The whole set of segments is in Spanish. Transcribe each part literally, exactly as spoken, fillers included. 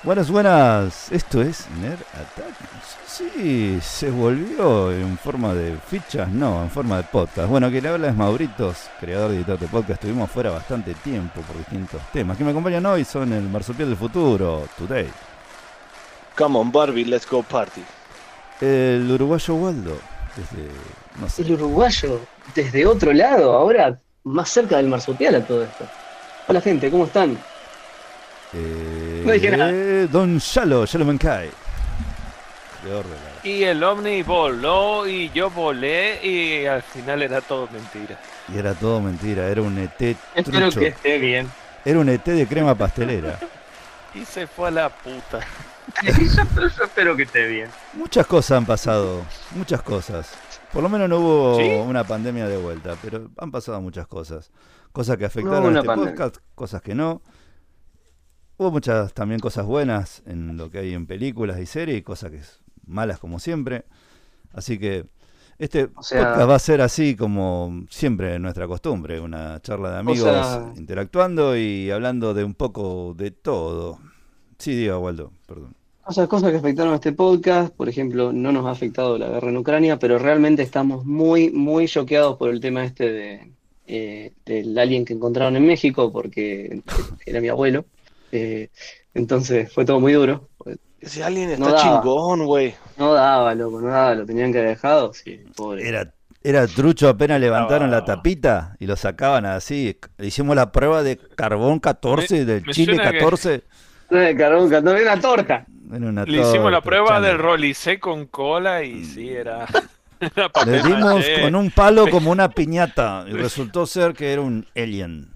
Buenas, buenas. Esto es Nerd Attack. Sí, sí, se volvió en forma de fichas, no, en forma de podcast. Bueno, quien le habla es Mauritos, creador y editor de podcast. Estuvimos fuera bastante tiempo por distintos temas. Que me acompañan hoy son el Marsupial del Futuro, Today. Come on, Barbie, let's go party. El uruguayo Waldo, desde, no sé. El uruguayo, desde otro lado, ahora más cerca del marsupial a todo esto. Hola gente, ¿cómo están? Eh, No dije nada. Don Yalo, Yalo Menkai. Creador de la... Y el ovni voló y yo volé y al final era todo mentira. Y era todo mentira, era un E T Espero trucho. que esté bien. Era un E T de crema pastelera. Y se fue a la puta. yo, yo espero que esté bien. Muchas cosas han pasado, muchas cosas. Por lo menos no hubo ¿Sí? una pandemia de vuelta, pero han pasado muchas cosas. Cosas que No afectaron hubo a una este pandemia. podcast, cosas que no. Hubo muchas también cosas buenas en lo que hay en películas y series, y cosas que es malas como siempre. Así que este O sea- podcast va a ser así como siempre nuestra costumbre, una charla de amigos sea- interactuando y hablando de un poco de todo. Sí, diga, Waldo, perdón. O sea, cosas que afectaron a este podcast, por ejemplo, no nos ha afectado la guerra en Ucrania, pero realmente estamos muy, muy choqueados por el tema este de, eh, del alien que encontraron en México, porque era mi abuelo. Eh, entonces fue todo muy duro. Ese alien está No daba. chingón, güey. No daba, loco, no daba, lo tenían que haber dejado. Sí, pobre. Era, era trucho, apenas levantaron Ah. la tapita y lo sacaban así. Hicimos la prueba de carbón catorce, Me- del me Chile suena que- catorce. No de carbón, no era una torta. Era una Le hicimos la torta, prueba chango. del rolicé con cola y sí, era... era papel Le dimos maché. con un palo como una piñata y resultó ser que era un alien.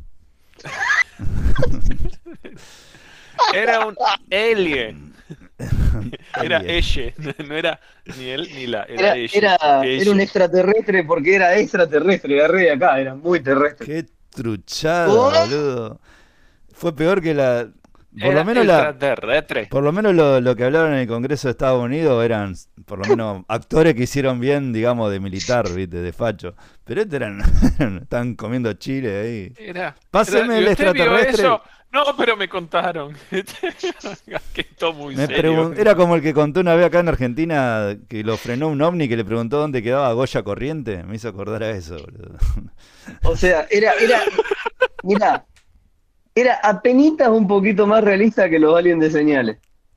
Era un alien. Era Alien. ella, no era ni él ni la, era Era, ella. era, Ella. era un extraterrestre porque era extraterrestre, agarré de acá, era muy terrestre. Qué truchada, ¿Oh? boludo. Fue peor que la... Por Era lo menos la... extraterrestre. Por lo menos lo, lo que hablaron en el Congreso de Estados Unidos eran, por lo menos, actores que hicieron bien, digamos, de militar, ¿viste? De facho. Pero estos eran, estaban comiendo chile ahí. Era, Páseme era- el ¿y usted vio extraterrestre. eso? No, pero me contaron. Que todo muy Me serio. pregun- Era como el que contó una vez acá en Argentina que lo frenó un ovni que le preguntó dónde quedaba Goya Corriente. Me hizo acordar a eso, boludo. O sea, era, era, mira, era apenitas un poquito más realista que los aliens de señales.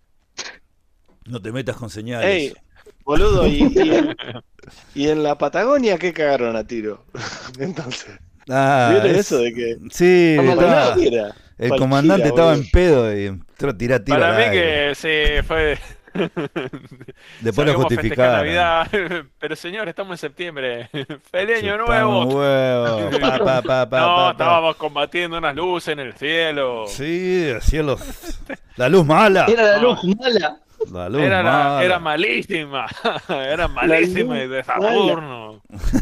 No te metas con señales. Ey, boludo, y, y, en, y en la Patagonia, ¿qué cagaron a tiro? Entonces, Ah, ¿vieron es- eso de que Sí, Vamos a estaba- cualquiera, el cualquiera, comandante estaba boludo. en pedo y entró a tirar tiro Para al mí aire. que sí, fue... Después lo Sabíamos festejar justificaron. Navidad, pero señor, estamos en septiembre. ¡Feliz año Chupamos nuevo! huevo. Pa, pa, pa, pa, No, pa, pa. estábamos combatiendo unas luces en el cielo. Sí, el cielo. La luz mala. Era la No. luz mala. La luz Era, la- mala. era malísima, era malísima y de Saturno.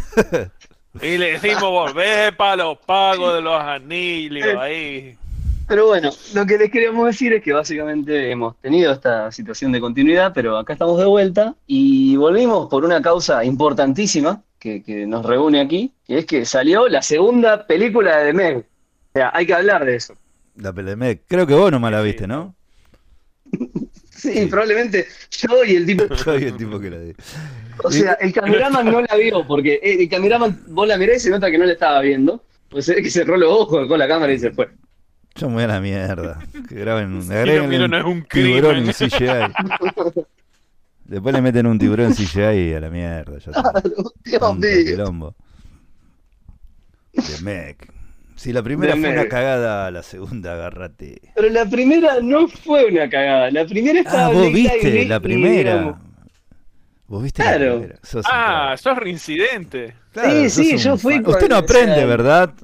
Y le decimos volver para los pagos de los anillos ahí. Pero bueno, lo que les queríamos decir es que básicamente hemos tenido esta situación de continuidad, pero acá estamos de vuelta y volvimos por una causa importantísima que, que nos reúne aquí, que es que salió la segunda película de The Meg. O sea, hay que hablar de eso. La Pelemec. Creo que vos nomás la Sí, viste, ¿no? Sí, Sí. probablemente yo y el tipo. Soy el tipo que la vi. O sea, el cameraman no la vio, porque el cameraman, vos la mirás y se nota que no la estaba viendo. Pues se ve que cerró los ojos con la cámara y se fue. Yo me voy a la mierda. Que graben, lo agreguen miro, un no es un tiburón crimen. en C G I. Después le meten un tiburón en C G I y a la mierda. Ya está. Dios Tanto mío. quilombo. The Meg. Si la primera The fue una Meg. cagada, la segunda agárrate. Pero la primera no fue una cagada. La primera estaba Ah, vos Blake viste Lively, la primera. digamos. Vos viste Claro. la primera. Sos un Ah, crack. sos reincidente. Claro, sí, sos sí, un yo fui fan. con- Usted no o aprende, sea- ¿verdad?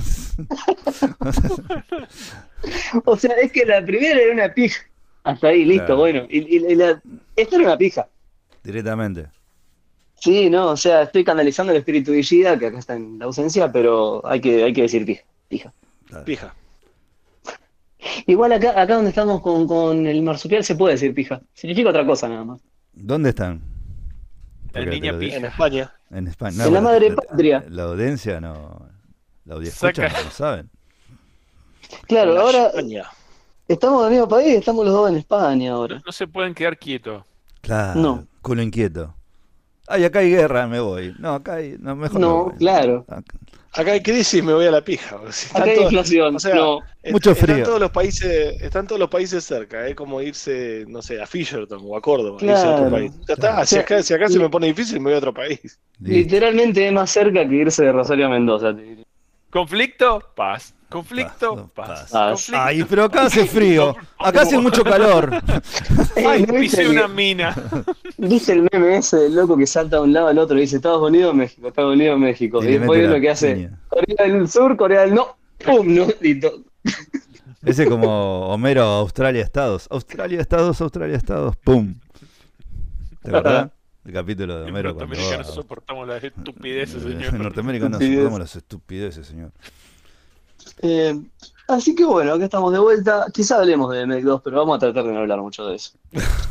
O sea, es que la primera era una pija. Hasta ahí, listo, Claro. bueno. Y, y- y la- esta era una pija. Directamente. Sí, no, o sea, estoy canalizando el espíritu de Ishida, que acá está en la ausencia, pero hay que, hay que decir pija. Pija. Claro. Pija. Igual acá, acá donde estamos con, con el marsupial se puede decir pija. Significa otra cosa nada más. ¿Dónde están? Porque niña te lo pija. En dije. España. En España. En la bueno, madre la- patria. La audiencia no. La audiencia Saca- no lo saben. Claro, En ahora España. Estamos en el mismo país, estamos los dos en España ahora. No se pueden quedar quietos. Claro, No, culo inquieto. Ay, acá hay guerra, me voy. No, acá hay. No, mejor me no, voy. claro. Acá- Acá hay crisis, me voy a la pija. Si Acá están hay todos, inflación, o sea, no. est- Mucho están frío. todos los países, están todos los países cerca, es como irse, no sé, a Fisherton o a Córdoba, irse a otro Claro. país. Ya Claro. está, O si sea, acá, si acá se li- me pone difícil, me voy a otro país. Listo. literalmente es más cerca que irse de Rosario a Mendoza, te diría. ¿Conflicto? Paz. Paz, ¿Conflicto? no, Paz. paz. Paz. ¿Conflicto? Ay, pero acá hace frío. Acá hace mucho calor. Ay, ¿no viste, pisé el, una mina. viste el meme ese del loco que salta de un lado al otro y dice Estados Unidos, México, Estados Unidos, México? Y Y le después mete es la lo que hace piña. Corea del Sur, Corea del No, ¡pum! ¿No? Y to- Ese como Homero, Australia, Estados. Australia, Estados, Australia, Estados. ¡Pum! ¿Te acordás? El capítulo de Los Homero cuando norteamericanos va. soportamos las estupideces, Eh, señor. En Norteamérica no Estupidez. soportamos las estupideces, señor. Eh, así que bueno, acá estamos de vuelta. Quizá hablemos de M dos, pero vamos a tratar de no hablar mucho de eso.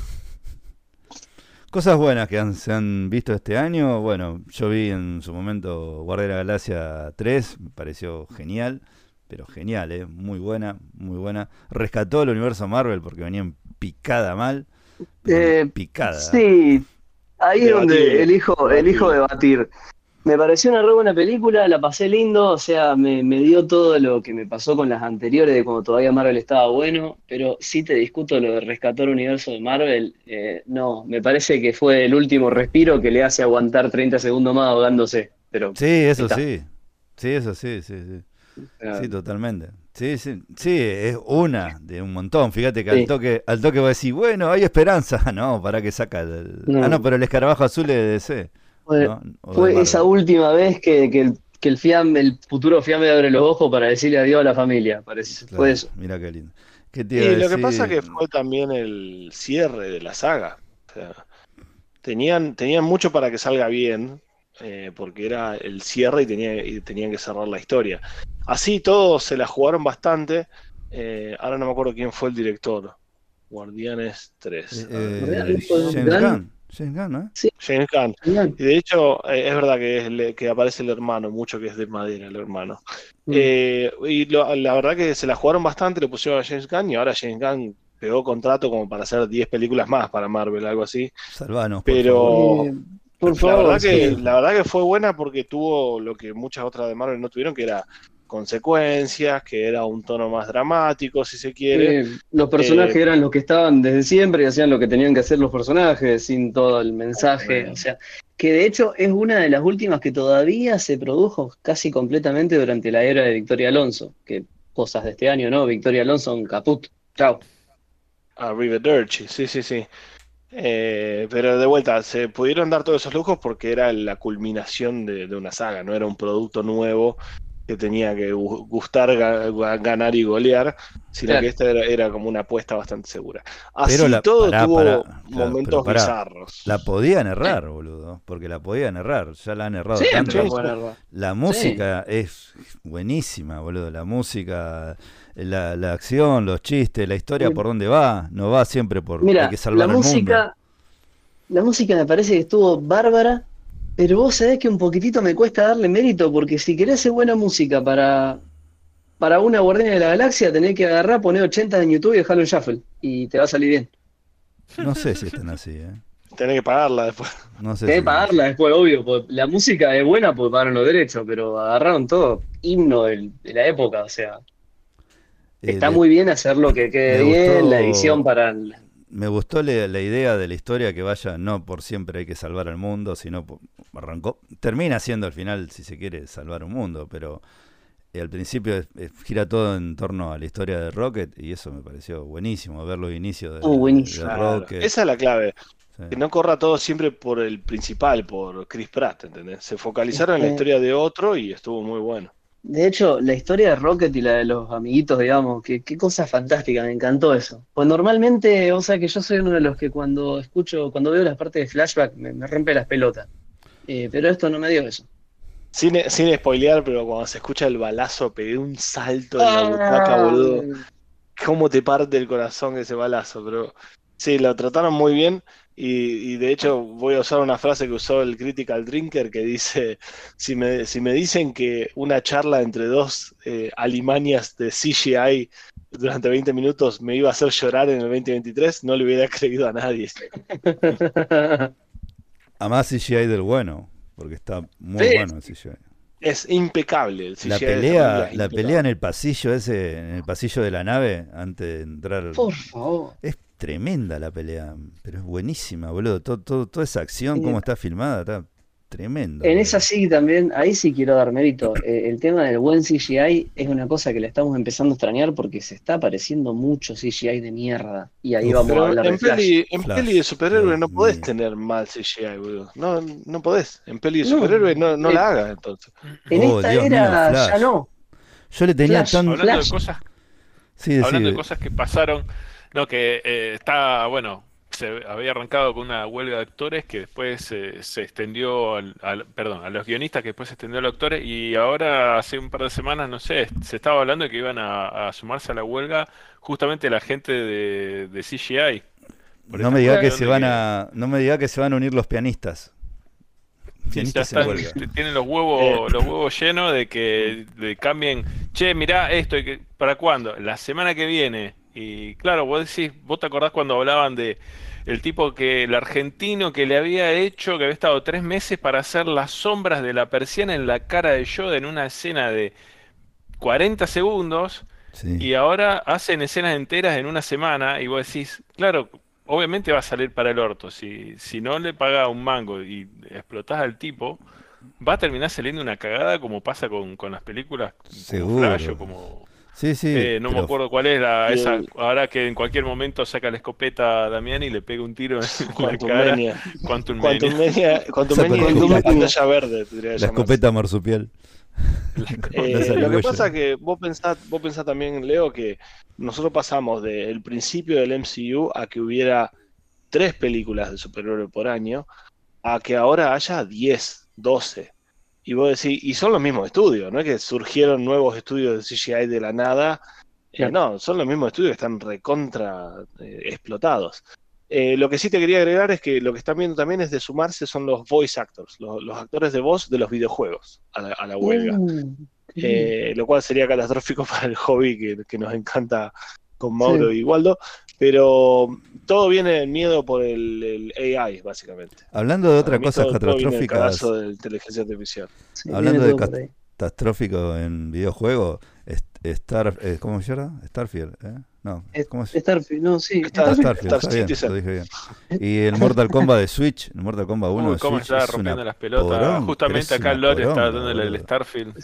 Cosas buenas que han- se han visto este año. Bueno, yo vi en su momento Guardia de la Galaxia tres, me pareció genial, pero genial, ¿eh? Muy buena, muy buena. Rescató el universo Marvel porque venía en picada mal, pero en Eh, picada. sí, ahí es donde Debatible, elijo, elijo debatible. debatir. Me pareció una re buena película, la pasé lindo, o sea, me, me dio todo lo que me pasó con las anteriores de cuando todavía Marvel estaba bueno, pero sí te discuto lo de rescatar el universo de Marvel. Eh, no, me parece que fue el último respiro que le hace aguantar treinta segundos más ahogándose, pero Sí, ahí eso está. sí. Sí, eso sí, sí, sí. Eh, Sí, totalmente. Sí, sí, sí, es una de un montón. Fíjate que al sí, toque, al toque va a decir, bueno, hay esperanza. No, para que saca el. Ah, no, no. pero el escarabajo azul es de D C, Fue, ¿no? O de fue esa Marvel. última vez que, que el, que el fiambre, el futuro fiambre abre los ojos para decirle adiós a la familia, parece. Fue Claro, eso. mira qué lindo. ¿Qué te iba a Y lo que pasa decir? que fue también el cierre de la saga. O sea, tenían, tenían mucho para que salga bien, eh, porque era el cierre y, tenía, y tenían que cerrar la historia. Así todos se la jugaron bastante. Eh, ahora no me acuerdo quién fue el director. Guardianes Eh, tres. A ver, eh, ¿Real fue James Gunn? Gunn. James Gunn, ¿eh? Sí, James Gunn. genial. Y de hecho, eh, es verdad que, es le- que aparece el hermano, mucho que es de madera el hermano. Mm. Eh, y lo- la verdad que se la jugaron bastante, le pusieron a James Gunn y ahora James Gunn pegó contrato como para hacer diez películas más para Marvel, algo así. Salvanos, por favor. Pero Eh, por la favor, verdad que, sí. la verdad que fue buena porque tuvo lo que muchas otras de Marvel no tuvieron, que era consecuencias, que era un tono más dramático, si se quiere. Eh, los personajes Eh, eran los que estaban desde siempre y hacían lo que tenían que hacer los personajes, sin todo el mensaje. O sea, que de hecho es una de las últimas que todavía se produjo casi completamente durante la era de Victoria Alonso. Que cosas de este año, ¿no? Victoria Alonso en caput. Chao. Arrivederci, sí, sí, sí. Eh, pero de vuelta, se pudieron dar todos esos lujos porque era la culminación de, de una saga, no era un producto nuevo que tenía que gu- gustar, ga- ganar y golear, sino Claro. que esta era, era como una apuesta bastante segura. Pero Así la, todo pará, tuvo pará, claro, momentos pero pará. bizarros. La podían errar, boludo. Porque la podían errar. Ya la han errado Siempre tanto. Sí, fue sí. una error. La música es buenísima, boludo. La música, la, la acción, los chistes, la historia Sí. por dónde va. No va siempre por hay Mira, que la salvar al mundo. música, la música me parece que estuvo bárbara, pero vos sabés que un poquitito me cuesta darle mérito, porque si querés hacer buena música para, para una Guardiana de la Galaxia, tenés que agarrar, poner ochenta en YouTube y dejarlo en Shuffle, y te va a salir bien. No sé si están así, ¿eh? Tenés que pagarla después. No sé Tenés si que pagarla después, obvio, porque la música es buena porque pagaron los derechos, pero agarraron todo, himno del- de la época, o sea, eh, está le- muy bien hacerlo que quede me bien, gustó- la edición para... el- Me gustó la, la idea de la historia que vaya, no por siempre hay que salvar al mundo, sino por- arrancó, termina siendo al final, si se quiere, salvar un mundo, pero eh, al principio es- es- gira todo en torno a la historia de Rocket y eso me pareció buenísimo, ver los inicios de, Oh, buenísimo. de Claro. Rocket. Esa es la clave. Sí. Que no corra todo siempre por el principal, por Chris Pratt, ¿entendés? Se focalizaron en la Este, historia de otro y estuvo muy bueno. De hecho, la historia de Rocket y la de los amiguitos, digamos, qué, qué cosa fantástica, me encantó eso. Pues normalmente, o sea que yo soy uno de los que cuando escucho, cuando veo las partes de flashback, me, me rompe las pelotas. Eh, pero esto no me dio eso. Sin, sin spoilear, pero cuando se escucha el balazo, pegué un salto en la butaca, Ah, boludo. Cómo te parte el corazón ese balazo, pero sí, lo trataron muy bien y, y de hecho voy a usar una frase que usó el Critical Drinker que dice, si me, si me dicen que una charla entre dos eh, alimañas de C G I durante veinte minutos me iba a hacer llorar en el veinte veintitrés, no le hubiera creído a nadie. Además C G I del bueno, porque está muy Sí. bueno el C G I. Es impecable el C G I La de esta pelea, película, es la impecable. pelea en el pasillo ese, en el pasillo de la nave, antes de entrar. Por favor. Es tremenda la pelea, pero es buenísima, boludo. Todo, todo- toda esa acción, Eh, cómo está filmada, está tremendo. En boludo. esa sí también, ahí sí quiero dar mérito. Eh, el tema del buen C G I es una cosa que le estamos empezando a extrañar porque se está apareciendo mucho C G I de mierda. Y ahí Uf. vamos a Pero hablar de en Flash. peli, en Flash, peli de superhéroe Dios no podés mío. tener mal C G I, boludo. No, no podés. En peli de No, superhéroe no, no eh, la hagas, entonces. En Oh, esta Dios mío, era Flash. ya no. Yo le tenía Flash, tan. Hablando Flash. de cosas, Sí, hablando de sí, cosas que pasaron, no, que eh, está, bueno, se había arrancado con una huelga de actores que después eh, se extendió al, al- perdón, a los guionistas que después se extendió a los actores y ahora hace un par de semanas, no sé, se estaba hablando de que iban a, a sumarse a la huelga justamente la gente de, de C G I. Por no esta me diga que cuestión se de van que- a. No me diga que se van a unir los pianistas. Sí, ya Pianistas en están, huelga. t- tienen los huevos, los huevos llenos de que de cambien, che, mirá esto, y que- ¿para cuándo? La semana que viene. Y claro, vos decís, vos te acordás cuando hablaban de el tipo que, el argentino que le había hecho, que había estado tres meses para hacer las sombras de la persiana en la cara de Yoda en una escena de cuarenta segundos. Sí. Y ahora hacen escenas enteras en una semana y vos decís, claro, obviamente va a salir para el orto. Si, si no le paga un mango y explotás al tipo, va a terminar saliendo una cagada como pasa con, con las películas como Flash o Seguro. como... Sí, sí. eh, no me pero acuerdo cuál es la, Y esa, el ahora que en cualquier momento saca la escopeta a Damián y le pega un tiro en la Quantum cara. Mania. Quantum Quantum Mania. Mania, Quantum Esa Mania película. y la pantalla verde, tendría que la llamarse. escopeta marsupial. Eh, La lo que zarigüeya. pasa es que vos pensás, vos pensás también, Leo, que nosotros pasamos del principio del M C U a que hubiera tres películas de superhéroe por año, a que ahora haya diez, doce. Y vos decís, y son los mismos estudios, no es que surgieron nuevos estudios de C G I de la nada. Eh, no, son los mismos estudios que están recontra eh, explotados. Eh, lo que sí te quería agregar es que lo que están viendo también es de sumarse son los voice actors, los, los actores de voz de los videojuegos a la, a la huelga. Uh, qué Eh, lo cual sería catastrófico para el hobby que, que nos encanta con Mauro Sí. y Waldo, pero todo viene del miedo por el, el A I, básicamente. Hablando de Para otras mí cosas todo, todo viene del catastróficas, cagazo de la inteligencia artificial. Sí, hablando viene de todo cas- por ahí. catastrófico en videojuegos, est- Star, eh, ¿cómo se llama? Starfield, ¿eh? No, Es- ¿cómo se Starfield, no, sí. Star- Starfield, Star está bien, Citizen. lo dije bien. Y el Mortal Kombat de Switch, el Mortal Kombat uno Uy, de cómo Switch está es rompiendo una las pelotas. poronga, pero Justamente es acá una Lore está poronga, dándole el boludo. Starfield.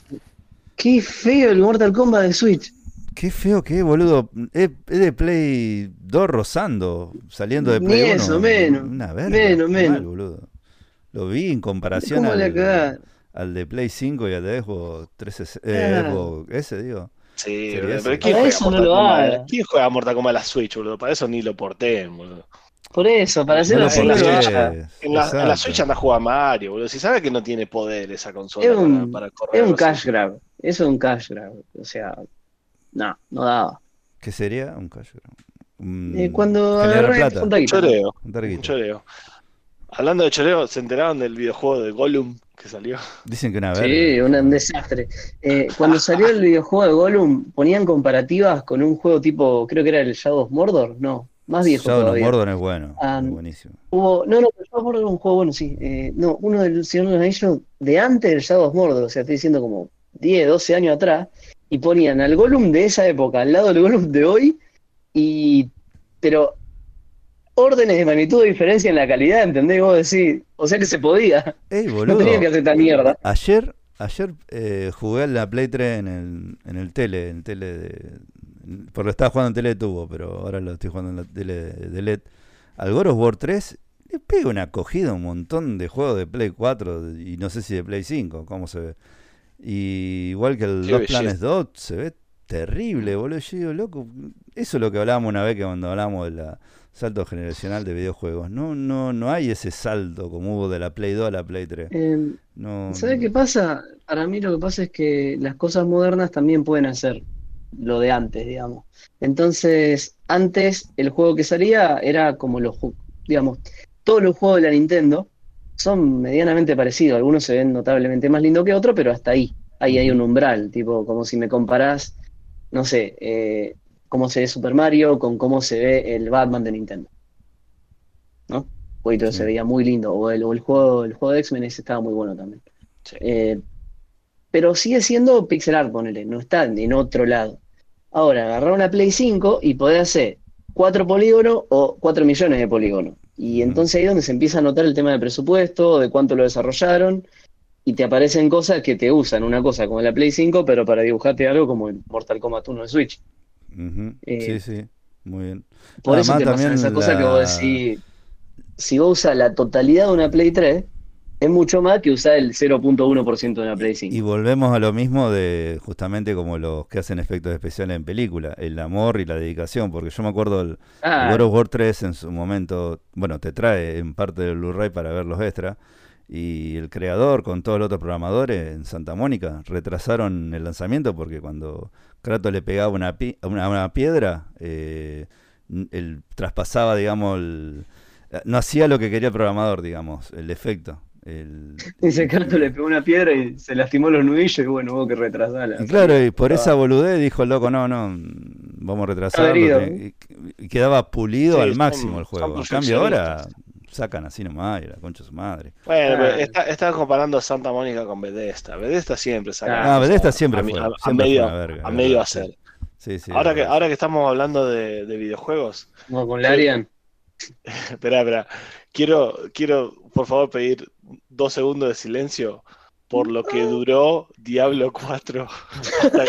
Qué feo el Mortal Kombat de Switch. Qué feo que es, boludo. Es, es de Play dos rozando, saliendo de Ni Play eso, uno. menos, Una verga, menos, mal, menos. boludo. Lo vi en comparación ¿Cómo le al, cagaron? al de Play cinco y al de Xbox trescientos sesenta. Eh, Claro. Xbox ese, digo. Sí, Sería boludo, eso. pero ¿quién Para juega, eso no Mortal lo Kombat? haga. ¿Quién juega Mortal Kombat a la Switch, boludo? Para eso ni lo porteen, boludo. Por eso, para No hacerlo lo así en la no lo Switch, haga. portés, En la, en la exacto. Switch anda a jugar Mario, boludo. Si sabe que no tiene poder esa consola Es para, un, para es correr. un así. cash grab. Eso es un cash grab. O sea, no, no daba. ¿Qué sería? Un callo. Un- Eh, cuando generar agarré plata. junta guita. Choreo, Juntar un guita. choreo. Hablando de choreo, ¿se enteraron del videojuego de Gollum que salió? Dicen que una verga. Sí, un, un desastre. Eh, cuando salió el videojuego de Gollum, ponían comparativas con un juego tipo, creo que era el Shadow of Mordor, no, más viejo Shadow of todavía. Mordor es bueno. Ah, es buenísimo. Hubo, no, no, pero Shadow of Mordor era un juego bueno, sí. Eh, no, uno del Señor de los Anillos de antes del Shadow of Mordor, o sea, estoy diciendo como diez, doce años atrás, y ponían al Gollum de esa época al lado del Gollum de hoy, y pero órdenes de magnitud de diferencia en la calidad, ¿entendés? Vos decís, o sea que se podía, Ey, no boludo. tenían que hacer esta mierda. Ayer, ayer eh, jugué a la Play tres en el, en el tele, en tele de, porque lo estaba jugando en tele de tubo, pero ahora lo estoy jugando en la tele de, de L E D. Al God of War tres le pega una acogida a un montón de juegos de Play cuatro y no sé si de Play cinco, cómo se ve. Y igual que el Qué Dos belleza. Planes dos se ve terrible, boludo. Yo digo, loco, eso es lo que hablábamos una vez que cuando hablábamos del salto generacional de videojuegos. No, no, no hay ese salto como hubo de la Play dos a la Play tres. Eh, No, ¿Sabes qué pasa? Para mí lo que pasa es que las cosas modernas también pueden hacer lo de antes, digamos. Entonces, antes el juego que salía era como los, ju- digamos, todos los juegos de la Nintendo son medianamente parecidos. Algunos se ven notablemente más lindos que otros, pero hasta ahí. Ahí hay un umbral, tipo, como si me comparás, no sé, eh, cómo se ve Super Mario con cómo se ve el Batman de Nintendo, ¿no? Un jueguito que Sí. se veía muy lindo, o el, o el juego, el juego de X-Men ese estaba muy bueno también. Sí. Eh, pero sigue siendo pixel art, ponele, no está en otro lado. Ahora, agarrar una Play cinco y poder hacer cuatro polígonos o cuatro millones de polígonos. Y Ujú. entonces ahí es donde se empieza a notar el tema de presupuesto, de cuánto lo desarrollaron, y te aparecen cosas que te usan, una cosa como la Play cinco, pero para dibujarte algo como el Mortal Kombat uno de Switch. Ujú. Eh, Sí, sí, muy bien. por eso Además te pasan también esas cosas que vos la... decís, si vos usas la totalidad de una Play tres, es mucho más que usar el cero punto uno por ciento de una Play Y cinco. volvemos a lo mismo de justamente como los que hacen efectos especiales en película, el amor y la dedicación, porque yo me acuerdo el, el God Ah, of War tres en su momento, bueno, te trae en parte del Blu-ray para ver los extras, y el creador con todos los otros programadores en Santa Mónica retrasaron el lanzamiento porque cuando Kratos le pegaba una, pi- una, una piedra, eh, n- él traspasaba, digamos, el- no hacía lo que quería el programador, digamos, el efecto. El, ese y, canto le pegó una piedra y se lastimó los nudillos y bueno, hubo que retrasar la Y claro, salida. y por esa Estaba, boludez dijo el loco, no, no, mm, vamos a estaba retrasarlo. herido. tiene- Y, y quedaba pulido al Sí, máximo el son, son juego. En cambio ahora perfeccionistas. sacan así nomás y la concha de su madre. Bueno, pero Ah, está, está comparando Santa Mónica con Bethesda. Bethesda siempre saca las ah, Ah, Bethesda cosas siempre a, mi- fue, a- a siempre fue una medio, verga, a es medio verdad, sí. hacer. Sí, sí, es Ahora que, verdad. ahora que estamos hablando de, de videojuegos, como con quiero, Larian. espera, espera, quiero, quiero por favor pedir dos segundos de silencio por lo que duró Diablo cuatro hasta,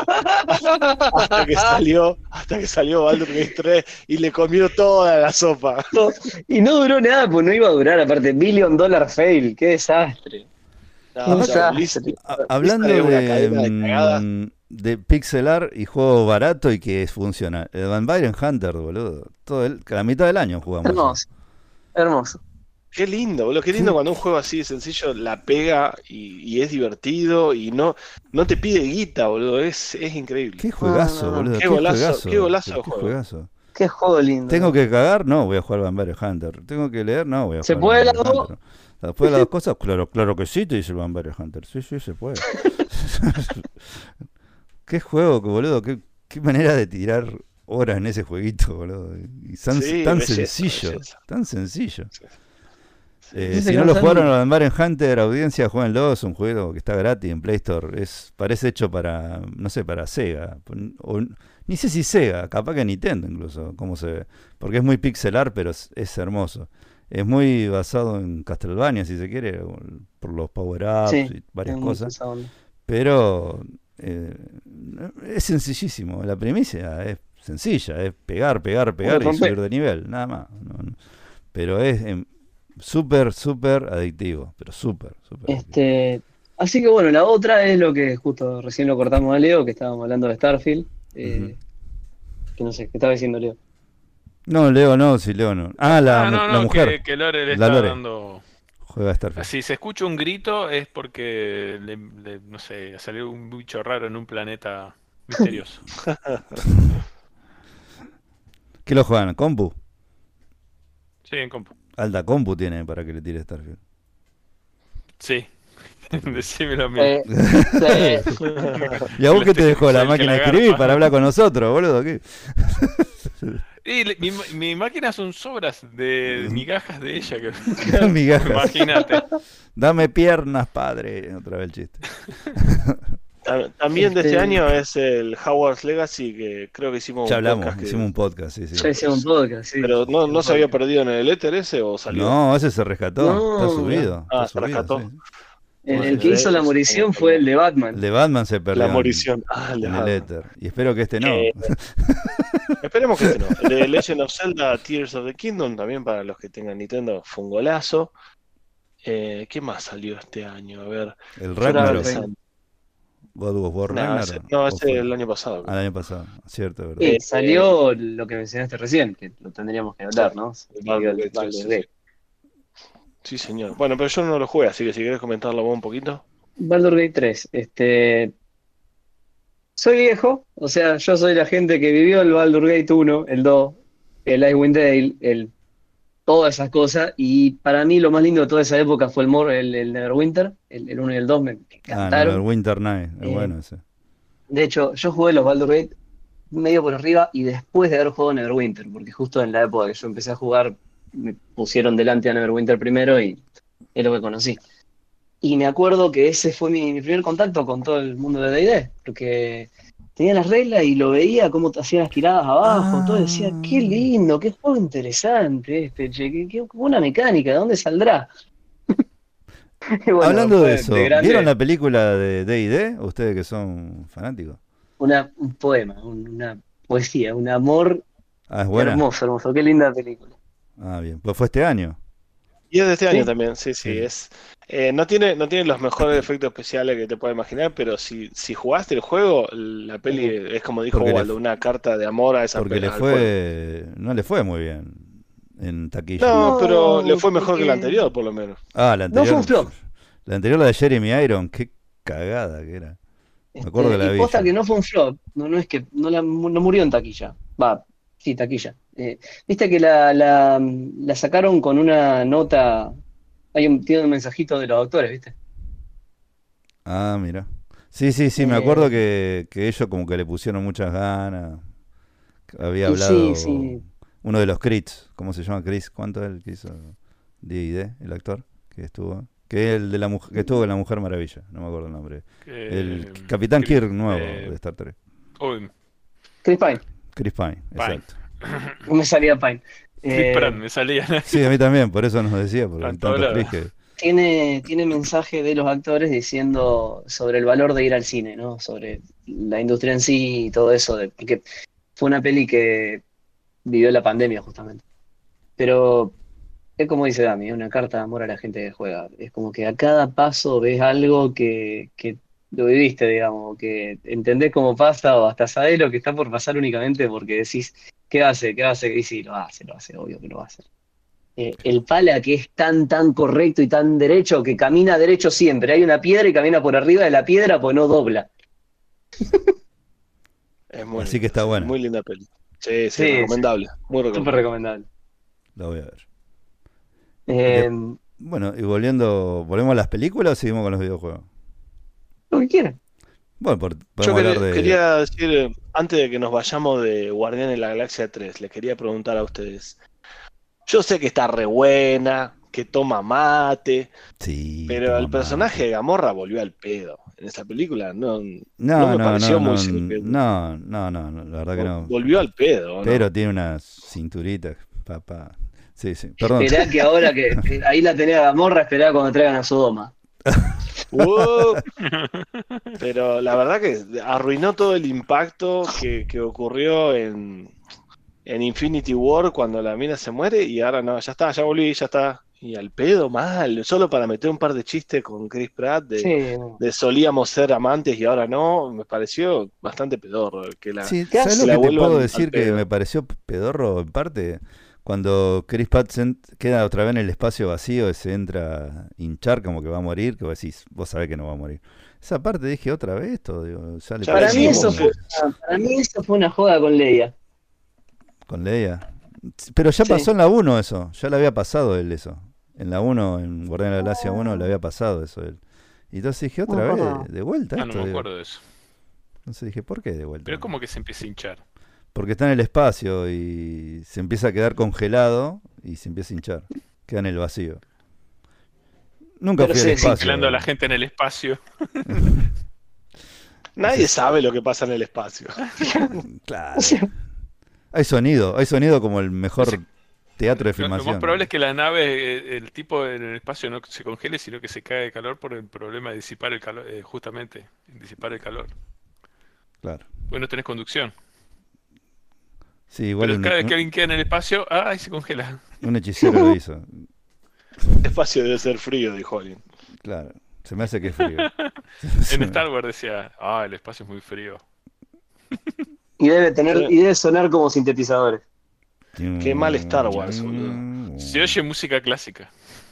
hasta, hasta que salió, hasta que salió Baldur's Gate tres y le comió toda la sopa. No, y no duró nada, pues no iba a durar, aparte, Billion Dollar Fail, qué desastre, qué No, o sea, Aparte, Blizzard, desastre. a- Blizzard hablando es una de, cadena de cagadas. mm, de pixel art y juego barato y que funciona, el Vampire Hunter, boludo. Todo el, la mitad del año jugamos eso. Hermoso, hermoso. Qué lindo, boludo, qué lindo ¿Qué, cuando un juego así de sencillo la pega y, y es divertido y no, no te pide guita, boludo, es, es increíble. qué No, no, juegazo, no, no. boludo? Qué Qué golazo, qué juegazo, golazo pero de qué juego. juegazo. Qué juego lindo, ¿Tengo ¿no? que cagar? No, voy a jugar Vampire Hunter. ¿Tengo que leer? No, voy a ¿Se jugar puede las Vampire dos? Hunter. Después de las dos cosas, claro, claro que sí, te dice el Vampire Hunter. Sí, sí, se puede. Qué juego, que boludo, qué, qué manera de tirar horas en ese jueguito, boludo. Y tan, Sí, tan belleza, sencillo, belleza. tan sencillo. Sí, sí, Eh, No sí. se si no lo cansan jugaron nunca. a Vampire Hunter, audiencia, jueguenlo, es un juego que está gratis en Play Store. Es, parece hecho para, no sé, para Sega. O, ni sé si Sega, capaz que Nintendo incluso, cómo se ve. Porque es muy pixel art, pero es, es hermoso. Es muy basado en Castlevania, si se quiere, o- por los power-ups Sí, y varias es mucho cosas. esa onda. Pero eh, es sencillísimo. La premisa es sencilla, es pegar, pegar, Bueno, pegar y rompe. subir de nivel, nada más. No, no. Pero es em, súper, súper adictivo. Pero súper, súper adictivo. Este, así que bueno, la otra es lo que justo recién lo cortamos a Leo, que estábamos hablando de Starfield. Ujú. Eh, que no sé, ¿qué estaba diciendo Leo? No, Leo no, sí, Leo no. Ah, la, Ah, mu- no, la no, mujer, que, que Lore le la está Lore, dando. juega a Starfield. Si se escucha un grito es porque, le- le- no sé, salió un bicho raro en un planeta misterioso. ¿Qué lo juegan? ¿Compu? Sí, en compu. Alta compu tiene para que le tire Starfield. Sí, decímelo a mí. Eh, sí. ¿Y a vos El qué te este dejó soy la el que máquina la de escribir garpa. para hablar con nosotros, boludo? ¿Qué? Y le- mi, ma- mi máquina son sobras de migajas de ella. Que, Migajas. imagínate. Dame piernas, padre. Otra vez el chiste. Ta- También de este Este, año es el Howard's Legacy, que creo que hicimos Ya un hablamos, podcast que, hicimos un podcast, sí, sí. ya hicimos un podcast, sí. pero no, hicimos no un se había podcast. perdido en el éter ese o salió. No, ese se rescató. Está No, subido. Ah, Está se subido, rescató. sí. El, Bueno, el que hizo la ese morición como fue el de El Batman. de Batman se perdió la en, morición. Ah, el de en el Batman. éter. Y espero que este no. Eh, esperemos que este no. El de Legend of Zelda Tears of the Kingdom, también para los que tengan Nintendo, fue un golazo. Eh, ¿qué más salió este año? A ver, El yo estaba Ragnarok. pensando. God of War No, ese, Ragnarok. no, ¿O ese fue? el año pasado. Al año pasado, cierto, verdad. Sí, Eh, salió lo que mencionaste recién, que lo tendríamos que hablar, ¿no? el Baldur's Gate, sí, Baldur's sí, Gate. Sí, señor. Bueno, pero yo no lo jugué, así que si querés comentarlo vos un poquito. Baldur's Gate tres, este, soy viejo, o sea, yo soy la gente que vivió el Baldur's Gate uno, el dos, el Icewind Dale, el, todas esas cosas, y para mí lo más lindo de toda esa época fue el, Mor- el, el Neverwinter, el, el uno y el dos me, me Ah, no, el encantaron. Winter Night. Es Eh, bueno ese. De hecho, yo jugué los Baldur's Gate medio por arriba y después de haber jugado Neverwinter, porque justo en la época que yo empecé a jugar me pusieron delante a Neverwinter primero y es lo que conocí. Y me acuerdo que ese fue mi, mi primer contacto con todo el mundo de D and D, porque tenía las reglas y lo veía cómo te hacían las tiradas abajo, Ah. todo decía, qué lindo, qué juego interesante este, che, qué, qué buena mecánica, ¿de dónde saldrá? Y bueno, Hablando de después, eso, de grande, ¿vieron la película de D and D? Ustedes que son fanáticos. una, un poema, un- una poesía, un amor Ah, es buena. hermoso, hermoso, qué linda película. Ah, bien. Pues fue este año. Y es de este ¿Sí? año también, sí, sí, Sí. es. eh, no tiene, no tiene los mejores efectos especiales que te puedas imaginar, pero si, si jugaste el juego, la peli es como dijo Porque le- Waldo, una carta de amor a esa Porque peli. le al juego. fue. No le fue muy bien en taquilla. No, No, pero le fue mejor que porque- la anterior, por lo menos. Ah, la No anterior. fue un flop. La anterior, la de Jeremy Iron. Qué cagada que era. Me acuerdo Este, que la y vi posta yo. que no fue un flop, no, no es que no, la, no murió en taquilla, va, sí, taquilla. Eh, Viste que la, la, la sacaron con una nota, hay un, tiene un mensajito de los doctores, ¿viste? Ah, mira. Sí, sí, sí, me Eh, acuerdo que, que ellos como que le pusieron muchas ganas. Que había Y hablado sí, sí. uno de los Crits. ¿Cómo se llama Chris? ¿Cuánto es el que hizo D and D, el actor que estuvo? Que es el de la mujer, que estuvo en La Mujer Maravilla, no me acuerdo el nombre. El Eh, Capitán Chris- Kirk nuevo eh, de Star Trek. uy, Chris Pine, Chris Pine, Pine. exacto. no me salía Pine. Chris Eh, Pratt me salía. Sí, a mí también, por eso nos decía, porque hay Tanto tantos hablaba. Chris que... tiene, tiene mensaje de los actores diciendo sobre el valor de ir al cine, ¿no? Sobre la industria en sí y todo eso, de, porque fue una peli que vivió la pandemia justamente. Pero es como dice Dami, es una carta de amor a la gente que juega. Es como que a cada paso ves algo que, que lo viviste, digamos, que entendés cómo pasa o hasta sabés lo que está por pasar únicamente porque decís, ¿qué hace? ¿Qué hace? Y sí, lo hace, lo hace, obvio que lo hace. Eh, el pala que es tan, tan correcto y tan derecho que camina derecho siempre. Hay una piedra y camina por arriba de la piedra pues no dobla. Es muy Así que linda, está sí, buena. muy linda peli. Sí, sí, Sí, recomendable. Muy Súper recomendable. recomendable. La voy a ver. Eh, Bueno, y volviendo, ¿volvemos a las películas o seguimos con los videojuegos? lo que quieran. Bueno, por- Yo podemos quería, hablar de... quería decir, eh, antes de que nos vayamos de Guardián de la Galaxia tres, les quería preguntar a ustedes. Yo sé que está re buena, que toma mate, Sí, pero el toma personaje mate. de Gamorra volvió al pedo. En esa película no, no No, me no, pareció no, muy no, simple. no, no, no, no, la verdad que no. Volvió al pedo, ¿no? Pero tiene una cinturita, papá. Sí, sí, perdón. Esperá que ahora que que ahí la tenía Gamorra, esperá cuando traigan a Sodoma. Uh, pero la verdad que arruinó todo el impacto que, que ocurrió en, en Infinity War cuando la mina se muere y ahora no, ya está, ya volví, ya está. Y al pedo mal, solo para meter un par de chistes con Chris Pratt de, Sí, no. de solíamos ser amantes y ahora no, me pareció bastante pedorro que la, Sí, ¿Qué ¿sabes hace? lo la que te vuelvan puedo al decir que pedo. me pareció pedorro en parte? Cuando Chris Pratt se queda otra vez en el espacio vacío y se entra a hinchar como que va a morir, que vos decís, vos sabés que no va a morir. Esa parte dije otra vez esto, digo, ya le Ya Para la mí hicimos, eso sí. fue una, para mí eso fue una joda con Leia. con Leia. Pero ya Sí. pasó en la uno eso, ya le había pasado él eso. En la uno, en Guardián de la Galaxia uno, le había pasado eso él. Y entonces dije, otra No, vez, no. de vuelta Ah, esto. no me digo. acuerdo de eso. Entonces dije, ¿por qué de vuelta? Pero es como que se empieza a hinchar. Porque está en el espacio y se empieza a quedar congelado y se empieza a hinchar. Queda en el vacío. Nunca Pero fui al sí, sí, espacio. Congelando a la gente en el espacio. Nadie sabe lo que pasa en el espacio. Claro. Hay sonido, hay sonido como el mejor Sí. teatro de Lo, lo filmación. más probable es que la nave, eh, el tipo en el espacio no se congele, sino que se cae de calor por el problema de disipar el calor, eh, justamente, disipar el calor. Claro. Pues no tenés conducción. Sí, igual Pero un, cada vez que un- alguien queda en el espacio, ¡ay! Se congela. un hechicero lo hizo. El espacio debe ser frío, dijo alguien. Claro. Se me hace que es frío. En Star Wars decía, ah, el espacio es muy frío. Y debe tener, Sí. y debe sonar como sintetizadores. Qué mal Star Wars, boludo. Se oye música clásica.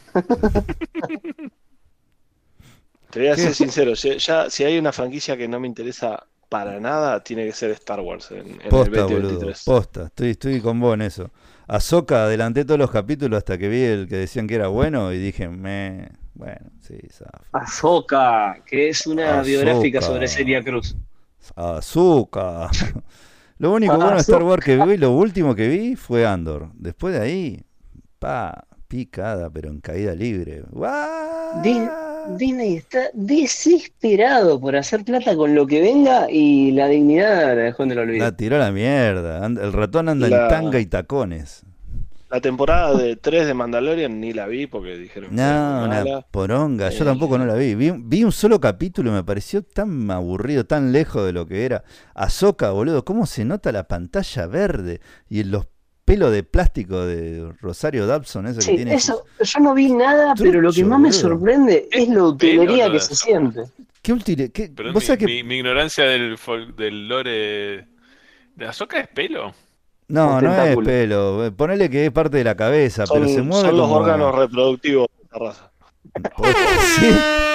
Te voy a ¿Qué? ser sincero, si, ya, si hay una franquicia que no me interesa para nada, tiene que ser Star Wars en, en el Posta, boludo. veinte veintitrés. Posta. Estoy, estoy con vos en eso. Ahsoka, adelanté todos los capítulos hasta que vi el que decían que era bueno y dije, me. Bueno, sí, zafo. Ahsoka, que es una Ahsoka. biográfica sobre Celia Cruz. Azúcar. Lo único Ah, bueno de Star so- Wars que vi, lo último que vi fue Andor. Después de ahí, pa, picada, pero en caída libre. Dis- ¡Guau! Disney está desesperado por hacer plata con lo que venga y la dignidad la dejó en el olvido. La tiró a la mierda. And- el ratón anda en tanga La, y tacones. la temporada de tres de Mandalorian ni la vi porque dijeron que era muy No, una mala. poronga. Yo tampoco no Eh, la vi. Vi, vi un solo capítulo y me pareció tan aburrido, tan lejos de lo que era. Ahsoka, boludo. ¿Cómo se nota la pantalla verde? Y los pelos de plástico de Rosario Dawson, eso que Sí, tiene. eso, yo no vi nada, pero lo que Trucho, más me boludo. sorprende es la Pelo utilería lo que de se Ahsoka. siente. ¿Qué ultile? ¿Qué? Perdón, ¿Vos mi, sabés que mi, mi ignorancia del, fol- del lore de Ahsoka es pelo. no, Los no es tentáculos. pelo. eh, Ponele que es parte de la cabeza, pero se son, mueve son los órganos como. reproductivos de esta raza. ¿Podés decir?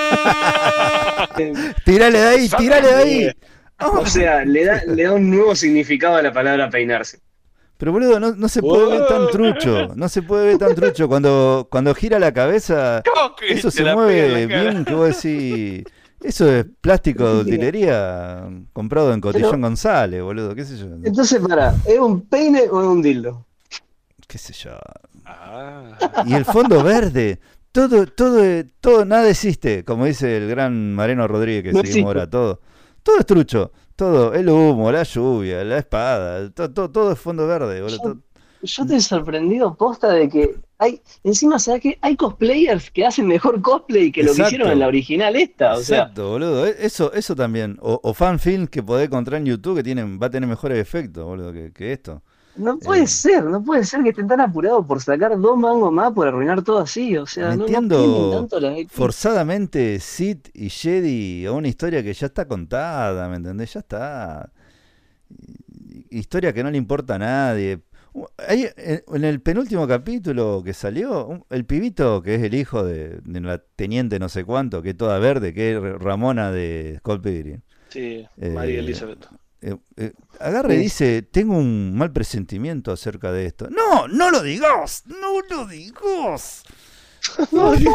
Eh, ¡Tírale de ahí! Saca. ¡Tírale de ahí! Oh, O sea, le da, le da un nuevo significado a la palabra peinarse. pero boludo, no, no se puede ver tan trucho. No se puede ver tan trucho. Cuando, cuando gira la cabeza, ¿Cómo que eso te se la pega mueve en la cara? bien, que vos decís. Eso es plástico de utilería comprado en Cotillón Pero, González, boludo. ¿Qué sé yo? entonces, para, ¿es un peine o es un dildo? ¿Qué sé yo? Ah, Y el fondo verde. Todo, todo, todo, nada existe. Como dice el gran Mariano Rodríguez, que No seguimos existe. ahora, todo. Todo es trucho. Todo. El humo, la lluvia, la espada. Todo, todo, todo es fondo verde, boludo. Yo, todo- yo estoy sorprendido, posta, de que hay, encima, ¿sabes qué? Hay cosplayers que hacen mejor cosplay que lo que hicieron en la Exacto. original esta, o sea, Exacto, boludo. E- Eso, eso también. O, o fanfilms que podés encontrar en YouTube que tienen, va a tener mejores efectos, boludo, que, que esto. no puede Eh, ser, no puede ser que estén tan apurados por sacar dos mangos más por arruinar todo así, o sea, no, no quemen metiendo tanto la I P. forzadamente Sith y Jedi a una historia que ya está contada, ¿me entendés? Ya está. Historia que no le importa a nadie. U- Ahí, en en el penúltimo capítulo que salió, un- el pibito que es el hijo de, de la teniente no sé cuánto, que es toda verde, que es Ramona de Scott Pilgrim. Sí, María Eh, Elizabeth. eh, eh, agarra y Sí. dice, tengo un mal presentimiento acerca de esto. No, no lo digas, no lo digas. No, no,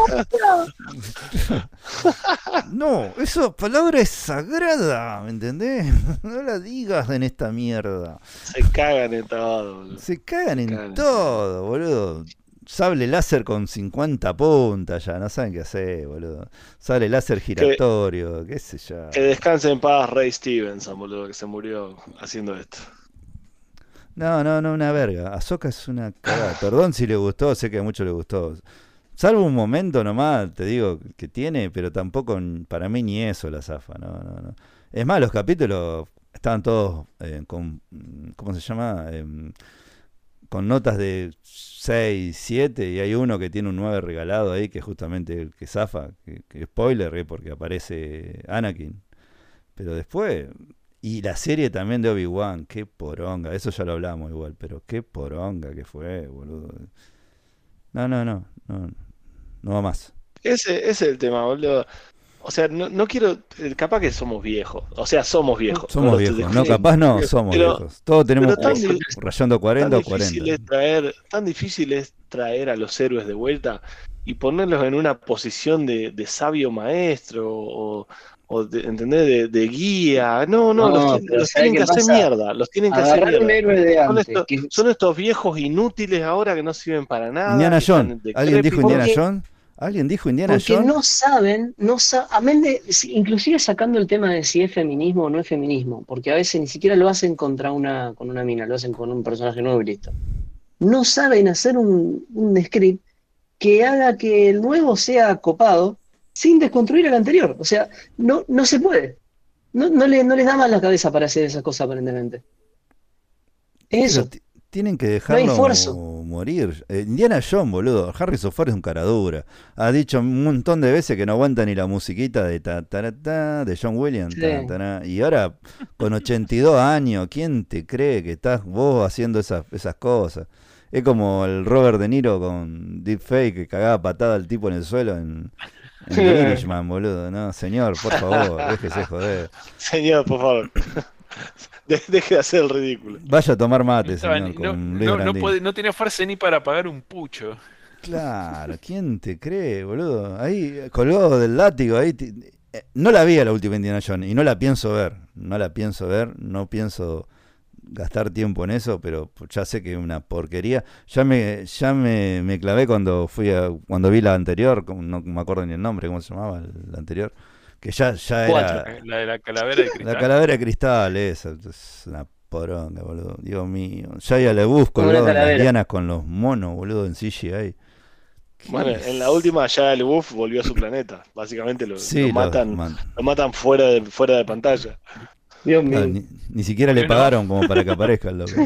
No, esa palabra es sagrada, ¿me entendés? No la digas en esta mierda. Se cagan en todo, boludo. Se cagan Se en cagan en todo. todo, boludo. Sable láser con cincuenta puntas ya, no saben qué hacer, boludo. Sable láser Que, giratorio, qué sé yo. que descanse en paz Ray Stevenson, boludo, que se murió haciendo esto. No, no, no, una verga. Ahsoka es una cagada. Perdón si le gustó, sé que a muchos le gustó. Salvo un momento nomás, te digo, que tiene, pero tampoco n- para mí ni eso la zafa, no, no, no. Es más, los capítulos estaban todos eh, con, mm, ¿cómo se llama? Em, con notas de seis, siete, y hay uno que tiene un nueve regalado ahí, que es justamente el que zafa, que, que spoiler, eh, porque aparece Anakin. Pero después, y la serie también de Obi-Wan, qué poronga, eso ya lo hablamos igual, pero qué poronga que fue, boludo. No, no, no, no, no va más. Ese, ese es el tema, boludo. O sea, no, no quiero. eh, Capaz que somos viejos. O sea, somos viejos. No Somos lo estoy viejos, no, discutiendo. capaz no, somos Pero, viejos. Todos tenemos pero tan, cu- di- rayando tan cuarenta o difícil cuarenta. es traer, tan difícil es traer a los héroes de vuelta y ponerlos en una posición de, de sabio maestro o, o de, ¿entendés? De, de guía. No, no, los, no, tien- pero los ¿sabes tienen qué que hacer pasa? mierda. Los tienen que hacer Agarrar un mierda. héroe de Son antes, estos, que son estos viejos inútiles ahora que no sirven para nada, Indiana que Jones. están ¿Alguien dijo Indiana decrépitos. porque Jones? ¿Alguien dijo Indiana Porque Jones? no saben, no sa- amén de, si- inclusive sacando el tema de si es feminismo o no es feminismo, porque a veces ni siquiera lo hacen contra una, con una mina, lo hacen con un personaje nuevo y listo. No saben hacer un, un script que haga que el nuevo sea copado sin desconstruir el anterior. O sea, no, no se puede. No, no, le, no les da más la cabeza para hacer esas cosas aparentemente. Es Pero eso, ti- tienen que no hay dejarlo esfuerzo. morir. Eh, Indiana Jones, boludo. Harrison Ford es un cara dura. Ha dicho un montón de veces que no aguanta ni la musiquita de ta, ta, ta, de John Williams. Sí. ta, ta, ta. Y ahora, con ochenta y dos años, ¿quién te cree que estás vos haciendo esas, esas cosas? Es como el Robert De Niro con Deepfake que cagaba patada al tipo en el suelo en, en The Irishman, boludo. No, señor, por favor, déjese joder. Señor, por favor. De- Deje de hacer el ridículo. Vaya a tomar no, mate, estaba señor, ni- no, con Luis no, no, Brandini. puede- no tenía fuerza ni para pagar un pucho. Claro, ¿quién te cree, boludo? Ahí, eh, colgado del látigo, ahí. ti- eh, No la vi a la última Indiana Jones y no la pienso ver. No la pienso ver, no pienso gastar tiempo en eso, pero ya sé que es una porquería. Ya me ya me, me clavé cuando fui a, cuando vi la anterior, no me acuerdo ni el nombre, ¿cómo se llamaba la anterior? Que ya, ya Cuatro. era La de la calavera de la cristal. calavera de cristal, esa. Es una poronga, boludo. Dios mío. Ya ya le busco Como una colgado en las calavera. lianas con los monos, boludo, en C G I. Bueno, ¿Qué en la es? última ya el buff volvió a su planeta. Básicamente lo, lo Sí, los matan, man- lo matan fuera de, fuera de pantalla. Dios claro, mío. ni, ni siquiera le Bueno. pagaron como para que aparezca el loco.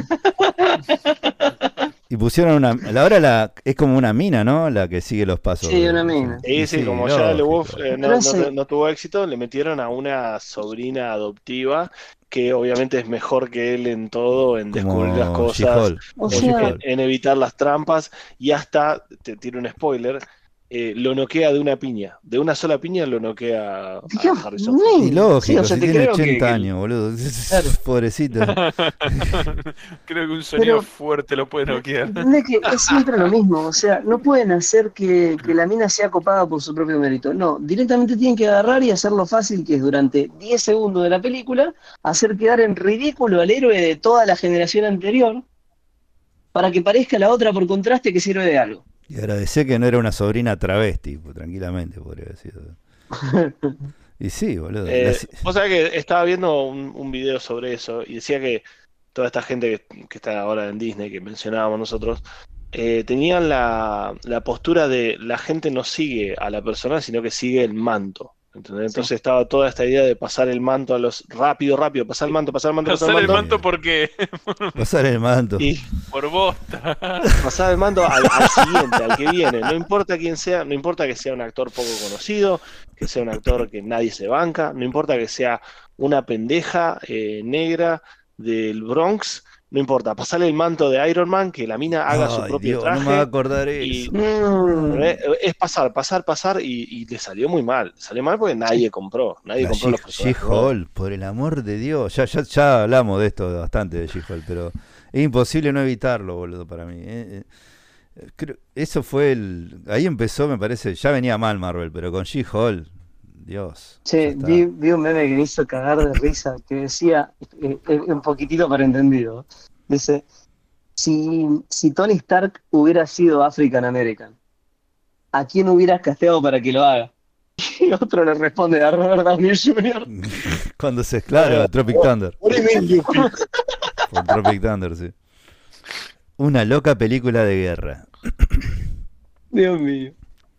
Y pusieron una. La hora la, es como una mina, ¿no? La que sigue los pasos. Sí, de- una mina. Y y sí, sí, como ya el lógico. buff eh, Pero no, no, ese, no tuvo éxito, le metieron a una sobrina adoptiva que obviamente es mejor que él en todo, en descubrir las Como cosas, She-Hulk. o en, O sea, en- She-Hulk. en evitar las trampas y hasta, te tiro un spoiler, eh, lo noquea de una piña. De una sola piña lo noquea a Dios Harrison Ford. Y mío. Sí, lógico, o sea, si te tiene creo que, ochenta que- años, boludo. claro. Pobrecito. Creo que un sonido Pero fuerte lo puede noquear. entendés que es siempre lo mismo, o sea, no pueden hacer que, que la mina sea copada por su propio mérito, no, directamente tienen que agarrar y hacerlo fácil, que es durante diez segundos de la película, hacer quedar en ridículo al héroe de toda la generación anterior, para que parezca la otra por contraste que sirve de algo. Y agradecer que no era una sobrina travesti, pues, tranquilamente podría decir. Y sí, boludo. Eh, La si- vos sabés que estaba viendo un, un video sobre eso y decía que toda esta gente que, que está ahora en Disney, que mencionábamos nosotros, eh, tenían la, la postura de la gente no sigue a la persona, sino que sigue el manto. ¿Entendés? Entonces estaba toda esta idea de pasar el manto a los rápido, rápido, pasar el manto, pasar el manto, pasar Pasar el el manto, manto porque Pasar el manto. y por bosta. pasar el mando al, al siguiente, al que viene. No importa quién sea, no importa que sea un actor poco conocido, que sea un actor que nadie se banca, no importa que sea una pendeja eh, negra del Bronx, no importa, pasarle el manto de Iron Man, que la mina haga su Ay, propio Dios, no me va a traje. acordar Y eso. Mm, eh, es pasar, pasar, pasar, y, y le salió muy mal. Salió mal porque nadie compró, nadie La compró los She- personajes nuevos. She-Hulk, por el amor de Dios. Ya, ya, ya hablamos de esto bastante de She-Hulk, pero es imposible no evitarlo, boludo, para mí. Eh, eh, creo- eso fue el. Ahí empezó, me parece. Ya venía mal Marvel, pero con She-Hulk, Dios. ya Che, está. vi, vi un meme que me hizo cagar de risa, que decía, eh, eh, un poquitito para entendido, dice, si, si Tony Stark hubiera sido African American, ¿a quién hubieras casteado para que lo haga? Y otro le responde a Robert Downey junior Cuando se. Claro, Tropic Thunder. What do you mean, you people? Por Tropic Thunder, sí. Una loca película de guerra. Dios mío.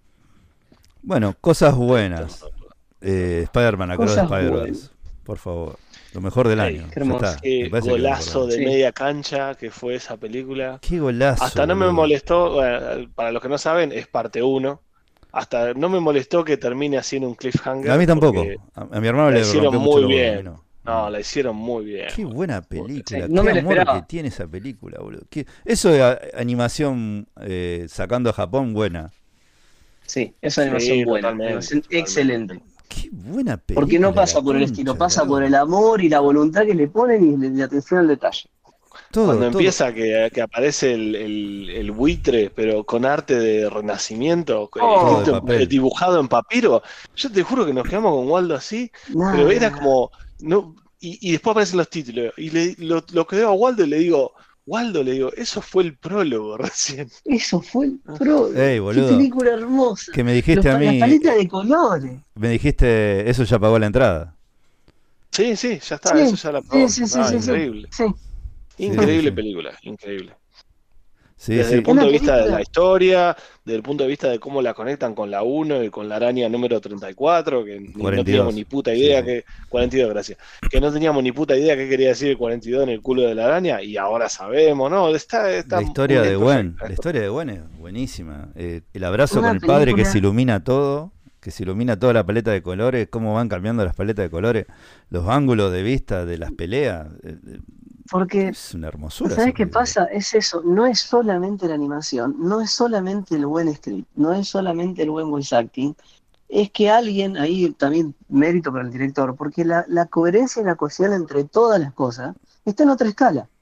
Bueno, cosas buenas. Eh, Spider-Man, Across the Cosas Spider-Verse. buenas. Por favor. Lo mejor del Ey, año. qué Ya hermoso. está. Qué Me parece que lo golazo mejor del de Sí. media cancha que fue esa película. año. Qué golazo. Hasta no me boludo. molestó, bueno, para los que no saben, es parte uno. Hasta no me molestó que termine así en un cliffhanger. A mí tampoco. porque A, a mi hermano la le hicieron rompió mucho muy los huevos, a mí bien. no. No, la hicieron muy bien. Qué buena película. Sí, no Qué me lo amor esperaba. que tiene esa película, boludo. Qué- Eso de a- animación eh, sacando a Japón, buena. Sí, esa Sí, animación buena, totalmente, animación totalmente. excelente. Qué buena película. Porque no pasa la por el concha estilo, de pasa la por lora. el amor y la voluntad que le ponen y la atención al detalle. Todo, Cuando todo. empieza que, que aparece el, el- el buitre, pero con arte de renacimiento, eh, Oh. Todo de escrito en- papel. eh, dibujado en papiro, yo te juro que nos quedamos con Waldo así, pero era Nada. como, no, y, y después aparecen los títulos, y le, lo, lo que veo a Waldo y le digo, Waldo, le digo, eso fue el prólogo recién. Eso fue el pro. Ey, Qué boludo. película hermosa. Que me Los dijiste pa- a Las mí. paletas de colores. Me dijiste, eso ya pagó la entrada. Sí, sí, ya está, Sí, eso ya la sí, probó. sí, sí, Ah, sí, sí. increíble, Sí. increíble sí, sí. película, increíble. Sí, Desde sí. el punto Una de vista de película- la historia, desde el punto de vista de cómo la conectan con la uno y con la araña número treinta y cuatro, que ni- no cuarenta y dos. teníamos ni puta idea Sí, sí. que... cuarenta y dos, gracias. Que no teníamos ni puta idea qué quería decir el cuarenta y dos en el culo de la araña, y ahora sabemos, ¿no? Está, está La historia muy de perfecta. Gwen, la historia de Gwen es buenísima. Eh, el abrazo Una con el padre que película- se ilumina todo, que se ilumina toda la paleta de colores, cómo van cambiando las paletas de colores, los ángulos de vista de las peleas. eh, eh, Porque, es una hermosura. ¿sabes esa qué película. pasa? Es eso, no es solamente la animación, no es solamente el buen script, no es solamente el buen voice acting, es que alguien, ahí también mérito para el director, porque la, la coherencia y la cohesión entre todas las cosas está en otra escala. O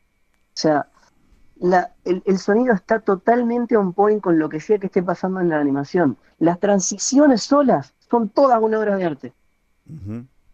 sea, la, el, el sonido está totalmente on point con lo que sea que esté pasando en la animación. Las transiciones solas son todas una obra de arte. Ujú.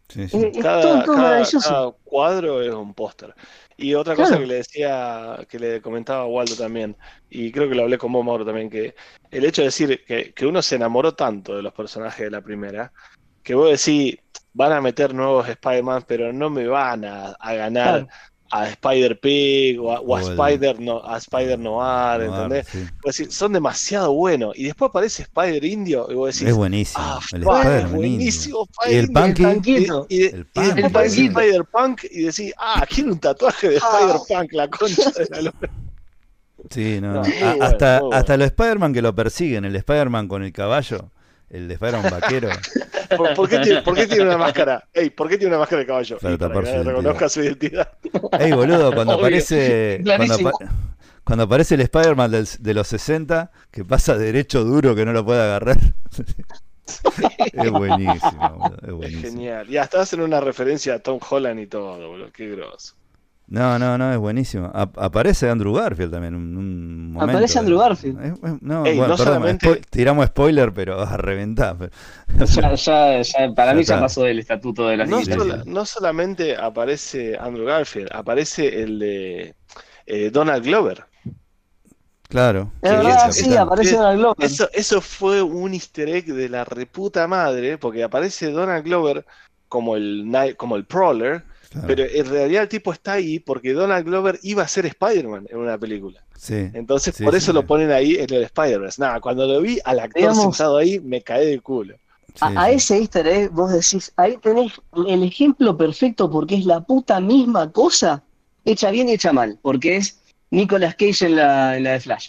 Sí, sí. Es, es todo, Cada, todo cada, maravilloso. cada cuadro es un póster. Y otra cosa que le decía, que le comentaba a Waldo también, y creo que lo hablé con vos, Mauro, también, que el hecho de decir que, que uno se enamoró tanto de los personajes de la primera, que vos decís, van a meter nuevos Spider-Man, pero no me van a, a ganar Claro. a Spider-Pig o a, o a O el- Spider no, a Spider Noir, Noir, ¿entendés? sí. Vos decís, son demasiado buenos. Y después aparece Spider-Indio y vos decís, Es buenísimo. ah, el fuck, Spider-Man es buenísimo indio. Y el Spider-Indio. El Punky. panquito. Y, y- El y punk, después aparece boludo. Spider-Punk y decís, ah, quiero un tatuaje de Ah. Spider-Punk, la concha de la lora. Sí, no, No, no. muy A- bueno, hasta, muy bueno. hasta los Spider-Man que lo persiguen, el Spider-Man con el caballo, el de Spider-Man vaquero. ¿Por, por qué tiene, por qué tiene una máscara? Ey, ¿por qué tiene una máscara de caballo? Para Y para tapar que su nadie identidad. reconozca su identidad. Ey, boludo, cuando Obvio, aparece. Cuando, clarísimo. apa- cuando aparece el Spider-Man del- de los sesenta, que pasa derecho duro que no lo puede agarrar. Es buenísimo, boludo, es Es buenísimo. genial. Y hasta hacen una referencia a Tom Holland y todo, boludo. Qué grosso. No, no, no, es buenísimo. Ap- aparece Andrew Garfield también en un momento. Aparece Andrew Garfield. Es- es- no, Ey, bueno, no perdón, solamente- spo- tiramos spoiler, pero a reventar. pero- Ya, ya, ya, para Ya mí ya está. pasó el estatuto de las No, sí, sola- sí. no solamente aparece Andrew Garfield, aparece el de eh, Donald Glover. Claro. Es que verdad, es- sí, capitán. aparece que- Donald Glover. Eso, eso fue un easter egg de la reputa madre, porque aparece Donald Glover como el, Night- como el Prowler, Claro. pero en realidad el tipo está ahí porque Donald Glover iba a ser Spider-Man en una película. Sí. Entonces Sí, por sí, eso sí. lo ponen ahí en el Spider-Verse. Nada, cuando lo vi al actor Digamos- sentado ahí, me caí de culo. Sí, A, a sí. ese easter egg vos decís, ahí tenés el ejemplo perfecto porque es la puta misma cosa hecha bien y hecha mal, porque es Nicolas Cage en la, en la de Flash.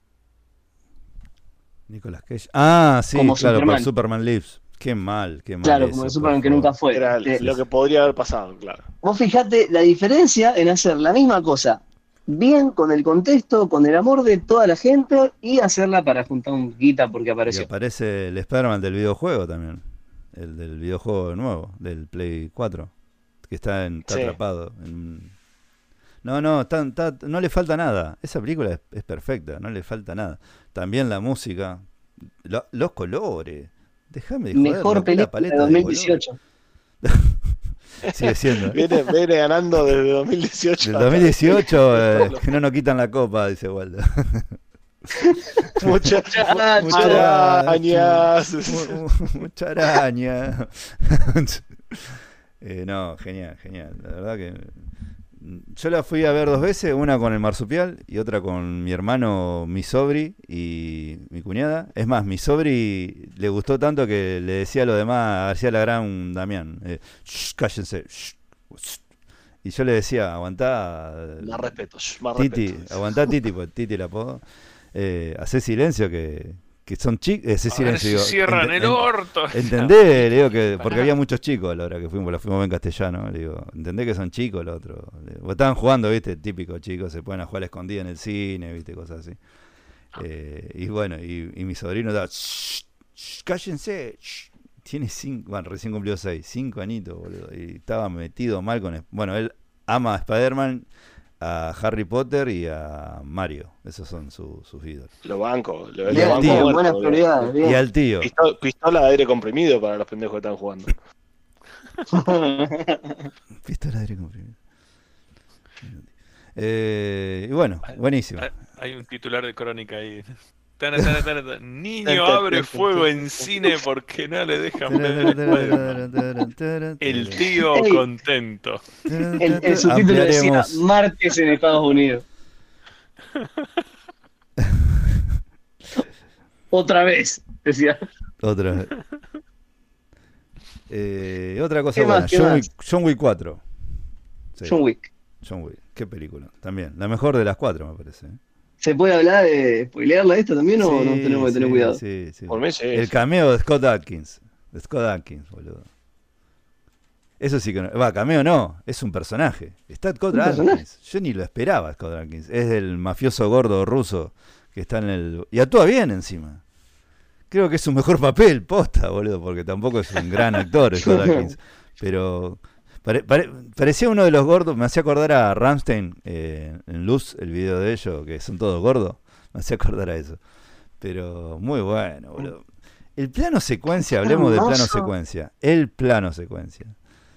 Nicolas Cage. Ah, sí, Como claro, Superman. por Superman Lives. Qué mal, qué mal. Claro, eso, como el por Superman que favor. nunca fue. Era Eh, lo que podría haber pasado, claro. Vos fijate la diferencia en hacer la misma cosa bien, con el contexto, con el amor de toda la gente y hacerla para juntar un guita porque Y apareció. aparece el Spider-Man del videojuego también. El del videojuego nuevo, del Play cuatro. Que está, en, está Sí. atrapado. En un- No, no, está- está- no le falta nada. Esa película es, es perfecta, no le falta nada. También la música, lo- los colores. Déjame de joder, Mejor la pura película de paleta de dos mil dieciocho. colores. Sigue siendo. ¿eh? Viene, viene ganando desde dos mil dieciocho. Del dos mil dieciocho, eh, que no nos quitan la copa, dice Waldo. Mucha, Muchachos. muchas arañas. Mu- mu- Mucha araña. Eh, no, genial, genial. La verdad que mm, yo la fui a ver dos veces, una con el marsupial y otra con mi hermano, mi sobri y mi cuñada. Es más, mi sobri le gustó tanto que le decía a los demás, a García Lagrán, Damián, eh, "Shh, cállense. Shh, shh". Y yo le decía, aguantá, Más respeto, shh, más Titi, respeto. aguantá Titi, porque Titi la apodo. Eh, hacé silencio que, que son chicos. Ese A ver silencio. si digo, cierran ent- el ent- orto. Entendé, le digo que, porque había muchos chicos a la hora que fuimos, la fuimos en castellano, le digo, entendé que son chicos los otros. Le digo, estaban jugando, viste, típico chicos, se pueden a jugar a escondida en el cine, viste, cosas así. Eh, y bueno, y, y mi sobrino estaba, "Shh, shh, cállense, shh". Tiene cinco, bueno, recién cumplió seis, cinco anitos, boludo, y estaba metido mal con, bueno, él ama a Spider-Man, a Harry Potter y a Mario, esos son su- sus ídolos. Lo banco, lo, lo Bien, Bien, banco tío. bien, muerto, buenas boludo. prioridades, Y bien. al tío. Pisto- Pistola de aire comprimido para los pendejos que están jugando. Pistola de aire comprimido. Eh, y bueno, buenísimo. Hay- Hay un titular de crónica ahí. Tana, tana, tana, tana. Niño abre fuego en cine porque no le dejan ver Spider-Man. El tío Ey. contento. El, el subtítulo decía Ampliaremos Martes en Estados Unidos. Otra vez, decía. otra vez. Eh, otra cosa ¿Qué más, buena, qué John más? Wick, John Wick cuatro. Sí, John Wick. John Wick, qué película. También, la mejor de las cuatro me parece. ¿eh? ¿Se puede hablar de spoilearla esta también o Sí, no tenemos que tener sí, cuidado? sí, sí. Por mí sí. El cameo de Scott Adkins. De Scott Adkins, boludo. Eso sí que no. Va, cameo no, es un personaje. Está Scott ¿Un Adkins. personaje? Yo ni lo esperaba, Scott Adkins. Es el mafioso gordo ruso que está en el. Y actúa bien encima. Creo que es su mejor papel, posta, boludo, porque tampoco es un gran actor, Scott Adkins. Pero pare- pare- parecía uno de los gordos, me hacía acordar a Rammstein eh, en Luz, el video de ellos, que son todos gordos. Me hacía acordar a eso. Pero muy bueno, boludo. El plano secuencia, hablemos de plano Hermoso. secuencia. El plano secuencia.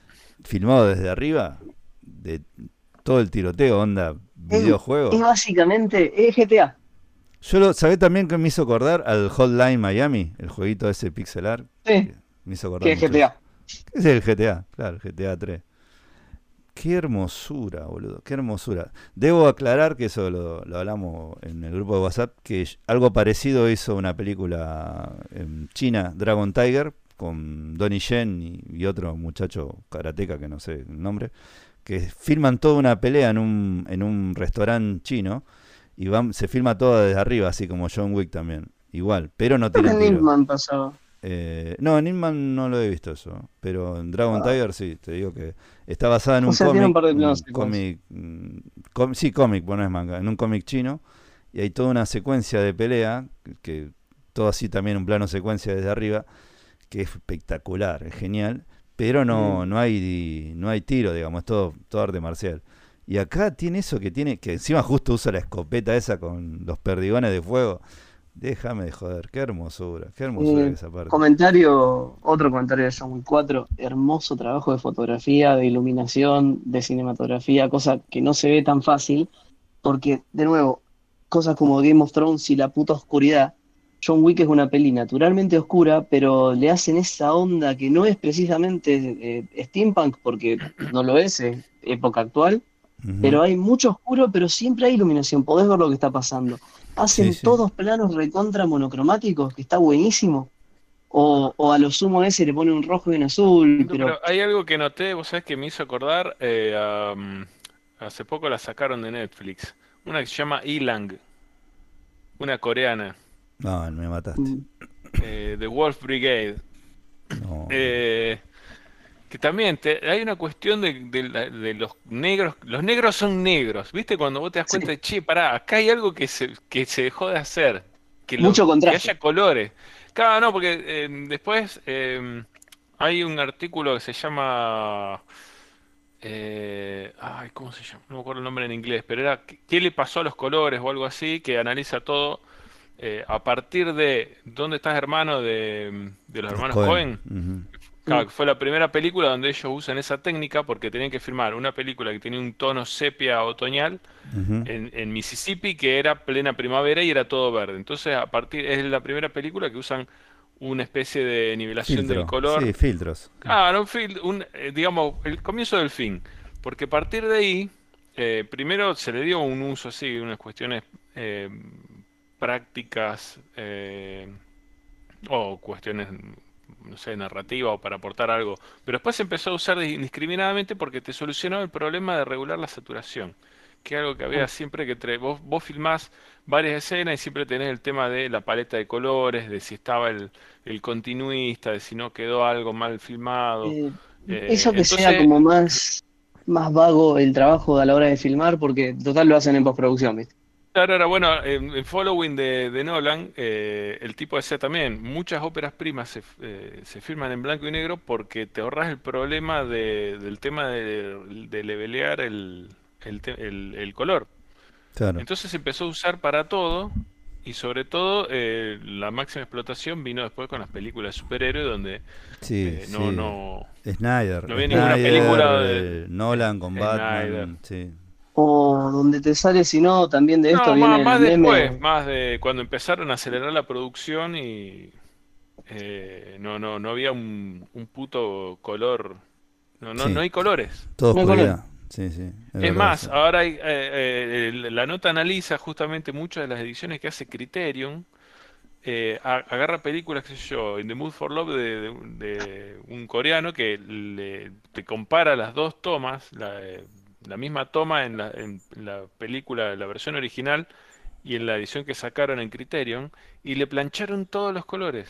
filmado desde arriba, de todo el tiroteo, onda Es, videojuego. es básicamente es G T A. Yo lo, ¿sabés también que me hizo acordar al Hotline Miami? El jueguito ese pixelar. Sí, Me hizo acordar que es mucho G T A. eso. Es el G T A, claro, G T A tres. Qué hermosura, boludo, qué hermosura. Debo aclarar que eso lo, lo hablamos en el grupo de WhatsApp, que algo parecido hizo una película en China, Dragon Tiger, con Donnie Yen y, y otro muchacho karateca que no sé el nombre, que filman toda una pelea en un, en un restaurante chino y van, se filma todo desde arriba, así como John Wick también, igual, pero no Creo que tienen en tiro. Nilman pasaba. Eh, no, en Inman no lo he visto eso, pero en Dragon Ah. Tiger sí, te digo que está basada en O un sea, tiene un cómic, par de un planos secuencias. cómic, mm, com- sí, cómic, bueno, no es manga, en un cómic chino, y hay toda una secuencia de pelea, que, que todo así también un plano secuencia desde arriba, que es espectacular, es genial, pero no, Mm. no hay no hay tiro, digamos, es todo, todo arte marcial. Y acá tiene eso que tiene, que encima justo usa la escopeta esa con los perdigones de fuego. Déjame de joder, qué hermosura, qué hermosura Eh, esa parte. comentario, otro comentario de John Wick cuatro, hermoso trabajo de fotografía, de iluminación, de cinematografía, cosa que no se ve tan fácil, porque, de nuevo, cosas como Game of Thrones y la puta oscuridad, John Wick es una peli naturalmente oscura, pero le hacen esa onda que no es precisamente eh, steampunk, porque no lo es, es época actual, Ujú. pero hay mucho oscuro, pero siempre hay iluminación, podés ver lo que está pasando. Hacen Sí, sí. todos planos recontra monocromáticos, que está buenísimo. O, o a lo sumo ese le pone un rojo y un azul, No, pero pero hay algo que noté, vos sabés que me hizo acordar, eh, a, mm, hace poco la sacaron de Netflix, una que se llama Ilang, una coreana, No, me mataste. mm, eh, The Wolf Brigade, No. eh, que también te- hay una cuestión de, de la- de los negros, los negros son negros, ¿viste? Cuando vos te das sí, cuenta de, che, pará, acá hay algo que se, que se dejó de hacer, que, lo, mucho que contraste. haya colores. Claro, no, porque eh, después eh, hay un artículo que se llama... Eh, ay, ¿cómo se llama? No me acuerdo el nombre en inglés, pero era ¿qué qué le pasó a los colores o algo así? Que analiza todo eh, a partir de ¿Dónde estás, hermano? De, de los Los hermanos Cohen. Cohen. Ujú. Claro, Mm, que fue la primera película donde ellos usan esa técnica porque tenían que filmar una película que tenía un tono sepia otoñal Ujú. en, en Mississippi, que era plena primavera y era todo verde. Entonces, a partir, es la primera película que usan una especie de nivelación del Filtro. Sí, color. filtros. Ah, un fil- un, eh, digamos, el comienzo del fin. Porque a partir de ahí, eh, primero se le dio un uso así, unas cuestiones eh, prácticas eh, o cuestiones, no sé, narrativas o para aportar algo. Pero después se empezó a usar indiscriminadamente porque te solucionaba el problema de regular la saturación. Que es algo que había mm. siempre que tre- vos, vos filmás varias escenas y siempre tenés el tema de la paleta de colores, de si estaba el, el continuista, de si no quedó algo mal filmado. Eh, Eh, eso que sea entonces, como más, más vago el trabajo a la hora de filmar, porque total lo hacen en postproducción, ¿viste? claro, era bueno, en, en Following de, de Nolan, eh, el tipo decía también, muchas óperas primas se, eh, se filman en blanco y negro porque te ahorras el problema de- del tema de, de levelear el, el, te- el- el color. Claro. Entonces se empezó a usar para todo y sobre todo eh, la máxima explotación vino después con las películas de superhéroes donde Sí, eh, no, sí. no, Snyder. no había ninguna película de Snyder, eh, Nolan con Snyder. Batman. Sí. O donde te sale, si no, también de esto No, más, viene el más después, meme. más de cuando empezaron a acelerar la producción y eh, no, no, no había un, un puto color, no, no, no Sí. hay colores. Todo No hay color. oscuridad. Sí, sí. Es Es verdad más, eso. ahora hay, eh, eh, el- la nota analiza justamente muchas de las ediciones que hace Criterion, eh, a- agarra películas, qué sé yo, In the Mood for Love de, de un de un coreano que le, te compara las dos tomas, la, eh, la misma toma en la, en la película, la versión original y en la edición que sacaron en Criterion, y le plancharon todos los colores.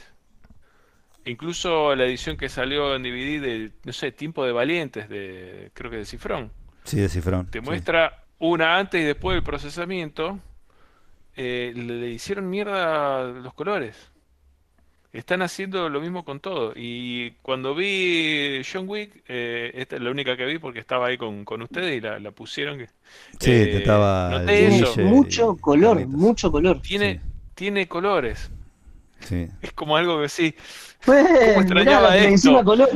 Incluso la edición que salió en D V D de, no sé, Tiempo de Valientes, de, creo que de Cifrón, Sí, de Cifrón. te Sí. muestra una antes y después del procesamiento, eh, le, le hicieron mierda los colores. Están haciendo lo mismo con todo. Y cuando vi John Wick, eh, esta es la única que vi porque estaba ahí con, con ustedes y la, la pusieron. que- Sí, te eh, estaba el noté Tiene eso. Guille mucho y color, Carlitos. mucho color. Sí, Tiene, tiene colores. sí. Es como algo que sí. ¿Cómo Pues, mirá, la extrañaba televisión a esto? color.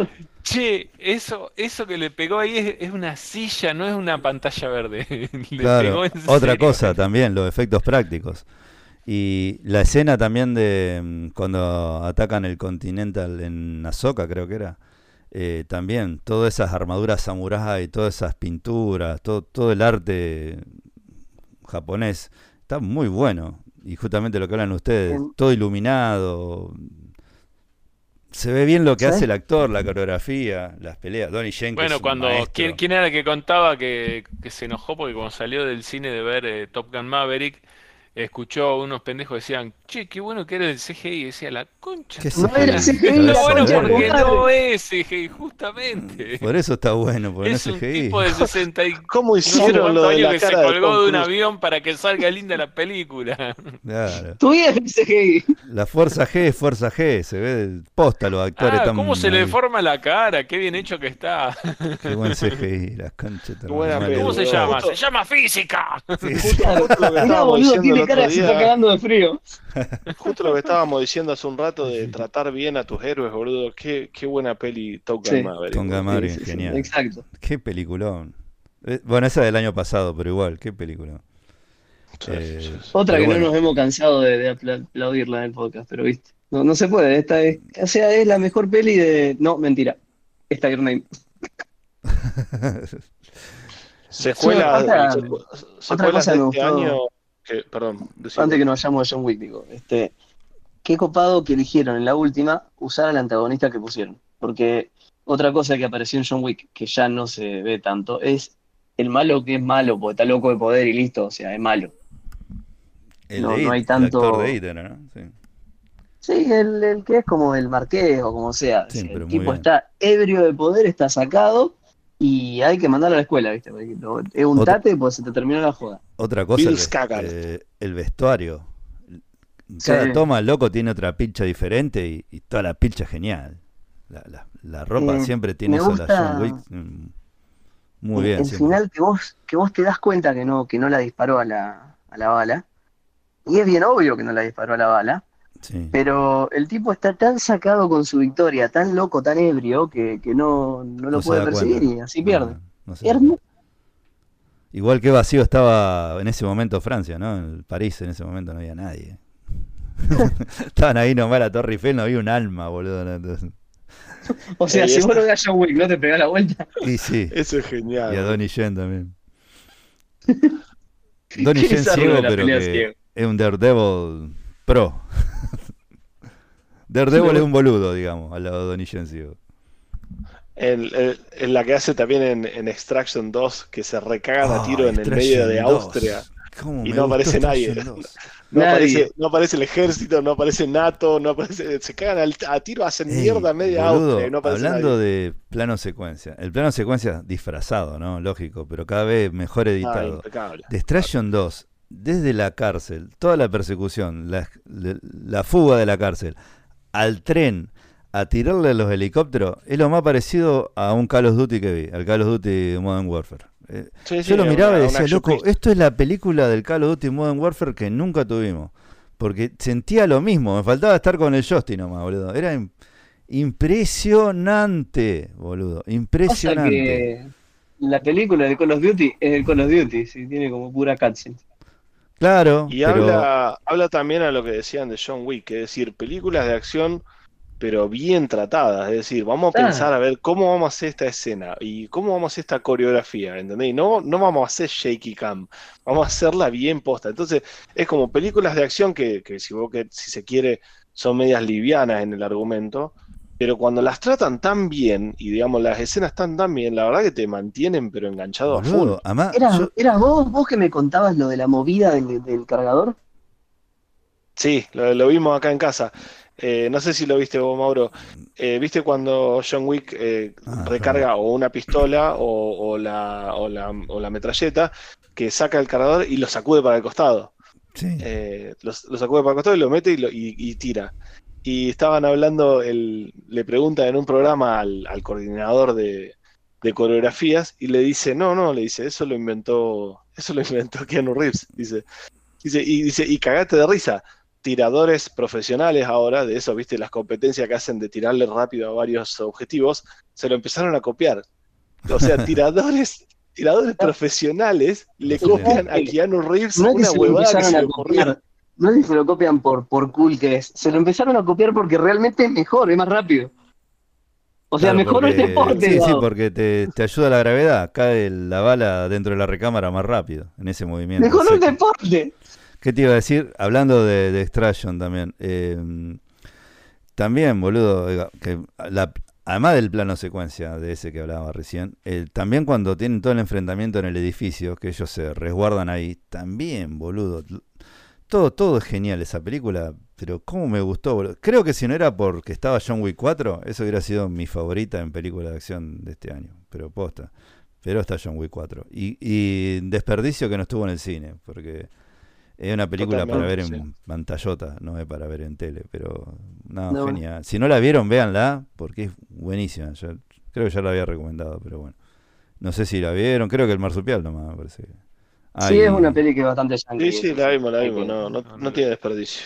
Che, eso, eso que le pegó ahí es, es una silla, no es una pantalla verde. Le Claro, pegó en otra serio. cosa también, los efectos prácticos. Y la escena también de mm, cuando atacan el Continental en Ahsoka, creo que era. Eh, también, todas esas armaduras samurái, todas esas pinturas, todo, todo el arte japonés, está muy bueno. Y justamente lo que hablan ustedes, En- todo iluminado. Se ve bien lo que hace ¿Sabes? el actor, la coreografía, las peleas. Donnie Yen, que Bueno, es un cuando ¿quién, maestro. quién era el que contaba que, que se enojó porque cuando salió del cine de ver eh, Top Gun Maverick, escuchó a unos pendejos que decían, che, qué bueno que era el C G I, y decía, la concha ¿Qué tu No era madre. C G I? C G I, Está la Cabeza de bueno concha de tu porque verga. no madre. es C G I, justamente. Por eso está bueno, porque no es Es un tipo C G I. de sesenta y ¿Cómo no sé hicieron lo cuántos de años la que se cara de colgó Tom de un Cruise? avión para que salga linda la película. Claro. Tu vida es C G I. La Fuerza G es Fuerza G, se ve del posta los actores Ah, cómo tan se le ahí. deforma la cara, qué bien hecho que está. Qué buen C G I, las conchas de tu Qué hermano, buena me peli, ¿Cómo se alegro. boludo. llama? Se Justo, llama física. Sí, sí. justo, Claro. justo lo que Mirá, estábamos boludo, diciendo el tiene otro cara que se está día, cagando de frío. justo lo que estábamos diciendo hace un rato de tratar bien a tus héroes, boludo. Qué, qué buena peli Top Gun Sí, Maverick, Tonga boludo. sí, Maverick, sí, sí, genial. exacto. Qué peliculón. Eh, Bueno, esa del año pasado, pero igual, qué peliculón. Sí, sí, sí, Eh, sí. Otra pero que no bueno, nos hemos cansado de, de apla- aplaudirla en el podcast, pero viste. No, no se puede, esta es, o sea, es la mejor peli de. No, mentira. Esta Your Name. Yo, Secuelas, otra, secu- otra secuelas cosa de que me este año, gustó, que, perdón, decime. antes que nos vayamos de John Wick, digo, este, qué copado que eligieron en la última usar al antagonista que pusieron. Porque otra cosa que apareció en John Wick, que ya no se ve tanto, es el malo que es malo, porque está loco de poder y listo, o sea, es malo. el No, de no It, hay el actor de tanto. It era, ¿no? Sí, Sí, el, el que es como el marqués o como sea. O sí, sea, el pero muy tipo bien. está ebrio de poder, está sacado y hay que mandarlo a la escuela, ¿viste? Porque lo- es un Otra, tate, pues se te terminó la joda. otra cosa, el, Bill ves- Skaggart. eh, el vestuario. Sí, Cada toma, loco, tiene otra pilcha diferente y, y toda la pilcha es genial. La, la, la ropa eh, siempre tiene me eso, la John Wick. gusta mm, Muy el, bien el siempre. final que vos, que vos te das cuenta que no, que no la disparó a la, a la bala. Y es bien obvio que no la disparó a la bala. Sí. Pero el tipo está tan sacado con su victoria, tan loco, tan ebrio, que, que no, no No lo se puede da perseguir cuenta. y así pierde. No, no se da Hermoso. cuenta. Igual que vacío estaba en ese momento Francia, ¿no? En París en ese momento no había nadie. Estaban ahí nomás la Torre Eiffel, no había un alma, boludo. ¿no? Entonces- O sea, Ey, si vos esa- no ves a John Wick, no te pegás la vuelta. y sí, Eso es y genial, a boludo. Donnie Yen también. Donnie Qué Yen bizarro ciego, de la pero pelea que ciego. es un Daredevil pro. Daredevil es un boludo, digamos, al lado de Donnie Yen ciego. En, en- en la que hace también en, en Extraction dos, que se recagan a Ah, tiro en el medio de Extraction Austria dos. ¿Cómo y me no gustó aparece nadie. Extraction dos? No Nadie. aparece, no aparece el ejército, no aparece NATO, no aparece, se cagan al- a tiro, hacen Ey, mierda a media Austria y boludo, no aparece hablando nadie. de plano secuencia. El plano secuencia disfrazado, ¿no? Lógico, pero cada vez mejor Ah, editado. impecable. The Extraction dos, desde la cárcel, toda la persecución, la, la- la fuga de la cárcel, al tren, a tirarle a los helicópteros, es lo más parecido a un Call of Duty que vi, al Call of Duty Modern Warfare. Eh, Sí, sí, yo lo una- miraba y una decía, action loco, picture. esto es la película del Call of Duty Modern Warfare que nunca tuvimos. Porque sentía lo mismo, me faltaba estar con el joystick nomás, boludo. Era im- impresionante, boludo, Pasa impresionante. que la película de Call of Duty es el Call of Duty, sí, tiene como pura cutscene. Claro, Y pero habla, habla también a lo que decían de John Wick, es decir, películas de acción pero bien tratadas, es decir, vamos a pensar Claro. a ver cómo vamos a hacer esta escena y cómo vamos a hacer esta coreografía, ¿entendés? Y no, no vamos a hacer shaky cam, vamos a hacerla bien posta. Entonces, es como películas de acción que, que si vos que, si se quiere, son medias livianas en el argumento, pero cuando las tratan tan bien, y digamos, las escenas están tan bien, la verdad que te mantienen pero enganchado a full. boludo, además, ¿Eras, yo, eras vos, vos que me contabas lo de la movida del, del cargador? Sí, lo, lo vimos acá en casa. Eh, no sé si lo viste vos, Mauro. Eh, ¿viste cuando John Wick eh, ah, recarga o una pistola o, o la, o, la, o la metralleta, que saca el cargador y lo sacude para el costado? sí, Eh, lo, lo sacude para el costado y lo mete y, lo- y- y tira. Y estaban hablando, el, le pregunta en un programa al, al coordinador de, de coreografías y le dice, no, no, le dice, eso lo inventó, eso lo inventó Keanu Reeves, dice. Dice, y dice, y cagaste de risa. tiradores profesionales ahora, de eso, viste, las competencias que hacen de tirarle rápido a varios objetivos, se lo empezaron a copiar. O sea, tiradores, tiradores profesionales le copian a Keanu Reeves No es que una se lo huevada que empezaron se a le ocurrió. copiar, no es que se lo copian por, por cool que es, se lo empezaron a copiar porque realmente es mejor, es más rápido. O sea, Claro, mejoró el porque deporte, sí, sí, Gabo. porque te, te ayuda la gravedad, cae la bala dentro de la recámara más rápido en ese movimiento Mejoró el seco. deporte. ¿Qué te iba a decir? Hablando de, de Extraction también. eh, también, boludo, oiga, que la, además del plano secuencia de ese que hablaba recién, eh, también cuando tienen todo el enfrentamiento en el edificio, que ellos se resguardan ahí, también, boludo. Todo, todo es genial esa película, pero cómo me gustó, boludo. Creo que si no era porque estaba John Wick cuatro, eso hubiera sido mi favorita en película de acción de este año, pero posta. Pero está John Wick cuatro. Y, y desperdicio que no estuvo en el cine, porque es una película para ver Totalmente, en sí. pantallota, no es para ver en tele, pero no, No, genial. Si no la vieron, véanla, porque es buenísima. Yo creo que ya la había recomendado, pero bueno. No sé si la vieron, creo que el marsupial nomás, me parece. Ah, sí, es una y, peli que es bastante Sí, yankee. sí, eso la sí, vimos, la hay vimos, que- no, no, No, no no la tiene vi. desperdicio.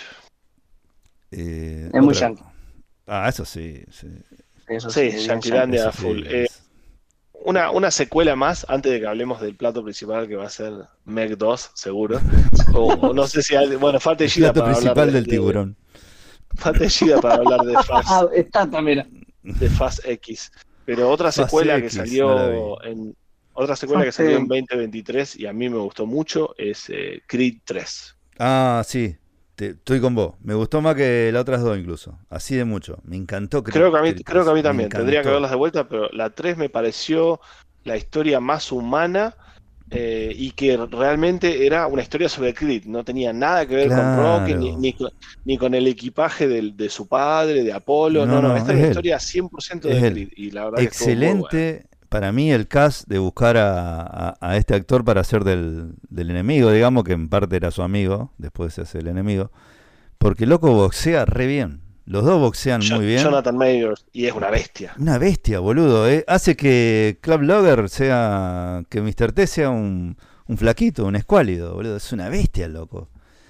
eh, Es muy otra- yankee. Ah, eso sí, sí. Eso sí, Sí, es bien Yanquilandia Eso a sí, full. Eh, es- una, una secuela más, antes de que hablemos del plato principal, que va a ser Meg dos, seguro. O, o no sé si hay, bueno, falta el Gida plato para hablar principal de, del de- tiburón. falta Gida para hablar de Fast, Ah, está también. de Fast X. Pero otra Fast secuela que X, no la salió vi. en otra secuela que Fast salió en X. veinte veintitrés y a mí me gustó mucho es eh, Creed tres. Ah, sí, te- estoy con vos. Me gustó más que las otras dos incluso. Así de mucho. Me encantó Creed, Creo que a mí, Creed creo que a tres. mí Me también, tendría que encantó. verlas de vuelta, pero la tres me pareció la historia más humana eh, y que realmente era una historia sobre Creed, no tenía nada que ver con Rocky ni, Claro. ni con, ni con el equipaje del- de su padre, de Apolo, No, no, no, no, esta es es una él. historia cien por ciento Es de él. Creed y la verdad que estuvo muy buena. Excelente para mí el cast de buscar a, a- a este actor para hacer del, del enemigo, digamos, que en parte era su amigo, después se hace el enemigo, porque el loco boxea re bien. Los dos boxean Jo- muy bien. Jonathan Majors, y es una bestia. Una bestia, boludo. ¿Eh? Hace que Club Logger sea, que mister T sea un, un flaquito, un escuálido, boludo. Es una bestia el loco.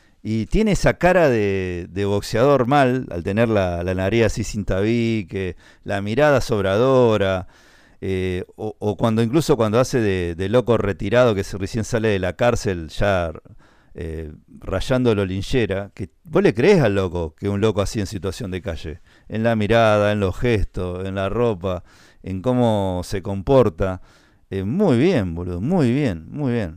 Y tiene esa cara de, de boxeador mal, al tener la, la nariz así sin tabique, la mirada sobradora, eh, o, o cuando incluso cuando hace de, de loco retirado que se recién sale de la cárcel ya eh, rayando lo linchera, que vos le creés al loco que un loco así en situación de calle, en la mirada, en los gestos, en la ropa, en cómo se comporta. Eh, muy bien, boludo, muy bien, muy bien.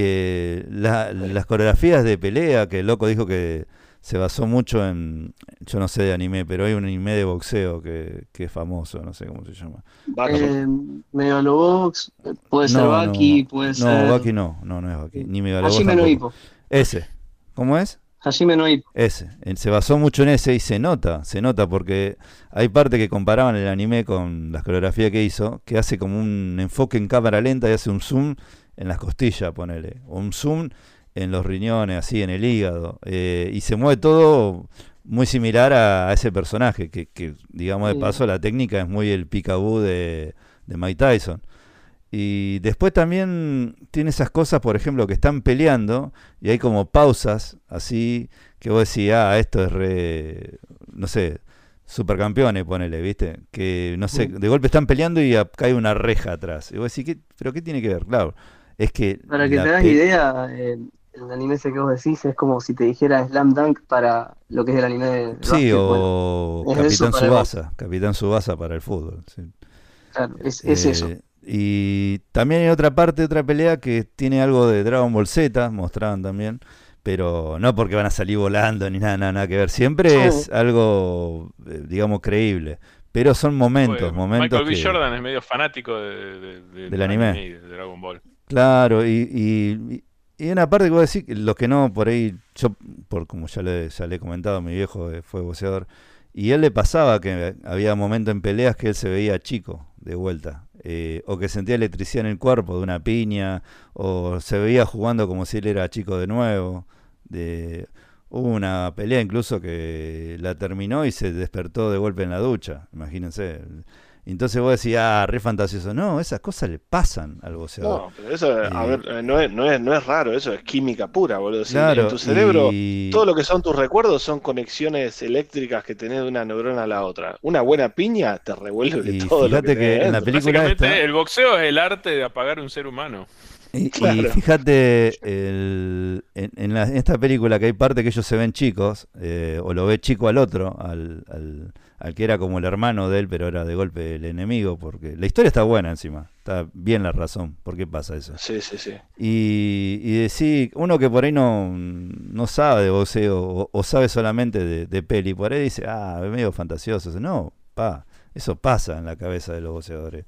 Eh, la- las coreografías de pelea, que el loco dijo que se basó mucho en, yo no sé de anime, pero hay un anime de boxeo que, que es famoso, no sé cómo se llama. Baki. Eh, Megalobox, puede ser No, Baki, no, puede no, ser Baki no, no, no es Baki, ni Megalobox Hajime no tampoco. Ippo. Ese, ¿cómo es? Hajime no Ippo. Ese, él se basó mucho en ese y se nota, se nota porque hay parte que comparaban el anime con las coreografías que hizo, que hace como un enfoque en cámara lenta y hace un zoom en las costillas, ponele, o un zoom en los riñones, así, en el hígado, eh, y se mueve todo muy similar a, a ese personaje, que, que digamos de Sí. paso la técnica es muy el peekaboo de, de Mike Tyson. Y después también tiene esas cosas, por ejemplo, que están peleando y hay como pausas así que vos decís, ah, esto es re, no sé, supercampeones, ponele, ¿viste? Que, no sé, de golpe están peleando y a- cae una reja atrás. Y vos decís, ¿qué, ¿pero qué tiene que ver? Claro, es que Para que la te hagas pe- idea, eh, el anime ese que vos decís es como si te dijera Slam Dunk para lo que es el anime de de Sí, básquet. Bueno, o es eso Capitán para el box. Subasa, Capitán Subasa para el fútbol, sí. Claro, es, es eso. Eh, y también hay otra parte, otra pelea que tiene algo de Dragon Ball Z, mostraban también, pero no porque van a salir volando ni nada, nada, nada que ver. Siempre Sí. es algo, eh, digamos, creíble. Pero son momentos, Pues, momentos Michael B. que... Jordan es medio fanático de, de- de- Del anime. y de Dragon Ball. Claro, y, y, y una parte que voy a decir, que los que no, por ahí, yo, por como ya le, ya le he comentado, mi viejo eh, fue boxeador, y él le pasaba que había momentos en peleas que él se veía chico de vuelta, eh, o que sentía electricidad en el cuerpo de una piña, o se veía jugando como si él era chico de nuevo. De, hubo una pelea incluso que la terminó y se despertó de golpe en la ducha, imagínense. Entonces vos decís, ah, re fantasioso. No, esas cosas le pasan al boxeador. No, pero eso, a Eh, ver, eh, no es, no es, no es raro, eso es química pura, boludo. Si en claro, tu cerebro, y todo lo que son tus recuerdos son conexiones eléctricas que tenés de una neurona a la otra. Una buena piña te revuelve Y todo lo que fíjate que tenés en la adentro. película Básicamente, esta, el boxeo es el arte de apagar un ser humano. y, y Claro. fíjate, el- en, en la- en esta película que hay parte que ellos se ven chicos, eh, o lo ve chico al otro, al, al, al que era como el hermano de él, pero era de golpe el enemigo, porque la historia está buena encima, está bien la razón, por qué pasa eso. Sí, sí, sí. Y, y decir, uno que por ahí no, no sabe de boxeo o, o sabe solamente de, de peli, por ahí dice, ah, es medio fantasioso. No, pa, eso pasa en la cabeza de los boxeadores.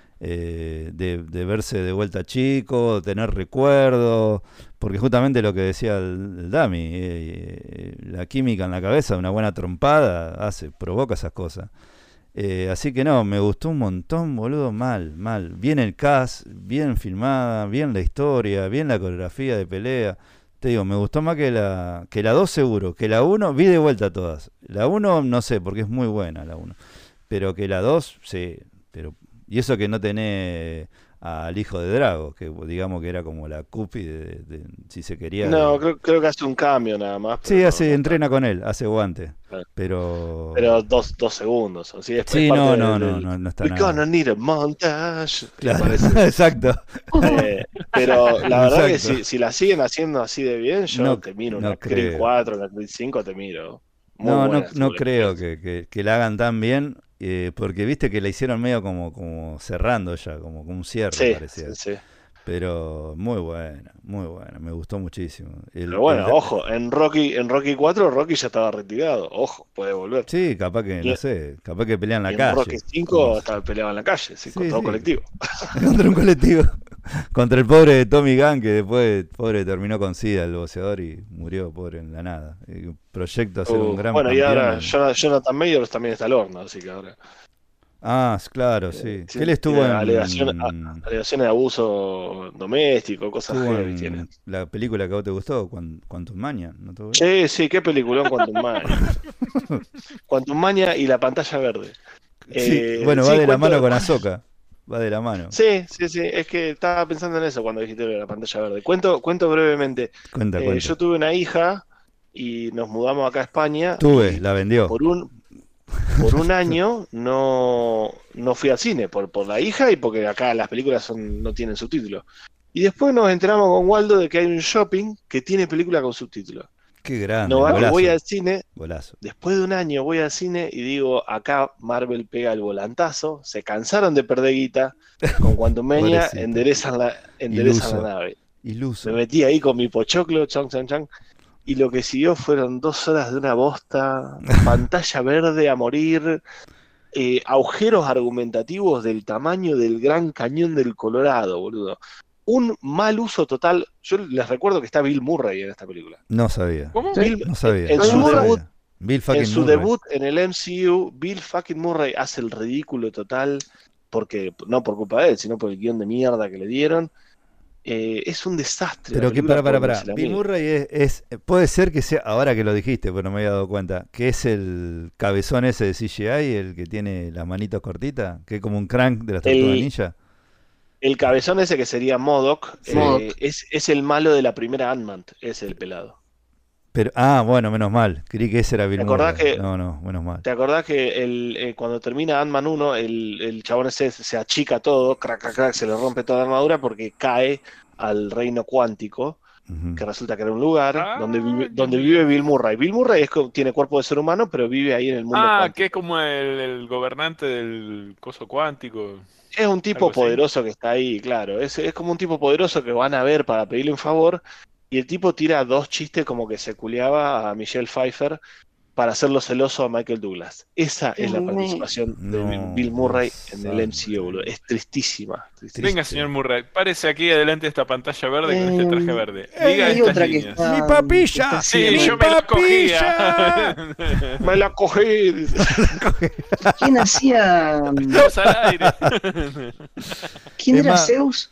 Eh, de, de verse de vuelta chico, tener recuerdos, porque justamente lo que decía el, el Dami, eh, eh, la química en la cabeza, una buena trompada, hace, provoca esas cosas. Eh, así que no, me gustó un montón, boludo, mal, mal. Bien el cast, bien filmada, bien la historia, bien la coreografía de pelea. Te digo, me gustó más que la que la dos seguro, que la uno vi de vuelta todas. La uno no sé, porque es muy buena la uno. Pero que la dos sí, pero y eso que no tenés al hijo de Drago, que digamos que era como la Cupi de, de- de- si se quería No, de- creo, creo que hace un cambio nada más, pero Sí, no, hace no entrena tanto. con él, hace guante. Claro. Pero Pero dos, dos segundos, así es, es sí, parte no, del, no, no, del no, no está We're nada. gonna need a montage. Y Claro, aparece. exacto. Eh, pero la verdad que Exacto. si, si la siguen haciendo así de bien, yo No, te miro no una Creed creo. cuatro, una Creed cinco, te miro. Muy No, buena no, estuvo no la creo experiencia. que, que, que la hagan tan bien, eh, porque viste que la hicieron medio como, como cerrando ya, como, como un cierre Sí, parecía. sí, sí. Pero muy buena, muy buena, me gustó muchísimo. Pero El, el, bueno, da- ojo, en Rocky, en Rocky cuatro, Rocky ya estaba retirado. Ojo, puede volver. sí, capaz que, Y, no sé, capaz que pelean en y la en Rocky calle, cinco como estaba peleado en la calle, sí, sí, contra un sí, colectivo. contra un colectivo, contra el pobre de Tommy Gunn, que después, pobre, terminó con SIDA el boxeador y murió, pobre, en la nada. Y un proyecto a ser un Uh, gran bueno, y campeón. ahora y- Jonathan Jonathan Majors también está al horno, así que ahora Ah, claro, eh, sí. Que él tiene, estuvo tiene alegación- a- en... alegaciones de abuso doméstico, cosas Estuvo heavy tiene. en la película que a vos te gustó, Quan- Quantum Mania, ¿no te gustó? Sí, sí, qué peliculón Quantum Mania. Quantum Mania y la pantalla verde. Sí, Eh, bueno, va sí, de la cuento, mano con Ahsoka. Va de la mano. sí, sí, sí, es que estaba pensando en eso cuando dijiste lo de la pantalla verde. Cuento, cuento brevemente. Cuenta, Eh, cuenta. yo tuve una hija y nos mudamos acá a España Tuve, y la vendió. por un, por un año no, no fui al cine, por, por la hija y porque acá las películas son, no tienen subtítulos. Y después nos enteramos con Waldo de que hay un shopping que tiene película con subtítulos. Qué grande, No va que voy golazo. al cine, Golazo. después de un año voy al cine y digo, acá Marvel pega el volantazo, se cansaron de perder guita, con Quantum Mania Pobrecito. enderezan la, enderezan Iluso. la nave. Iluso. Me metí ahí con mi pochoclo, chong, chong, chong, y lo que siguió fueron dos horas de una bosta, pantalla verde a morir, eh, agujeros argumentativos del tamaño del Gran Cañón del Colorado, boludo. Un mal uso total. Yo les recuerdo que está Bill Murray en esta película. No sabía. ¿Cómo? Bill, No sabía. en no su sabía. debut, Bill en fucking su Murray. debut en el M C U, Bill fucking Murray hace el ridículo total, porque no por culpa de él, sino por el guión de mierda que le dieron. Eh, es un desastre. Pero la que, película para, para, por para. donde se la Bill mire. Murray es, es- puede ser que sea, ahora que lo dijiste, pero no me había dado cuenta, que es el cabezón ese de C G I, el que tiene las manitos cortitas, que es como un crank de las tortugas El, ninja. el cabezón ese que sería MODOK, Sí. eh, MODOK. es, es el malo de la primera Ant-Man, es el pelado. Pero, ah, bueno, menos mal. Creí que ese era Bill ¿Te acordás Murray. que, No, no, menos mal. te acordás que el, eh, cuando termina Ant-Man uno, el, el chabón ese se achica todo, crack, crack, crack, se le rompe toda la armadura porque cae al reino cuántico, Ujú. que resulta que era un lugar Ah, donde vive, Dios donde mío. vive Bill Murray. Bill Murray es, co- tiene cuerpo de ser humano, pero vive ahí en el mundo Ah, que es cuántico. como el, el gobernante del coso cuántico, Es un tipo algo así. poderoso que está ahí, claro. Es, es como un tipo poderoso que van a ver para pedirle un favor. Y el tipo tira dos chistes como que se culeaba a Michelle Pfeiffer para hacerlo celoso a Michael Douglas. Esa es la participación de No, Bill Murray Dios en el M C U, santo. boludo. Es tristísima. tristísima. Venga, señor Murray, párese aquí adelante de esta pantalla verde con este traje Eh, verde. eh, Diga hay estas otra que líneas. está, ¡Mi que papilla! está Sí, haciendo. yo me la cogía. Me la cogí. dice. ¿Quién hacía? mm, Vamos al aire. ¿Quién Es era más- Zeus?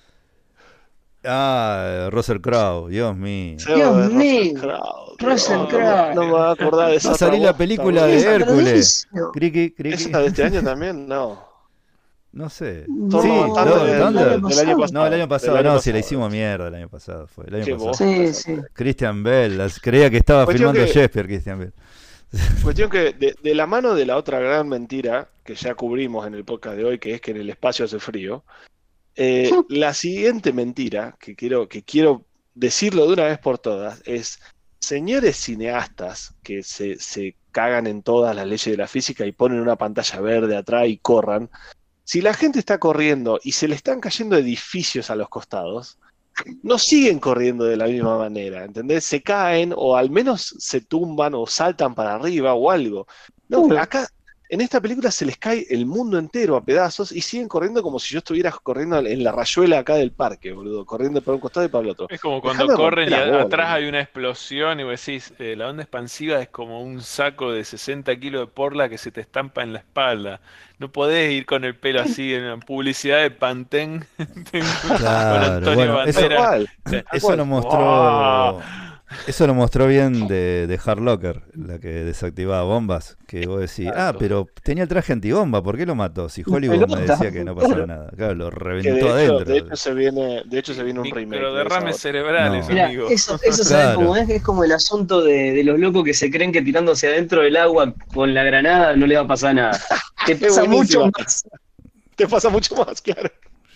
Ah, Russell Crowe, Dios mío. Zeus Dios de Russell mío, Crowe, Russell no, Crowe. No me voy a acordar de esa Va a otra salir la bosta, película boludo. de Es Hércules. verdadísimo. Criqui, criqui. ¿Esa de este año también? No. No sé. Thor Sí, Love and Thunder Love del, and el Thunder. año del año pasado. pasado. No, el año pasado, del año no, si la pasado. hicimos mierda el año pasado. Fue el año Qué pasado. bosta Sí, esa sí. película. Christian Bell, las- creía que estaba Cuestión filmando que, Shakespeare, Christian Bell. cuestión que de, de la mano de la otra gran mentira que ya cubrimos en el podcast de hoy, que es que en el espacio hace frío, eh, la siguiente mentira que quiero, que quiero decirlo de una vez por todas es, señores cineastas que se, se cagan en todas las leyes de la física y ponen una pantalla verde atrás y corran, si la gente está corriendo y se le están cayendo edificios a los costados, no siguen corriendo de la misma manera, ¿entendés? Se caen o al menos se tumban o saltan para arriba o algo. No, Uh, acá en esta película se les cae el mundo entero a pedazos y siguen corriendo como si yo estuviera corriendo en la rayuela acá del parque, boludo, corriendo para un costado y para el otro. Es como cuando Dejame corren romper y las a- bolas, atrás boludo. hay una explosión y vos decís, eh, la onda expansiva es como un saco de sesenta kilos de porla que se te estampa en la espalda. No podés ir con el pelo así en la publicidad de Pantene con Claro, Antonio bueno, eso, Tal Banderas. cual, Eh, tal eso cual. lo mostró. ¡ah! Eso lo mostró bien de, de Hard Locker, la que desactivaba bombas. Que vos decís, ah, Exacto. pero tenía el traje antibomba, ¿por qué lo mató? Si una Hollywood me pelota. decía que no pasaba Claro. nada. Claro, lo Que reventó de hecho, adentro. de hecho se viene, de hecho se viene un remake de esa Microderrames otra. cerebrales, No. Mira, amigo. eso, eso ¿sabes Claro. cómo es? Es como el asunto de, de los locos que se creen que tirándose adentro del agua con la granada no le va a pasar nada. Te Es pasa mucho buenísima. más. Te pasa mucho más, claro.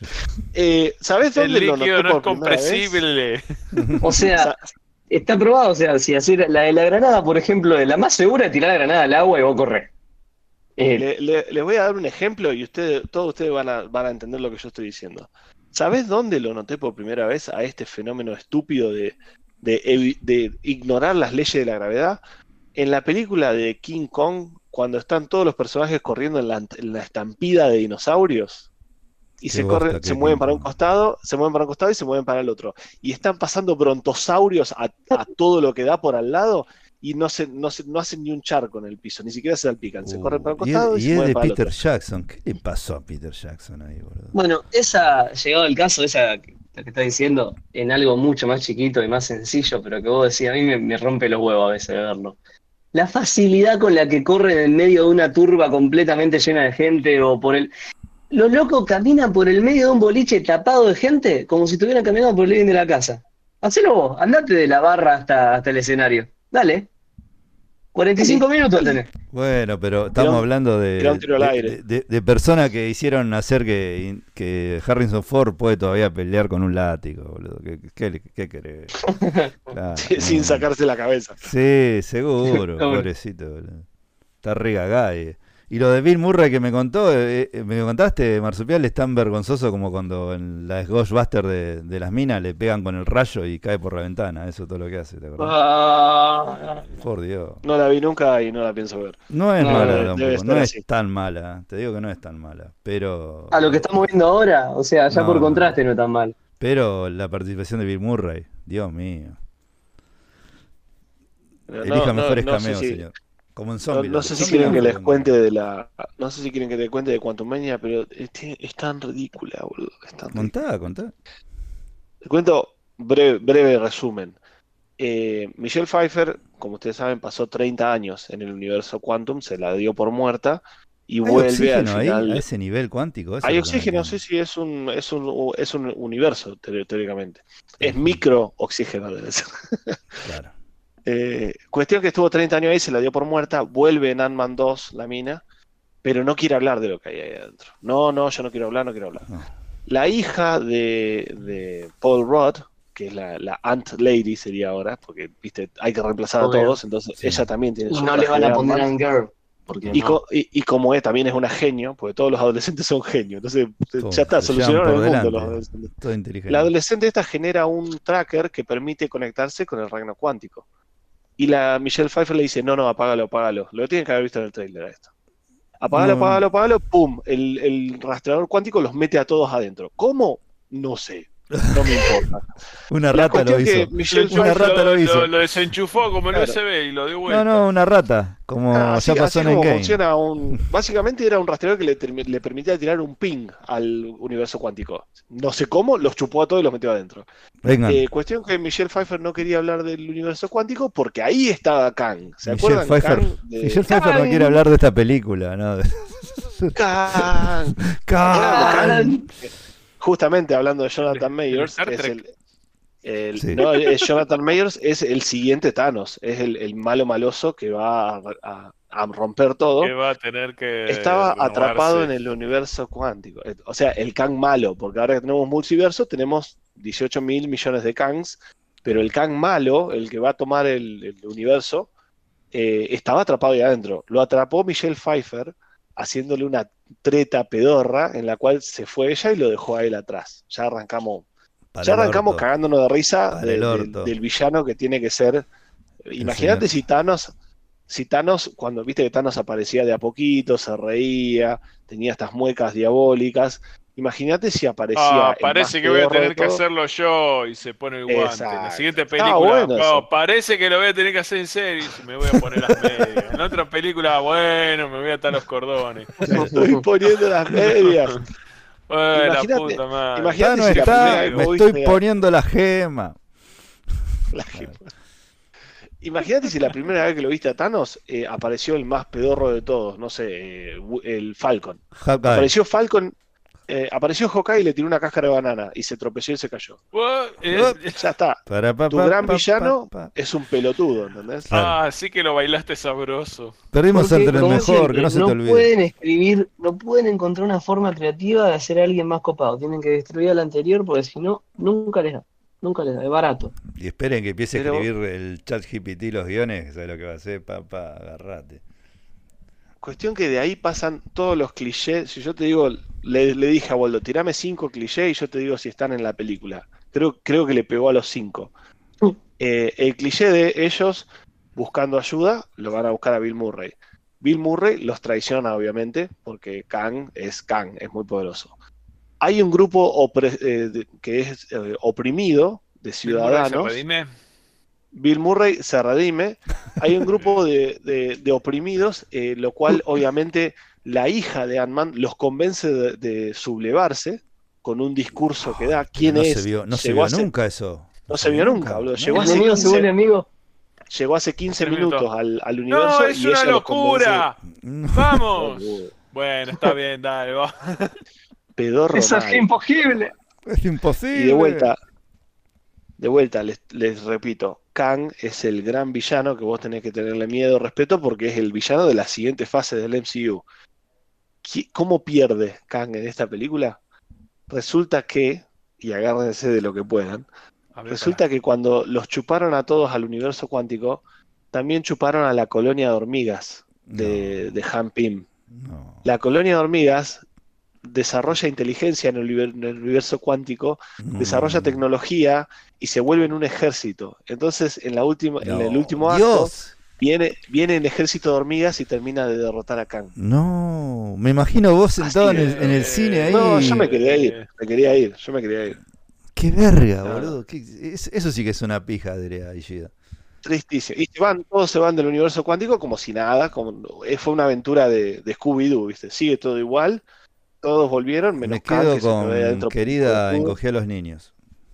Eh, ¿Sabés El dónde lo líquido noté no es por primera vez? compresible. O sea, Sa- está probado. O sea, si hacer la de la granada, por ejemplo, es la más segura, tirar la granada al agua y vos corres. Eh, Le, le- les voy a dar un ejemplo y ustedes, todos ustedes van a, van a entender lo que yo estoy diciendo. ¿Sabés dónde lo noté por primera vez a este fenómeno estúpido de, de, evi- de ignorar las leyes de la gravedad? En la película de King Kong, cuando están todos los personajes corriendo en la, en la estampida de dinosaurios y Qué se bosta corren, que se es mueven King para un Kong. costado, se mueven para un costado y se mueven para el otro. Y están pasando brontosaurios a, a todo lo que da por al lado y no, se, no, se, no hacen ni un charco en el piso, ni siquiera se salpican. Se corren para un Uh, y costado y, es, se y es mueven de para el Peter otro. Jackson. ¿Qué le pasó a Peter Jackson ahí, boludo? Bueno, esa, llegado el caso, esa que la que estás diciendo, en algo mucho más chiquito y más sencillo, pero que vos decís, a mí me, me rompe los huevos a veces de verlo. La facilidad con la que corren en medio de una turba completamente llena de gente o por el... Los locos caminan por el medio de un boliche tapado de gente como si estuvieran caminando por el living de la casa. Hacelo vos, andate de la barra hasta, hasta el escenario. Dale. cuarenta y cinco minutos tenés. Bueno, pero estamos un- hablando de, tira un tiro al de, aire. de- de- de personas que hicieron hacer que, que Harrison Ford puede todavía pelear con un látigo, boludo. ¿Qué, qué, qué querés? Claro, Sin no. sacarse la cabeza. Sí, seguro, Pobre. pobrecito, boludo. Está re gagá, eh. Y lo de Bill Murray que me contó, eh, eh, me contaste, Marsupial, es tan vergonzoso como cuando en la Ghostbuster de, de las minas le pegan con el rayo y cae por la ventana. Eso es todo lo que hace, ¿te acordás? Ah, Por Dios. No la vi nunca y no la pienso ver. No es No, mala debe- tampoco, debe no estar es así. tan mala. Te digo que no es tan mala, pero a lo que estamos viendo ahora, o sea, ya No, por no. contraste no es tan mal. pero la participación de Bill Murray, Dios mío. No, Elija no, mejores no sé cameos, si- señor. Como en No, Zombie. no sé si quieren que les cuente de la. No sé si quieren que te cuente de Quantumania, pero es, es tan ridícula, boludo. Es tan ridícula. Contá, contá. Te cuento breve, breve resumen. Eh, Michelle Pfeiffer, como ustedes saben, pasó treinta años en el universo Quantum, se la dio por muerta y ¿Hay vuelve al oxígeno ahí, final. a ese nivel cuántico? Eso Hay es lo que no oxígeno, entiendo. sí, sí, es un, es un, es un universo, teó- teóricamente. Es Ujú. micro oxígeno, debe ser. Claro. Eh, cuestión que estuvo treinta años ahí, se la dio por muerta, vuelve en Ant-Man dos, la mina, pero no quiere hablar de lo que hay ahí adentro. No, no, yo no quiero hablar, no quiero hablar. No. La hija de, de Paul Rudd, que es la, la Ant Lady sería ahora, porque viste, hay que reemplazar a Obvio. todos, entonces Sí. ella también tiene Y su no le traje van de a poner Ant-Man. a Girl. Porque Y, no. co- y, y como es, también es una genio, porque todos los adolescentes son genios, entonces Todo, ya está, se solucionaron el llevan por mundo los delante. adolescentes. Todo inteligente. La adolescente esta genera un tracker que permite conectarse con el reino cuántico. Y la Michelle Pfeiffer le dice, no, no, apágalo, apágalo. Lo tienen que haber visto en el trailer a esto. Apágalo, No. apágalo, apágalo, pum. El, el rastreador cuántico los mete a todos adentro. ¿Cómo? No sé. No me importa. Una La rata lo cuestión que hizo. Michelle Una Pfeiffer rata lo hizo. Lo, lo desenchufó como el Claro. U S B y lo dio No, vuelta. no, una rata. Como Ah, así, ya pasó así en como Endgame. funciona un. Básicamente era un rastreador que le, termi- le permitía tirar un ping al universo cuántico. No sé cómo, los chupó a todos y los metió adentro. Vengan. Eh, cuestión que Michelle Pfeiffer no quería hablar del universo cuántico porque ahí estaba Kang. ¿Se Michelle acuerdan? Pfeiffer, Kang de- Michelle Pfeiffer no Kang. quiere hablar de esta película, ¿no? Kang. Kang. Justamente hablando de Jonathan Mayers, Star es Trek. el, el- Sí. no, es Jonathan Mayers es el siguiente Thanos, es el, el malo maloso que va a, a- a romper todo. Que va a tener que Estaba atrapado en renovarse. el universo cuántico. Eh, O sea, el Kang malo, porque ahora que tenemos multiverso, tenemos dieciocho mil millones de Kangs, pero el Kang malo, el que va a tomar el, el universo, eh, estaba atrapado ahí adentro. Lo atrapó Michelle Pfeiffer, haciéndole una treta pedorra, en la cual se fue ella y lo dejó a él atrás. Ya arrancamos, Para ya el arrancamos orto. cagándonos de risa Para de- el del- orto. del villano que tiene que ser. Imagínate si señor. Thanos, si Thanos, cuando viste que Thanos aparecía de a poquito, se reía, tenía estas muecas diabólicas. Imagínate si aparecía Ah, el más parece que voy a pedorro de tener que todos. hacerlo yo y se pone el guante. En la Exacto. siguiente Estaba película, bueno no, eso. parece que lo voy a tener que hacer en serio y me voy a poner las medias. En otra película, bueno, me voy a atar los cordones. Me estoy poniendo las medias. Bueno, la Imagínate, puta madre. imagínate Tano si la está, primera vez que me vos estoy viste- poniendo la gema. La gema. Imagínate si la primera vez que lo viste a Thanos eh, apareció el más pedorro de todos, no sé, eh, el Falcon. Hawkeye. Apareció Falcon, eh, apareció Hawkeye y le tiró una cáscara de banana y se tropezó y se cayó. Vos, eh, Ya está. Para, pa, Tu pa, gran pa, villano pa, pa. es un pelotudo, ¿entendés? Claro. ah, sí que lo bailaste sabroso. Perdimos Porque, entre el como mejor, siempre, que no se no te olvide. pueden escribir, no pueden encontrar una forma creativa de hacer a alguien más copado. Tienen que destruir al anterior porque si no, nunca les da. Nunca les da, es barato. Y esperen que empiece Pero- a escribir el chat G P T los guiones, que sabes lo que va a hacer, papá, agarrate. Cuestión que de ahí pasan todos los clichés. Si yo te digo, le, le dije a Waldo, tirame cinco clichés y yo te digo si están en la película. Creo, creo que le pegó a los cinco. Mm. Eh, el cliché de ellos buscando ayuda, lo van a buscar a Bill Murray. Bill Murray los traiciona, obviamente, porque Kang es Kang, es muy poderoso. Hay un grupo opre- eh, de- que es eh, oprimido de Bill Murray se ciudadanos. redime. Bill Murray se redime. Hay un grupo de, de- de oprimidos, eh, lo cual obviamente la hija de Ant-Man los convence de, de sublevarse con un discurso que da. ¿Quién no es? Se vio, no se Llegó vio hace- nunca eso. No se vio nunca, boludo. Llegó El hace enemigo se quince vuelve amigo. Llegó hace quince Tres minutos. minutos al, al universo ¡No, es y una ella los locura! No. ¡Vamos! convence. Bueno, está bien, dale, va. Pedorro Eso es mal. imposible. Es imposible. Y de vuelta, de vuelta, les, les repito, Kang es el gran villano que vos tenés que tenerle miedo, respeto, porque es el villano de la siguiente fase del M C U. ¿Qui- ¿Cómo pierde Kang en esta película? Resulta que, y agárrense de lo que puedan, A ver, resulta que cuando los chuparon a todos al universo cuántico, también chuparon a la colonia de hormigas de, de Han Pym. No. La colonia de hormigas desarrolla inteligencia en el, univer- en el universo cuántico, No. desarrolla tecnología y se vuelve en un ejército. Entonces, en la última, en el No. último acto, Dios. viene, viene el ejército de hormigas y termina de derrotar a Kang. No, me imagino vos sentado en Así el, en el es. cine ahí. No, yo me quería ir, me quería ir, yo me quería ir. Qué verga, No, no. boludo. Qué- es- eso sí que es una pija, Adrián Ishida. Tristísimo. Y se van, todos se van del universo cuántico como si nada, como eh, fue una aventura de, de Scooby-Doo, ¿viste? Sigue todo igual, todos volvieron, menos Me Kang, quedo que se quedó ahí con adentro. querida, encogí a los niños.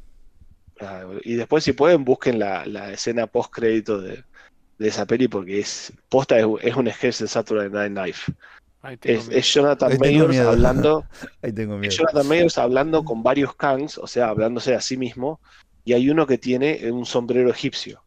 Ah, y después, si pueden, busquen la, la escena post-crédito de, de esa peli, porque es posta, es, es un sketch de Saturday Night Live. ahí tengo Es, miedo. es Jonathan Ahí tengo Mayers miedo. hablando, Ahí tengo es miedo. Jonathan Mayers hablando con varios Kangs, o sea, hablándose a sí mismo, y hay uno que tiene un sombrero egipcio.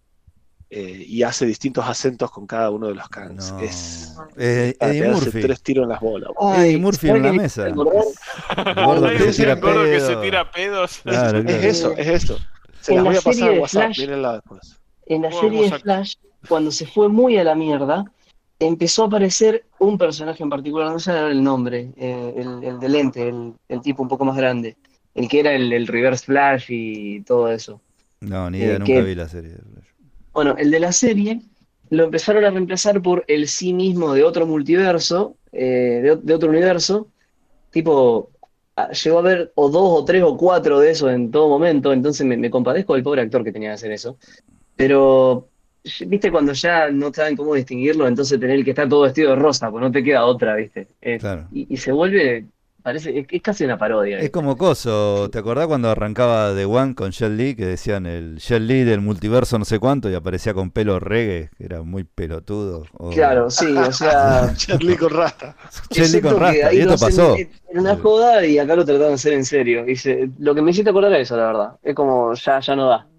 Eh, y hace distintos acentos con cada uno de los Kangs. No. Es Eh, para Eddie pegarse Murphy. tres tiros en las bolas. Eddie Murphy en la ¿sabes qué? mesa. Recordar, El gordo que Ay, se ese tira El gordo que se pedo. tira pedos. Claro, Es claro. eso, es eso. Se En las la voy a pasar serie a de WhatsApp, Flash- mírenla después. En la Vamos serie de a- Flash, cuando se fue muy a la mierda, empezó a aparecer un personaje en particular, no sé el nombre, eh, el, el de lente, el, el tipo un poco más grande, el que era el, el Reverse Flash y todo eso. No, ni Eh, idea, nunca que- vi la serie. Bueno, el de la serie lo empezaron a reemplazar por el sí mismo de otro multiverso, eh, de, de otro universo, tipo, ah, llegó a haber o dos o tres o cuatro de esos en todo momento, entonces me, me compadezco del pobre actor que tenía que hacer eso. Pero, viste, cuando ya no saben cómo distinguirlo, entonces tener el que está todo vestido de rosa, pues no te queda otra, viste. Eh, Claro. y, y se vuelve Parece, es, es casi una parodia. Es ¿viste? como coso, ¿te acordás cuando arrancaba The One con Jet Li? Que decían el Jet Li del multiverso no sé cuánto y aparecía con pelo reggae, que era muy pelotudo. O... Claro, sí, o sea, Charlie con rasta. Jet Li excepto con que rasta, ahí y lo esto hacen pasó. en en una joda y acá lo trataron de hacer en serio. Y se- lo que me hiciste acordar es eso, la verdad. Es como, ya, ya no da.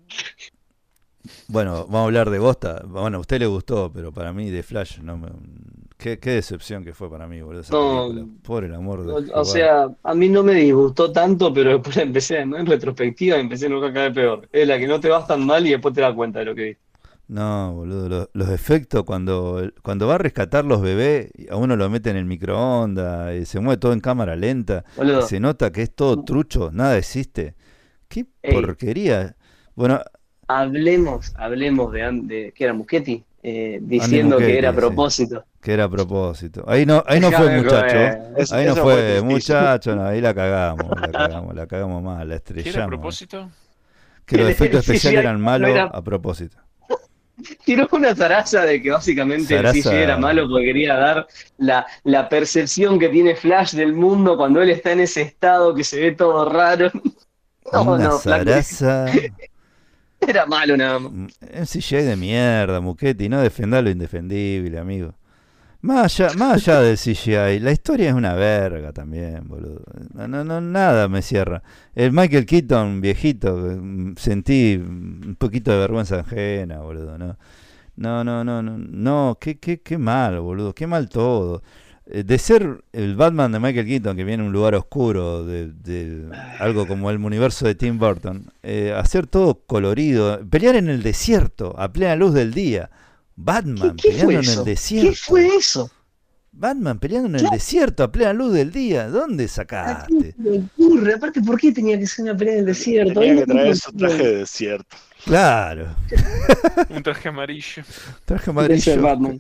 Bueno, vamos a hablar de Bosta. Bueno, a usted le gustó, pero para mí The Flash no me... Qué, qué decepción que fue para mí, boludo, esa No, película. Por el amor de o, o Jehová. sea, a mí no me disgustó tanto, pero después la empecé, ¿no? En retrospectiva, empecé a nunca caer peor. Es la que no te vas tan mal y después te das cuenta de lo que viste. No, boludo, los, los efectos cuando, cuando va a rescatar los bebés, a uno lo mete en el microondas, y se mueve todo en cámara lenta, y Boludo, se nota que es todo trucho, nada existe. Qué ey, porquería. Bueno, hablemos, hablemos de, An- de que era Muschetti, eh, Andy diciendo que era a Muschietti, sí, propósito. que era a propósito. Ahí no, ahí no fue Déjame muchacho, joder. Es- ahí no eso fue fue tristísimo. muchacho, no, ahí la cagamos, la cagamos, la cagamos más, la ¿Qué era a estrellamos. propósito? Que los El, efectos el C G I especiales eran no malos era. a propósito. Tiró una zaraza de que básicamente el C G I era Zaraza, malo porque quería dar la, la percepción que tiene Flash del mundo cuando él está en ese estado que se ve todo raro. No, una no, flaco, zaraza. era malo nada más. Mm, Un C G I de mierda, Muchetti, no defendá lo indefendible, amigo. Más allá, más allá del C G I, la historia es una verga también, boludo. No, no, no, nada me cierra. El Michael Keaton, viejito, mm, sentí un poquito de vergüenza ajena, boludo, ¿no? No, no, no, no, no, qué, qué, qué mal, boludo, qué mal todo. Eh, De ser el Batman de Michael Keaton, que viene de un lugar oscuro, de, de algo como el universo de Tim Burton, eh, hacer todo colorido, pelear en el desierto, a plena luz del día. ¿Qué, Batman qué peleando fue en el eso? ¿Qué desierto. fue eso? Batman peleando en el ¿Qué? desierto a plena luz del día. ¿Dónde ¿A quién sacaste? se le ocurre? Aparte, ¿por qué tenía que ser una pelea en el desierto? Ahí Tenía no que traer tengo su traje de desierto. Claro. Un traje amarillo. Traje de ser amarillo. Batman.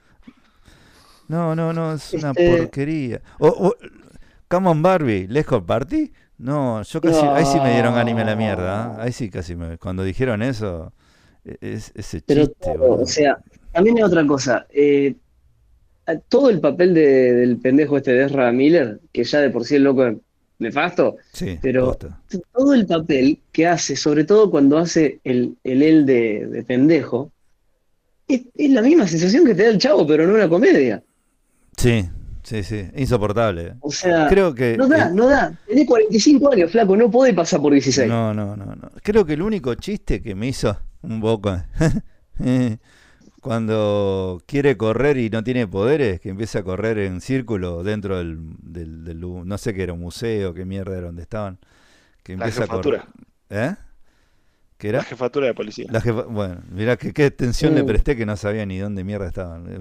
No, no, no, es una Este, porquería. O, o, Come on Barbie, Let's Go Party. No, yo casi, ahí sí me dieron ánime a la mierda. ¿eh? Ahí sí casi me, cuando dijeron eso, e- es, ese pero chiste, todo, o boludo. sea, también hay otra cosa. eh, a- todo el papel de- del pendejo este de Ezra Miller, que ya de por sí el loco es nefasto, Sí, pero posta. t- todo el papel que hace, sobre todo cuando hace el, el él de, de pendejo, es, es la misma sensación que te da el Chavo, pero no una comedia. Sí, sí, sí, insoportable. ¿eh? O sea, Creo que no da, el- no da. Tenés cuarenta y cinco años, flaco, no podés pasar por dieciséis. no, no, no, no. Creo que el único chiste que me hizo un poco cuando quiere correr y no tiene poderes, que empieza a correr en círculo dentro del, del, del lu- no sé qué era, un museo, qué mierda era donde estaban, que La empieza a correr. jefatura. ¿Eh? ¿Qué La era? jefatura de policía. La jefa, bueno, mirá que qué atención le Mm. presté que no sabía ni dónde mierda estaban. eh,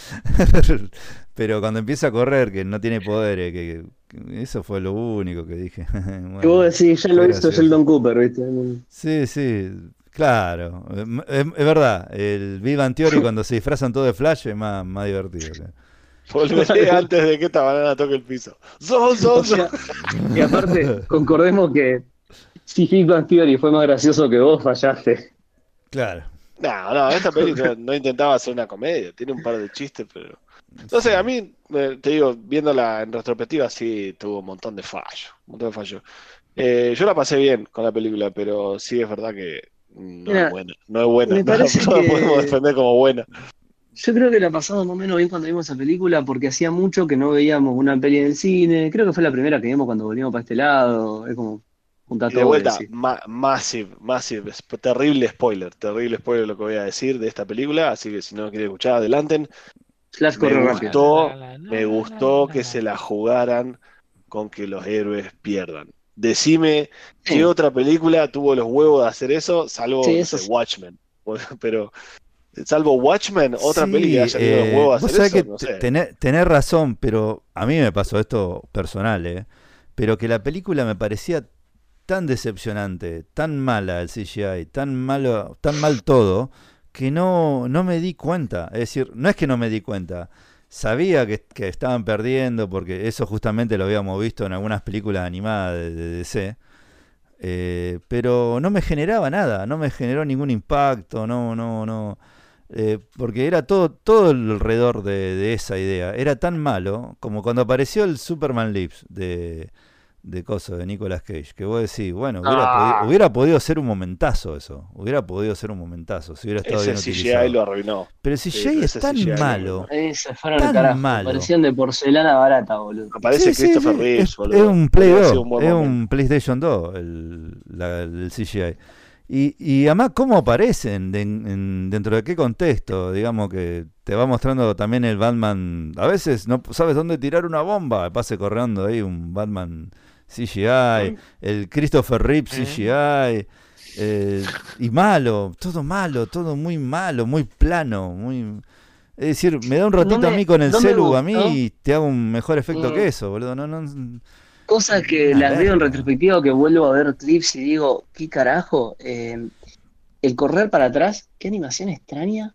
Pero, pero cuando empieza a correr, que no tiene poderes, que, que- eso fue lo único que dije. Que vos Bueno, decís, ya fue lo hizo gracioso. Sheldon Cooper, ¿viste? Sí, sí, claro. em- em- Es, verdad, el Big Bang Theory cuando se disfrazan todo de Flash es más, más divertido. que- Volveré antes de que esta banana toque el piso. ¡Zon, O zon, zon! sea, y aparte, concordemos que si Big Bang Theory fue más gracioso que vos, fallaste. Claro. No, no, esta peli no, no intentaba hacer una comedia, tiene un par de chistes, pero... No sé, a mí, eh, te digo, viéndola en retrospectiva, sí tuvo un montón de fallos, un montón de fallos. Eh, yo la pasé bien con la película, pero sí es verdad que no Mira, es buena, no es buena, me no, parece no la podemos que defender como buena. yo creo que la pasamos más o menos bien cuando vimos esa película porque hacía mucho que no veíamos una peli en el cine. Creo que fue la primera que vimos cuando volvimos para este lado. Es como juntar Y de todo y vuelta, decir. ma massive, massive, sp- terrible spoiler, terrible spoiler lo que voy a decir de esta película, así que si no quieren escuchar, adelanten. Flash Me corre rápido. gustó, me gustó que se la jugaran con que los héroes pierdan. Decime qué Sí, otra película tuvo los huevos de hacer eso, salvo, sí, no eso sé, sí. Watchmen. Pero, salvo Watchmen, otra peli que Sí, haya tenido los eh, huevos de vos hacer sabés eso, que no te- sé. tenés, tenés razón, pero a mí me pasó esto personal, ¿eh? Pero que la película me parecía tan decepcionante, tan mala el C G I, tan malo, tan mal todo, que no, no me di cuenta. Es decir, no es que no me di cuenta. Sabía que, que estaban perdiendo, porque eso justamente lo habíamos visto en algunas películas animadas de, de D C. Eh, pero no me generaba nada, no me generó ningún impacto, no, no, no. Eh, porque era todo, todo alrededor de, de esa idea. Era tan malo como cuando apareció el Superman Lives de, de Coso, de Nicolas Cage. Que vos decís, bueno, hubiera, podi- Ah, hubiera podido ser un momentazo eso. Hubiera podido ser un momentazo si hubiera estado Ese bien C G I utilizado. lo arruinó. Pero el Sí, C G I pero es ese tan C G I lo malo, arruinó. ese fueron al tan carajo. malo. Parecían de porcelana barata, boludo. Aparece Sí, sí, Christopher sí. Es, Reeves, es boludo. un Play Hubiera sido dos, un buen es momento. un PlayStation dos el, la- el C G I. Y, y además, ¿cómo aparecen? De- en- ¿Dentro de qué contexto? Digamos que te va mostrando también el Batman. A veces no sabes dónde tirar una bomba. Pase corriendo ahí un Batman C G I, el Christopher Reeve ¿Eh? C G I. eh, y malo, todo malo, todo muy malo, muy plano. muy Es decir, me da un No ratito a me, mí con el no me celu a gustó. mí y te hago un mejor efecto Mm, que eso, boludo. No, no, Cosas que una las veo en verga. retrospectiva, que vuelvo a ver clips y digo, ¿qué carajo? Eh, el correr para atrás, qué animación extraña.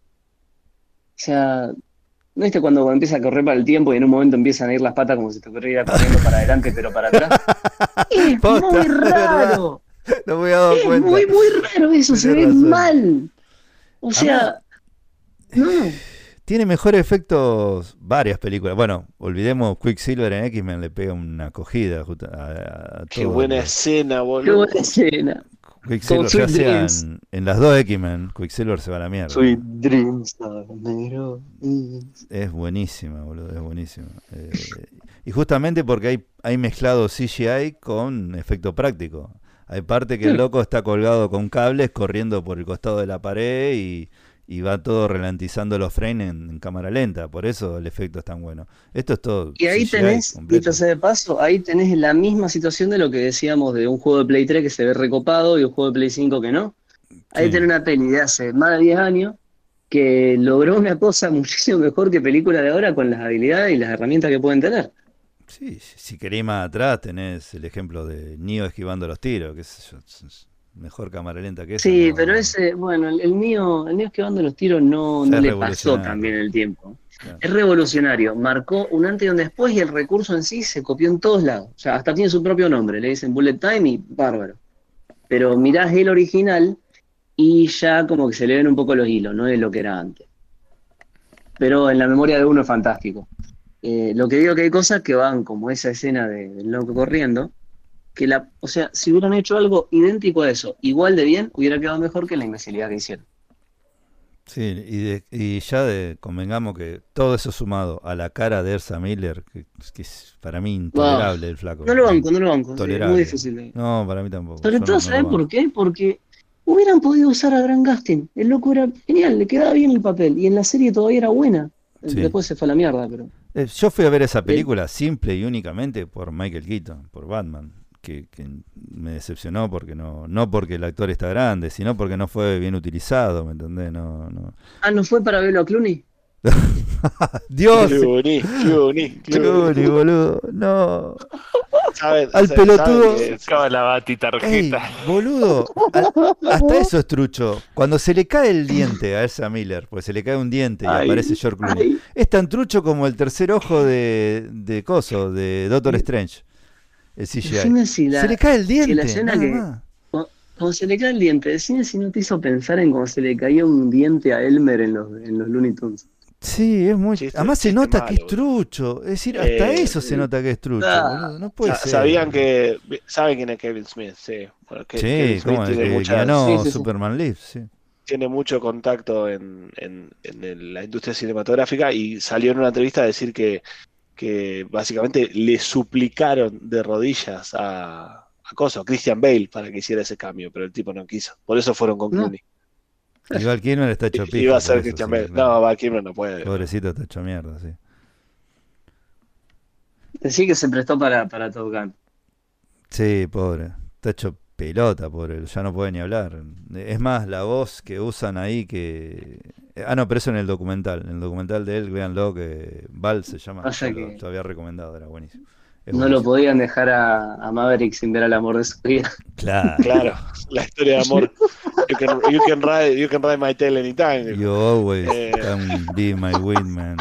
O sea, ¿no viste cuando empieza a correr para el tiempo y en un momento empiezan a ir las patas como si te corriera corriendo para adelante, pero para atrás? Es Posta, muy es verdad. raro. No me había dado Es cuenta. muy, muy raro eso, se Tenés ve razón. mal. O Además, sea, no. tiene mejores efectos varias películas. Bueno, olvidemos Quicksilver en X-Men, le pega una acogida justa- a, a Qué todo buena el- escena, Qué boludo. buena escena. Quicksilver, Con ya Sweet sea Dreams. en, en las dos X-Men, Quicksilver se va a la mierda. Sweet Dreams of heroines. Es buenísima, boludo, es buenísima. Eh, y justamente porque hay, hay mezclado C G I con efecto práctico. Hay parte que el Hmm. loco está colgado con cables corriendo por el costado de la pared y, y va todo ralentizando los frames en, en cámara lenta. Por eso el efecto es tan bueno. Esto es todo Y ahí C G I tenés, completo. dicho sea de paso, ahí tenés la misma situación de lo que decíamos de un juego de Play tres que se ve recopado y un juego de Play cinco que no. Ahí Sí. tenés una peli de hace más de diez años que logró una cosa muchísimo mejor que películas de ahora con las habilidades y las herramientas que pueden tener. Sí, si si querés ir más atrás tenés el ejemplo de Neo esquivando los tiros, que sé yo, es- es mejor cámara lenta que esa. Sí, No, pero no, ese, bueno, el, el mío, el mío esquivando los tiros no, ya no es le pasó tan revolucionario. bien el tiempo. Claro. Es revolucionario, marcó un antes y un después y el recurso en sí se copió en todos lados. O sea, hasta tiene su propio nombre, le dicen Bullet Time y bárbaro. Pero mirás el original y ya como que se le ven un poco los hilos, no es lo que era antes. Pero en la memoria de uno es fantástico. Eh, lo que digo que hay cosas que van como esa escena de- del loco corriendo, que la, o sea, si hubieran hecho algo idéntico a eso, igual de bien, hubiera quedado mejor que la imbecilidad que hicieron. Sí, y, de- y ya de, convengamos que todo eso sumado a la cara de Ersa Miller, que, que es para mí intolerable el flaco. No lo banco, no lo banco, es Intolerable. muy difícil. de- No, para mí tampoco. Sobre yo todo, no, no ¿sabes lo por banco. qué? Porque hubieran podido usar a Grant Gustin. El loco era genial, le quedaba bien el papel. Y en la serie todavía era buena. Sí. Después se fue a la mierda, pero. Eh, yo fui a ver esa Él- película simple y únicamente por Michael Keaton, por Batman, que, que me decepcionó porque no, no porque el actor está grande, sino porque no fue bien utilizado, ¿me entendés? No, no. Ah, ¿no fue para verlo a Clooney? Dios, Clooney, Clooney, Clooney, Clooney. boludo, no. ¿Saben- Al saben- pelotudo. saben que- Buscaba la bati Ey, tarjeta. boludo, a- hasta eso es trucho. Cuando se le cae el diente a Elsa Miller, pues se le cae un diente y Ay, aparece George Clooney, ay. es tan trucho como el tercer ojo de, de Coso, de Doctor Strange, el C G I. Decime si la, Se le cae el si la diente, escena nada que. más. cu- Cuando se le cae el diente, decime si no te hizo pensar en cómo se le caía un diente a Elmer en los, en los Looney Tunes. Sí, es muy. Chiste- Además se chiste nota malo, que es boludo. trucho. Es decir, hasta Eh, eso se nota que es trucho, ah, boludo. No puede Sa- ser. Sabían que. Saben quién es Kevin Smith, sí. Bueno, que- Kevin Sí, Smith como el tiene, que muchas- ganó Sí, sí, sí. Superman Lives, sí. tiene mucho contacto en, en- en el- la industria cinematográfica y salió en una entrevista a decir que, que básicamente le suplicaron de rodillas a, a Coso, a Christian Bale, para que hiciera ese cambio, pero el tipo no quiso. Por eso fueron con No. Clooney. Y Val Kilmer está hecho pija. Iba a por ser eso, Christian sí, Bale. claro. No, va, Kimmer no puede. Pobrecito está hecho mierda, sí. Decí que se prestó para, para Top Gun. Sí, pobre. Está hecho pelota, pobre. Ya no puede ni hablar. Es más, la voz que usan ahí que... Ah, no, pero eso en el documental. En el documental de él, véanlo, que Val se llama. Pasa Yo lo, que- lo había recomendado, era buenísimo. Es No lo buenísimo. podían dejar a, a Maverick sin ver al amor de su vida. Claro. Claro, la historia de amor. You can, you can ride, you can ride my tail anytime. dijo. You always Eh. can be my wingman.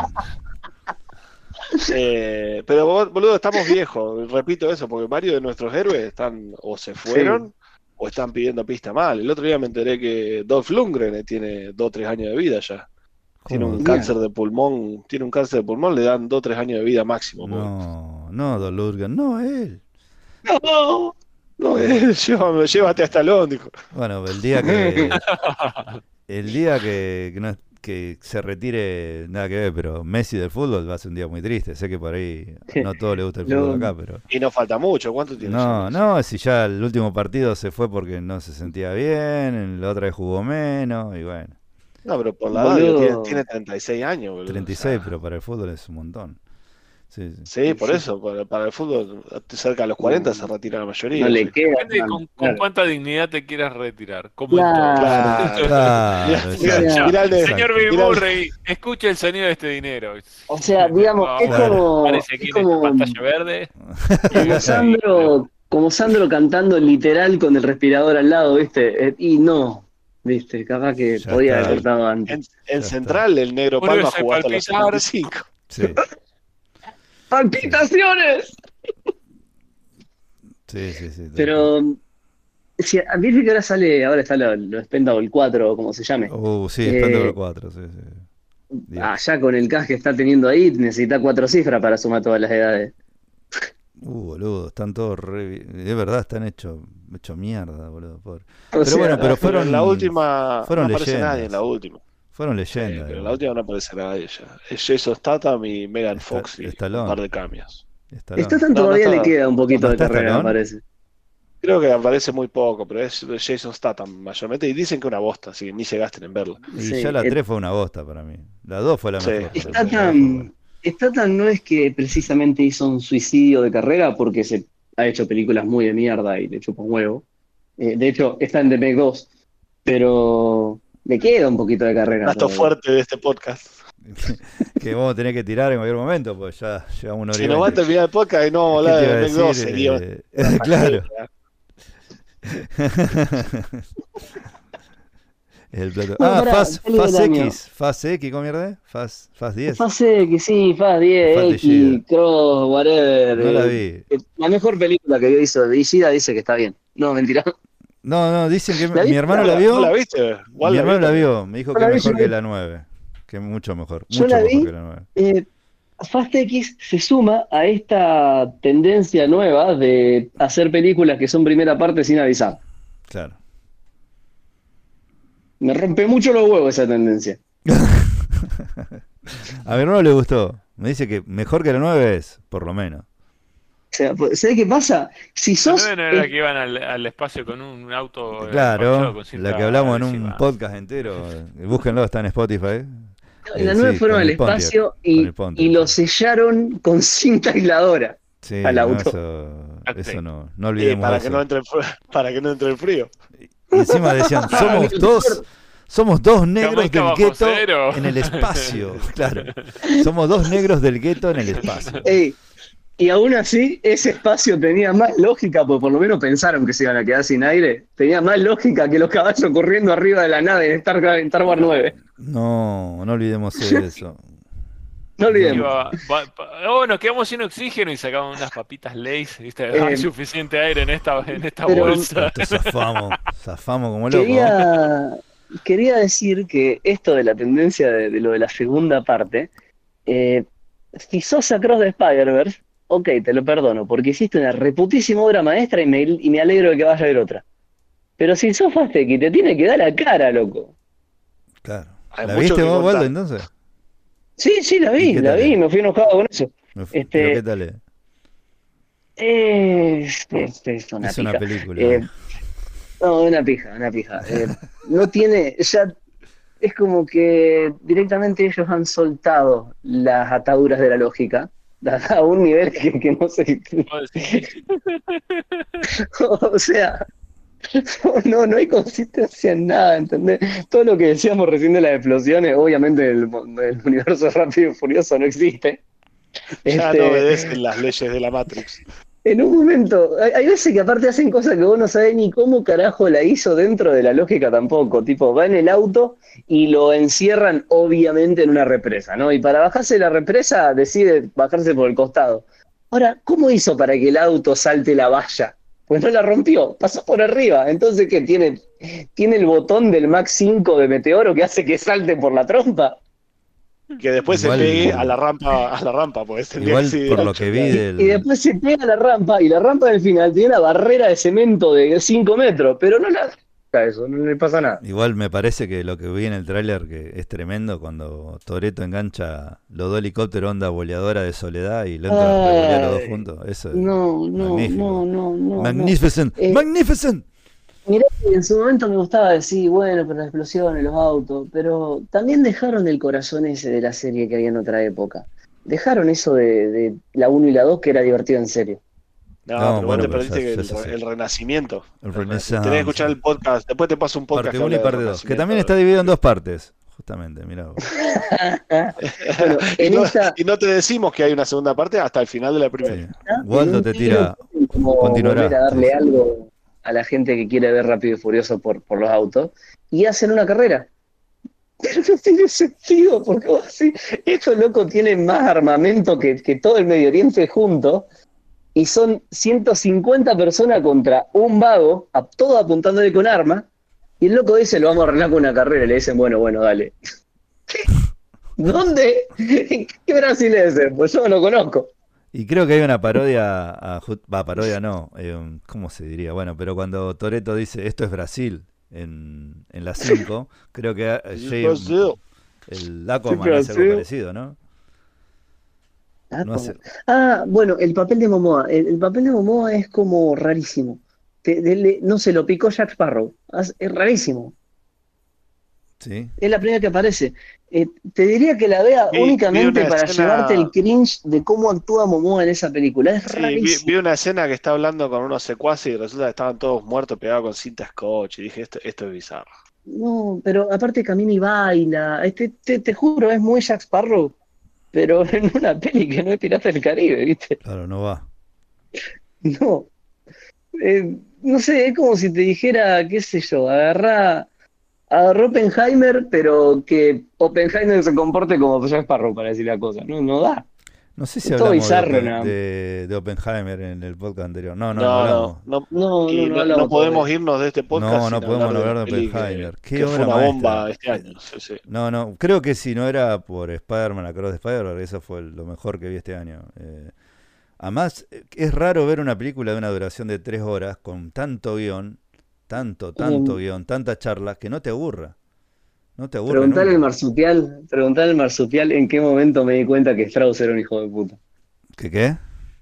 Eh, pero bol- boludo, estamos viejos, repito eso, porque varios de nuestros héroes están o se fueron o están pidiendo pista mal. El otro día me enteré que Dolph Lundgren tiene dos o tres años de vida ya. Tiene un ¿Cómo? cáncer de pulmón, tiene un cáncer de pulmón, le dan dos o tres años de vida máximo. pobre. No, no, Don Lurgan, no él. No, no, eh, llévame, llévate hasta Londres, dijo. Bueno, el día que el día que, que, no- que se retire, nada que ver, pero Messi del fútbol va a ser un día muy triste. Sé que por ahí no a todos les gusta el Lo- fútbol acá, pero Y no falta mucho, ¿cuánto tiene? no, ya? no, si ya el último partido se fue porque no se sentía bien, en la otra vez jugó menos y bueno, No, pero por la edad, digo, tiene, Boludo. tiene treinta y seis años, boludo. treinta y o seis, sea, pero para el fútbol es un montón. Sí, sí. sí, por Sí. eso, para, para el fútbol, cerca de los cuarenta se retira la mayoría. No le sí. queda. Depende de tanto, con, con claro. cuánta dignidad te quieras retirar, como en Claro. todo. Claro. Claro, Mirá, exacto. mirá, mirá el de- Exacto. Señor Bill mirá el- Murray, escuche el sonido de este dinero. O sea, digamos, es Claro. como, Parece es aquí en esta como, pantalla verde. como Sandro, como Sandro cantando literal con el respirador al lado, ¿viste? Eh, Y no, ¿viste? Capaz que Ya podía está. haber cortado antes. En, en Ya Central, el negro Murió Palma ese jugó hasta los palpitar. setenta y cinco. Sí, ¡Palpitaciones! sí, sí, sí. Pero, si, ¿viste que ahora sale, ahora está lo, lo Spendable cuatro, o como se llame? Uh, sí, Eh, Spendable cuatro, sí, sí. Dios. Allá con el cash que está teniendo ahí, necesita cuatro cifras para sumar todas las edades. Uh, boludo, están todos re... vi- Es verdad, están hechos hecho mierda, boludo. Pobre. O Pero sea, bueno, pero Pero fueron en la última fueron no aparece leyendas. nadie en la última. Fueron Sí, leyendas. pero en igual. la última no aparece nadie ya. Es Jason Statham y Megan Está- Fox y un Stallone. par de cambios. Stallone. Está tan No, no todavía está- le queda un poquito ¿no de está carrera, me Stallone? parece. Creo que aparece muy poco, pero es Jason Statham mayormente. Y dicen que una bosta, así que ni se gasten en verla. Y Sí, ya la eh, tres fue una bosta para mí. La dos fue la Sí. mejor. pero Está la tan, dos fue buena. Statham no es que precisamente hizo un suicidio de carrera porque se ha hecho películas muy de mierda y le chupa un huevo. Eh, de hecho, está en The Meg dos, pero le queda un poquito de carrera. Dato todavía. fuerte de este podcast. Que vamos a tener que tirar en cualquier momento, pues ya llevamos una hora Si y nos va a veinte. terminar el podcast y no vamos a ¿Qué hablar te iba de a Meg dos, decir? sería Eh, claro. El plato. Bueno, Ah, pará, Faz, peli del Faz año. X. Faz X, ¿cómo mierda? Faz, Faz diez. Fase que sí, Faz diez, Falta X, Ishida. Cross, whatever. No la eh, vi. eh, La mejor película que hizo de Ishida dice que está bien. No, mentira. No, no, dicen que ¿La mi viste? hermano ¿No la la- vio. ¿No la viste? Igual Mi hermano la también. vio. Me dijo No que la es vi, mejor yo que la- la nueve. Que es mucho mejor. Yo Mucho la mejor vi. que la nueve. Eh, Fast X se suma a esta tendencia nueva de hacer películas que son primera parte sin avisar. Claro. Me rompe mucho los huevos esa tendencia. A mi hermano le gustó. Me dice que mejor que la nueve es, por lo menos. O sea, pues, ¿sabes qué pasa? Si La sos. nueve no era eh, que iban al, al espacio con un auto. eh, Claro, ponchado con cinta la que hablamos en un adhesiva. podcast entero. Búsquenlo, está en Spotify. en la Eh, nueve sí, fueron con al el Pontiac, espacio con y, el Pontiac, y lo sí. sellaron con cinta aisladora. Sí, al no, auto. eso, Ok. eso no, no Eh, olvidemos para, eso. que no entre el, fr- para que no entre el frío. Y encima decían, somos dos, somos dos negros Jamaica del bajo gueto cero. en el espacio. Claro, somos dos negros del gueto en el espacio. Ey, y aún así, ese espacio tenía más lógica, porque por lo menos pensaron que se iban a quedar sin aire. Tenía más lógica que los caballos corriendo arriba de la nave en Star, en Star Wars nueve. No, no olvidemos eso. No olvidemos. Iba- va- va- oh, nos quedamos sin oxígeno y sacamos unas papitas Lay's, ¿viste? Eh, Hay suficiente aire en esta, en esta pero- bolsa. Esto zafamos, zafamos como loco. Quería, quería decir que esto de la tendencia de, de lo de la segunda parte, eh, si sos Across the Spider-Verse, ok, te lo perdono, porque hiciste una reputísima obra maestra y me, y me alegro de que vaya a haber otra. Pero si sos Fast X, te tiene que dar la cara, loco. Claro. Hay ¿La mucho viste que vos, contar. Waldo, entonces? Sí, sí, la ¿Y vi, qué la tal vi, es? me fui enojado con eso. No, Este- ¿Pero qué tal es? Es, es, es una Es una pija. película. Eh, no, una pija, una pija. Eh, no tiene, ya es como que directamente ellos han soltado las ataduras de la lógica a a un nivel que, que no sé. O sea, no, no hay consistencia en nada, ¿entendés? Todo lo que decíamos recién de las explosiones, obviamente el, el universo Rápido y Furioso no existe. Ya Este, no obedecen las leyes de la Matrix. En un momento, hay, hay veces que aparte hacen cosas que vos no sabés ni cómo carajo la hizo dentro de la lógica tampoco. Tipo, va en el auto y lo encierran obviamente en una represa, ¿no? Y para bajarse de la represa decide bajarse por el costado. Ahora, ¿cómo hizo para que el auto salte la valla? Pues no la rompió, pasó por arriba. Entonces, ¿qué? ¿Tiene, tiene el botón del Mach cinco de Meteoro que hace que salte por la trompa? Que después Igual- se pegue a la rampa, a la rampa, pues tendría Igual que ser por de lo ancho, que vi claro. del... Y después se pega la rampa, y la rampa del final tiene una barrera de cemento de cinco metros, pero no la eso, no le pasa nada. Igual me parece que lo que vi en el tráiler que es tremendo cuando Toretto engancha los dos helicópteros onda boleadora de Soledad y lo entra a revolear los dos Ay, juntos. Eso es No, no, magnífico. no, no, no, no. Magnificent, Eh, magnificent. Mirá que en su momento me gustaba decir, bueno, pero las explosiones, los autos, pero también dejaron el corazón ese de la serie que había en otra época. Dejaron eso de, de la uno y la dos que era divertido en serio. No, No, pero bueno, vos te pero ya- perdiste ya el, se hace. el renacimiento. El Tenés Renaissance. que escuchar el podcast. Después te paso un podcast Parte que uno y habla del parte dos. Que renacimiento. también está dividido en dos partes. Justamente, mira. Bueno, y, en no, esta... y no te decimos que hay una segunda parte hasta el final de la primera. Sí. ¿Ah? Waldo En te un tira. tiro, como continuará, volver a darle te dice. algo a la gente que quiere ver Rápido y Furioso por, por los autos, y hacen una carrera. Pero no tiene sentido, porque vos decís, estos locos tienen más armamento que, que todo el Medio Oriente junto, y son ciento cincuenta personas contra un vago, a, todo apuntándole con armas, y el loco dice, lo vamos a arreglar con una carrera, y le dicen, bueno, bueno, dale. ¿Dónde? ¿Qué Brasil es ese? Pues yo no lo conozco. Y creo que hay una parodia, a, Ju- va, parodia no, eh, un- ¿cómo se diría? Bueno, pero cuando Toretto dice esto es Brasil en, en la cinco, creo que eh, Jay- Brasil. el Aquaman hace algo Brasil. parecido, ¿no? Ah, No hace- Ah, bueno, el papel de Momoa. El, el papel de Momoa es como rarísimo. Te- de- le- no se lo picó Jack Sparrow. Es, es rarísimo. Sí. Es la primera que aparece. Eh, te diría que la vea Vi- vi únicamente una para escena- llevarte el cringe de cómo actúa Momoa en esa película. Es Sí, vi, rarísimo. vi una escena que está hablando con unos secuaces y resulta que estaban todos muertos pegados con cinta scotch. Y dije, esto, esto es bizarro. No, pero aparte camina y baila. Este, te, te juro, es muy Jack Sparrow. Pero en una peli que no es Pirata del Caribe, ¿viste? Claro, no va. No. Eh, no sé, es como si te dijera, qué sé yo, agarrá, agarró Oppenheimer, pero que Oppenheimer se comporte como Jack Sparrow, para decir la cosa. No, no da. No sé si Es todo hablamos de, bizarro, Oppen- nada. de, de Oppenheimer en el podcast anterior. No, no, No, no no, hablamos. no, No, y no, no no, hablamos no podemos todavía. irnos de este podcast No, no sin podemos hablar hablar de una peli Oppenheimer. que, Qué que fue obra una maestra. bomba este año. Sí, sí. No, no, creo que si no era por Spider-Man, Across the Spider-Verse, eso fue lo mejor que vi este año. Eh, además, eh, es raro ver una película de una duración de tres horas con tanto guión, tanto, tanto Em, guión, tanta charla, que no te aburra. No te aburre Preguntale al nunca. marsupial, preguntale al marsupial en qué momento me di cuenta que Strauss era un hijo de puta. ¿Qué qué?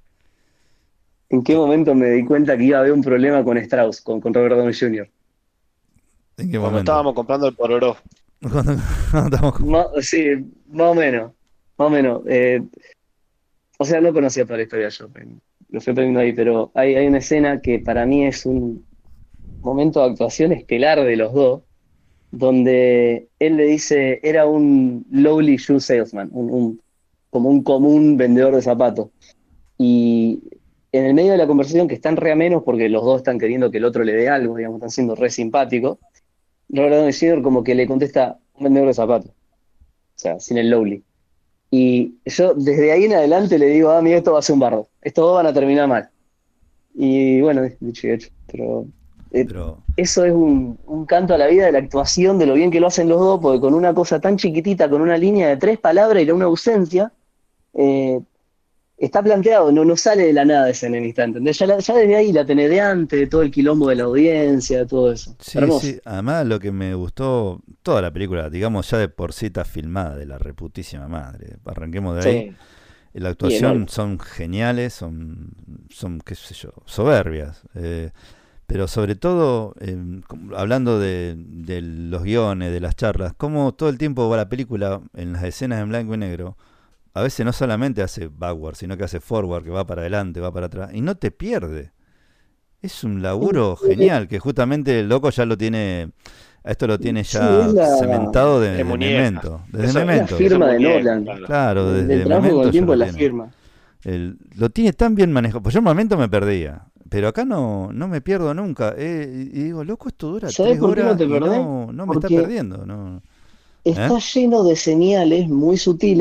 ¿En qué momento me di cuenta que iba a haber un problema con Strauss, con, con Robert Downey junior? ¿En qué Cuando momento? estábamos comprando el pororó. Cuando- cuando estábamos con- Ma- sí, más o menos, más o menos. Eh, o sea, no conocía toda la historia yo, eh, lo fui aprendiendo ahí, pero hay, hay una escena que para mí es un momento de actuación estelar de los dos, donde él le dice, era un lowly shoe salesman, un, un- como un común vendedor de zapatos. Y en el medio de la conversación, que están re a menos porque los dos están queriendo que el otro le dé algo, digamos, están siendo re simpáticos, Robert Downey junior como que le contesta, un vendedor de zapatos, o sea, sin el lowly. Y yo desde ahí en adelante le digo, ah, mira, esto va a ser un bardo, estos dos van a terminar mal. Y bueno, dicho y hecho, pero eh, Pero eso es un, un canto a la vida de la actuación, de lo bien que lo hacen los dos, porque con una cosa tan chiquitita, con una línea de tres palabras y una ausencia, eh, está planteado, no, no sale de la nada esa enemistad, ¿entendés? Ya, la- ya desde ahí la tenés de antes, de todo el quilombo de la audiencia, de todo eso. sí, Hermoso. sí. Además, lo que me gustó, toda la película, digamos, ya de por sí está filmada de la reputísima madre. Arranquemos de ahí. Sí. La actuación enorme. son geniales, son, son qué sé yo, soberbias. Eh, pero sobre todo, eh, com- hablando de, de los guiones, de las charlas, cómo todo el tiempo va la película en las escenas en blanco y negro. A veces no solamente hace backward, sino que hace forward, que va para adelante, va para atrás, y no te pierde. Es un laburo genial, que justamente el loco ya lo tiene, a esto lo tiene Sí, ya es la- cementado de, De de muñeca. Memento. Desde Eso- Es la Memento. firma de muñeca, Nolan. claro. Claro, desde Del trabajo Memento con el ya tiempo lo es la tiene. firma. El- lo tiene tan bien manejado. Pues yo en Memento me perdía. Pero acá no, no me pierdo nunca. Eh, y digo, loco, esto dura ¿Sabés tres por qué no horas te y perdés? no, no me está Porque perdiendo. No. Está ¿Eh? lleno de señales muy sutiles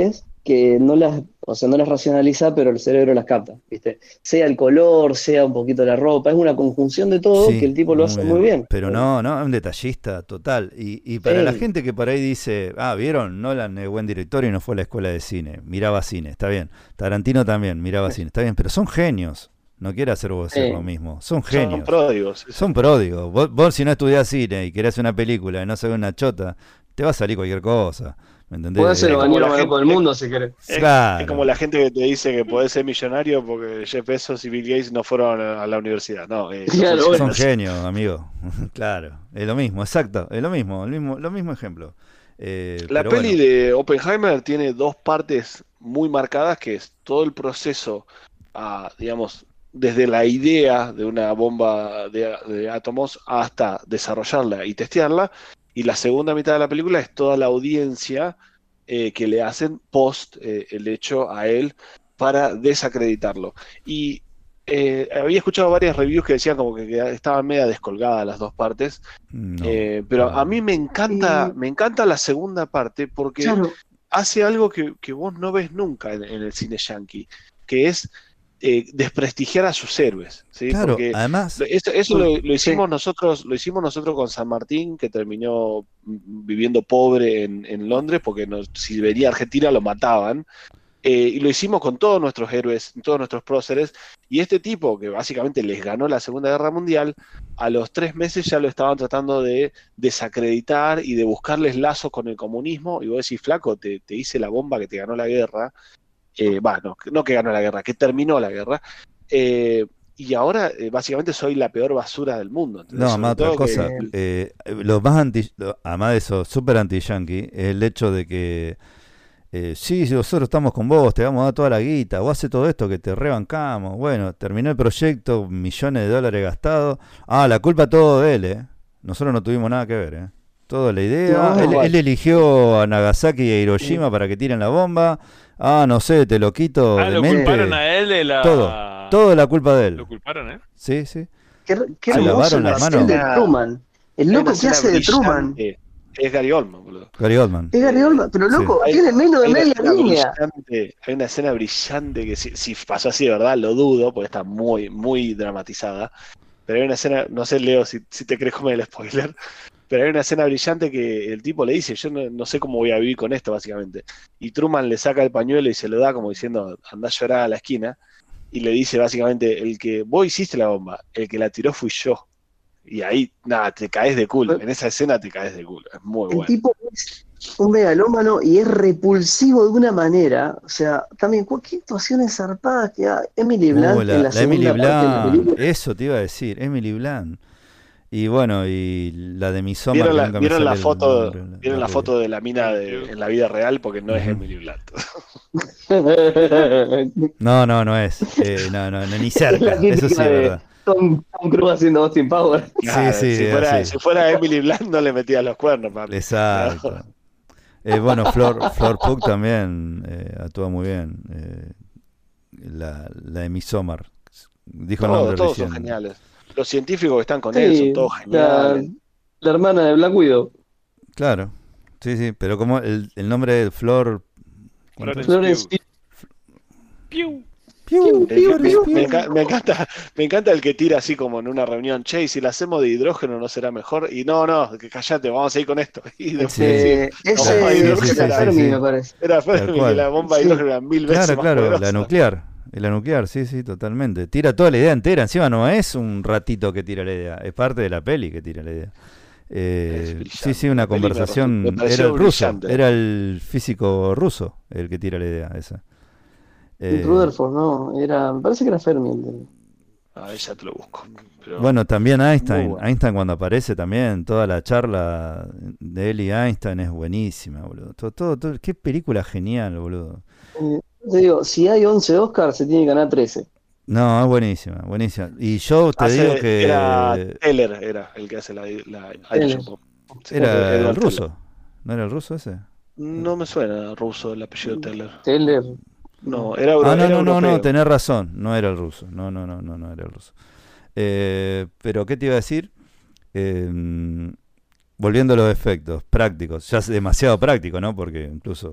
que no las, o sea, no las racionaliza, pero el cerebro las capta, ¿viste? Sea el color, sea un poquito la ropa, es una conjunción de todo Sí, que el tipo lo hace muy bien. Pero no, no, es un detallista total. Y, y para Sí. la gente que por ahí dice, ah, ¿vieron? Nolan es buen director y no fue a la escuela de cine. Miraba cine, está bien. Tarantino también miraba cine, está bien. Pero son genios. No quiere hacer vos hacer Sí. lo mismo. Son Son genios. pródigos. sí, sí. Son pródigos. Vos, vos si no estudiás cine y querés hacer una película y no sabés una chota, te va a salir cualquier cosa. ¿Me entendés? Puede ser Es el como bañero la más loco del gente- mundo, si querés. Es, Claro. es como la gente que te dice que podés ser millonario porque Jeff Bezos y Bill Gates no fueron a la universidad. No, eh, no Claro, funciona Son así. genios, amigo. Claro, es lo mismo, exacto, es lo mismo, el mismo, lo mismo ejemplo. Eh, La pero peli bueno, de Oppenheimer tiene dos partes muy marcadas, que es todo el proceso, ah, digamos, desde la idea de una bomba de, de átomos hasta desarrollarla y testearla. Y la segunda mitad de la película es toda la audiencia eh, que le hacen post eh, el hecho a él para desacreditarlo. Y eh, había escuchado varias reviews que decían como que queda- estaban media descolgadas las dos partes. no, Eh, pero a no. mí me encanta, Eh, me encanta la segunda parte porque Claro, hace algo que, que vos no ves nunca en, en el cine yankee, que es eh, desprestigiar a sus héroes, ¿sí? Claro, Porque además, lo- eso, eso lo, lo sí. hicimos nosotros, lo hicimos nosotros con San Martín, que terminó mm, viviendo pobre en, en Londres, porque nos- si venía a Argentina lo mataban. Eh, y lo hicimos con todos nuestros héroes, todos nuestros próceres, y este tipo, que básicamente les ganó la Segunda Guerra Mundial, a los tres meses ya lo estaban tratando de desacreditar y de buscarles lazos con el comunismo, y vos decís, flaco, te, te hice la bomba que te ganó la guerra, eh, va, no, no que ganó la guerra, que terminó la guerra, eh, y ahora eh, básicamente soy la peor basura del mundo. ¿Entendés? no, Sobre además otra todo que cosa, eh, lo más anti, lo- además de eso, súper anti-yankee, es el hecho de que, eh, sí, nosotros estamos con vos, te vamos a dar toda la guita, vos haces todo esto que te rebancamos, bueno, terminó el proyecto, millones de dólares gastados, ah, la culpa todo de él, eh, nosotros no tuvimos nada que ver, eh. Toda la idea, No, él, vale. él eligió a Nagasaki y a Hiroshima para que tiren la bomba, ah, no sé, te lo quito Ah, de lo mente, culparon a él de la. todo, todo la culpa de Lo él, culparon, ¿eh? sí, sí. Qué, qué Se hermoso lavaron el las papel de manos. Truman. El hay una loco que escena hace de Truman. brillante, es Gary Oldman, boludo. Gary Oldman. Es Gary Oldman, pero Sí. loco, Hay, tiene menos de hay una media escena línea. brillante, hay una escena brillante que si, si pasó así de verdad, lo dudo, porque está muy, muy dramatizada. Pero hay una escena, no sé, Leo, si, si te crees comer el spoiler, pero hay una escena brillante que el tipo le dice, yo no, no sé cómo voy a vivir con esto, básicamente. Y Truman le saca el pañuelo y se lo da como diciendo, anda a llorar a la esquina. Y le dice básicamente, el que vos hiciste la bomba, el que la tiró fui yo. Y ahí, nada, te caes de culo. En esa escena te caes de culo. Es muy El bueno. tipo es un megalómano y es repulsivo de una manera. O sea, también, ¿cu- ¿qué actuaciones zarpadas que da Emily Blunt Uh, la, en la, la Emily segunda parte de la Blunt, película? eso te iba a decir, Emily Blunt. Y bueno, y la de Midsommar, ¿Vieron que la, nunca me ¿vieron sale la el foto, nombre, la- ¿vieron la la rubia. foto de la mina de, en la vida real? Porque no es Ujú. Emily Blunt. No, no, no es. Eh, no, no, no, ni Es cerca. la Eso sí es típica de verdad. Tom, Tom Cruise haciendo Austin Power. Claro, Sí, sí, si es fuera, así. si fuera Emily Blunt no le metías los cuernos, papi. Exacto. Eh, bueno, Flor, Flor Pugh también eh, actúa muy bien. Eh, la, la de Midsommar. Dijo el Todos, nombre todos son recién. geniales. Los científicos que están con él son Sí, todos la, geniales. la hermana de Black Widow. Claro. Sí, sí, pero como el, el nombre de Flor. ¿cuánto es? Florence Florence Pugh. Piu, Pugh. El- Flores me, Piu. me enca- me encanta, me encanta el que tira así como en una reunión, che, y si la hacemos de hidrógeno no será mejor. Y no, no, que callate, vamos a ir con esto. Y después Sí. sí, Eh, la bomba de ese, hidrógeno sí, ese sí, es era, sí, Fermi, sí. me parece. era Tal Fermi, cual. que la bomba de Sí. hidrógeno era mil veces Claro, más claro, la poderosa. nuclear. La nuclear, sí, sí, totalmente. Tira toda la idea entera. Encima no es un ratito que tira la idea, es parte de la peli que tira la idea. Eh, Es sí, brillante. sí, una La peli me conversación. resultó- me pareció Era el ruso, brillante. era el físico ruso el que tira la idea esa. Eh, Rutherford, no, era, me parece que era Fermi. el de- Ah, ya te lo busco. Pero bueno, también muy Einstein. bueno. Einstein cuando aparece también, toda la charla de él y Einstein es buenísima, boludo. Todo, todo, todo- qué película genial, boludo. Eh, te digo, si hay once Oscars, se tiene que ganar trece. No, es buenísima, buenísima. Y yo te Hace- digo que Era Teller, era el que hace la, la Irishman Bomb. Sí, era Edward el ruso. ¿No era el ruso ese? Teller. No me suena ruso el apellido Teller. Teller. No, era, euro- Ah, no, era no, no, europeo. no, tenés razón, no era el ruso, no, no, no, no, no era el ruso. Eh, pero, ¿qué te iba a decir? Eh, volviendo a los efectos prácticos, ya es demasiado práctico, ¿no? Porque incluso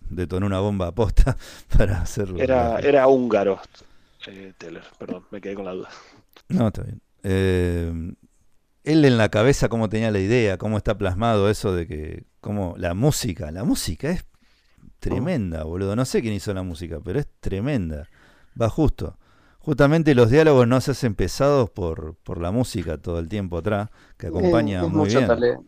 detonó una bomba aposta para hacerlo. Era, era húngaro, eh, Teller, perdón, me quedé con la duda. No, está bien. Eh, él en la cabeza cómo tenía la idea, cómo está plasmado eso de que, cómo la música, la música es tremenda, boludo. No sé quién hizo la música, pero es tremenda. Va justo. Justamente los diálogos no se hacen pesados por, por la música todo el tiempo atrás, que acompaña Es, es muy mucho bien. talento.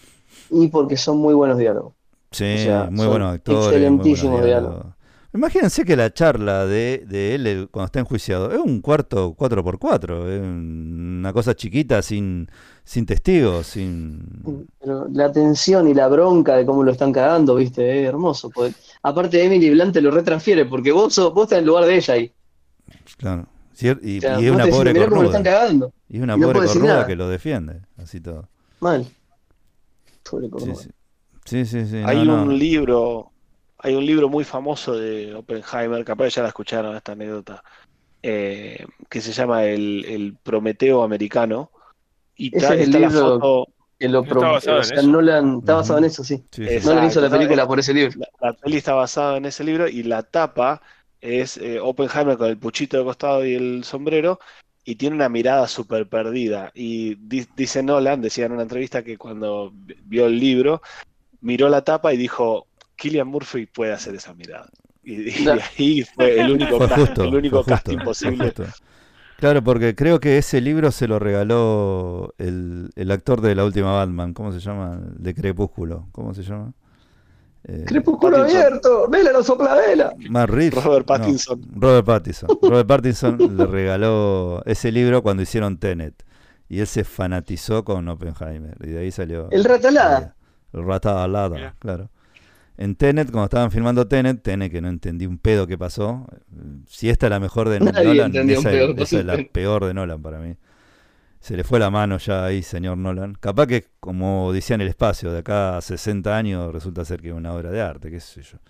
Y porque son muy buenos diálogos. Sí, O sea, muy son buenos actores, muy buenos excelentísimos diálogos. diálogos. Imagínense que la charla de, de él el- cuando está enjuiciado es un cuarto cuatro por cuatro, es una cosa chiquita, sin, sin testigos, sin... Pero la tensión y la bronca de cómo lo están cagando, viste, es hermoso. Porque, aparte Emily Blunt te lo retransfiere, porque vos, sos, vos estás en el lugar de ella ahí. Claro. Cier- Y, O sea, y es vos una te decís, pobre mirá cómo lo están cornuda. cagando. Y es una Y no pobre puede decir cornuda nada. que lo defiende, así todo. Mal. Pobre Sí, cornuda. sí. Sí, sí, sí, Hay no, un no. libro, hay un libro muy famoso de Oppenheimer, capaz ya la escucharon esta anécdota, eh, que se llama el, el Prometeo americano, y Ese ta- es el está la libro foto, que lo ¿No está pro- basado o en sea, eso? Nolan está basado en Ujú. eso, sí. Sí, sí, sí. Nolan hizo la exacto, película está- por ese libro. la, la peli está basada en ese libro, y la tapa es eh, Oppenheimer con el puchito de costado y el sombrero, y tiene una mirada súper perdida, y di- dice Nolan, decía en una entrevista que cuando vi- vio el libro, miró la tapa y dijo, Cillian Murphy puede hacer esa mirada. Y, y No. ahí fue el único, Fue cast- justo, el fue único justo, casting fue posible. justo. Claro, porque creo que ese libro se lo regaló el, el actor de la última Batman, ¿cómo se llama? De Crepúsculo, ¿cómo se llama? Eh, Crepúsculo Pattinson. abierto, vela no sopla vela. Matt Reeves. Robert No, Pattinson. Robert Pattinson. Robert Pattinson le regaló ese libro cuando hicieron Tenet. Y él se fanatizó con Oppenheimer. Y de ahí salió. El Ratalada. El Ratalada, Mira. claro. En Tenet, cuando estaban filmando Tenet, Tenet que no entendí un pedo qué pasó. Si esta es la mejor de Nadie Nolan, entendió un esa, pedo es- con esa es la Tenet. peor de Nolan para mí. Se le fue la mano ya ahí, señor Nolan. Capaz que, como decía en el espacio, de acá a sesenta años resulta ser que es una obra de arte, qué sé yo.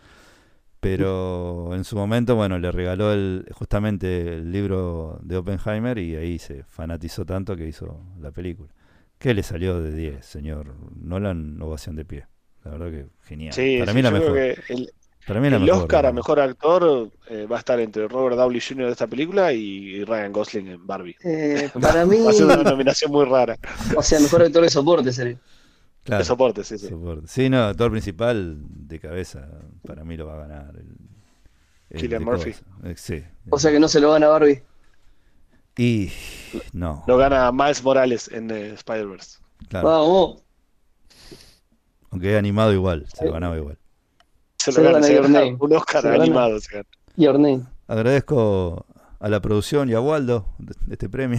Pero en su momento, bueno, le regaló el, justamente el libro de Oppenheimer y ahí se fanatizó tanto que hizo la película. ¿Qué le salió de diez, señor Nolan? Ovación de pie. La verdad que genial. Sí, Para sí, mí la yo creo mejor. que el, Para mí la el mejor. Oscar a ¿no? mejor actor eh, va a estar entre Robert Downey junior de esta película y Ryan Gosling en Barbie. Eh, para mí, Va a ser una nominación muy rara. o sea, mejor actor de soporte sería. Claro, De soporte, sí, sí. soporte. Sí, no, actor principal de cabeza. Para mí lo va a ganar. El, el Cillian de Murphy. cosa. Eh, Sí. O sea que no se lo van a Barbie. Y no, Lo gana Miles Morales en eh, Spider-Verse. claro. Vamos. Aunque es animado igual, se lo ganaba igual. Se Se lo lo gana, gana se Your gana Name. un Oscar Se lo gana. animado. se gana. Your Name. Agradezco a la producción y a Waldo de, de este premio.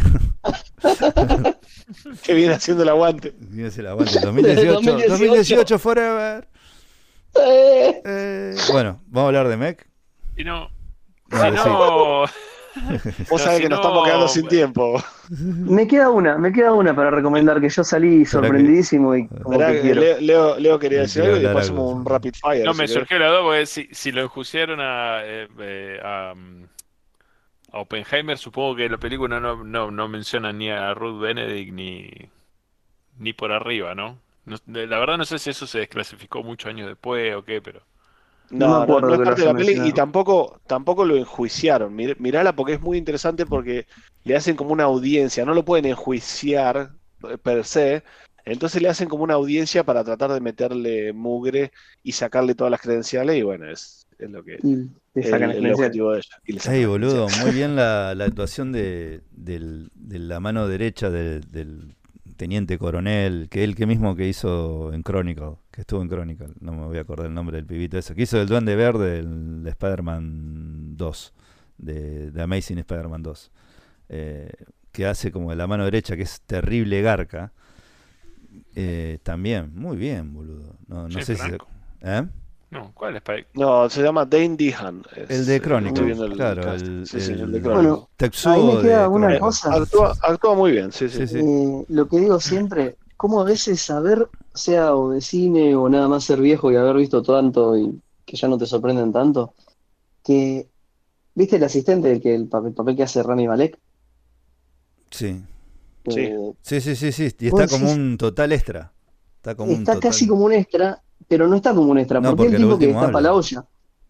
Que viene haciendo el aguante. Fíjense el aguante, dos mil dieciocho, dos mil dieciocho. dos mil dieciocho forever. Eh, Eh, bueno, vamos a hablar de Mech. Y no. No, Si sí. no. Vos sabés si que nos no- estamos quedando sin tiempo. me queda una, me queda una para recomendar que yo salí Espera sorprendidísimo y como Esperá que que quiero. Leo, Leo, Leo quería Me decir quiero algo y hablar después algo, hacemos un sí. rapid fire. No, si me querés. surgió la duda porque si, si lo enjuiciaron a, eh, eh, a, mm, a Oppenheimer, supongo que la película no, no, no menciona ni a Ruth Benedict ni, ni por arriba, ¿no? No- de- La verdad no sé si eso se desclasificó muchos años después o qué, pero... No me No, no, acuerdo no es que lo parte de la haya peli y mencionado. tampoco, tampoco lo enjuiciaron. Mir- Mirala porque es muy interesante porque le hacen como una audiencia, no lo pueden enjuiciar eh, per se, entonces le hacen como una audiencia para tratar de meterle mugre y sacarle todas las credenciales y bueno, es, es lo que Y te el, sacan el experiencia. objetivo de ella. Y le sacan Ay, las boludo, credenciales. muy bien la, la actuación de, del- de la mano derecha del, del teniente coronel, que él que mismo que hizo en Chronicle, que estuvo en Chronicle, no me voy a acordar el nombre del pibito ese, que hizo el Duende Verde el Spider-Man dos, de, de Amazing Spider-Man dos, eh, que hace como la mano derecha, que es terrible garca, eh, también, muy bien, boludo. No, no James sé si... se- Franco. ¿Eh? No, ¿cuál es? Pa- No, se llama Dane Dehan. es- El de eh, Chronicle, estoy viendo el claro, cast. el- Sí, sí, el, el- de Chronicle. Bueno, Tetsuo ahí me queda de una Chronicle. cosa. Actúa, actúa muy bien, sí, sí. Sí, sí. Eh, lo que digo siempre, cómo a veces saber, sea o de cine o nada más ser viejo y haber visto tanto y que ya no te sorprenden tanto, que, ¿viste el asistente, el, que, el, papel, el papel que hace Rami Malek? Sí. Sí. Eh, Sí, sí, sí, sí. Y Vos está como decís- un total extra. Está como un está total... casi como un extra, pero no está como un extra, No, porque es porque el lo tipo que último destapa habla. la olla.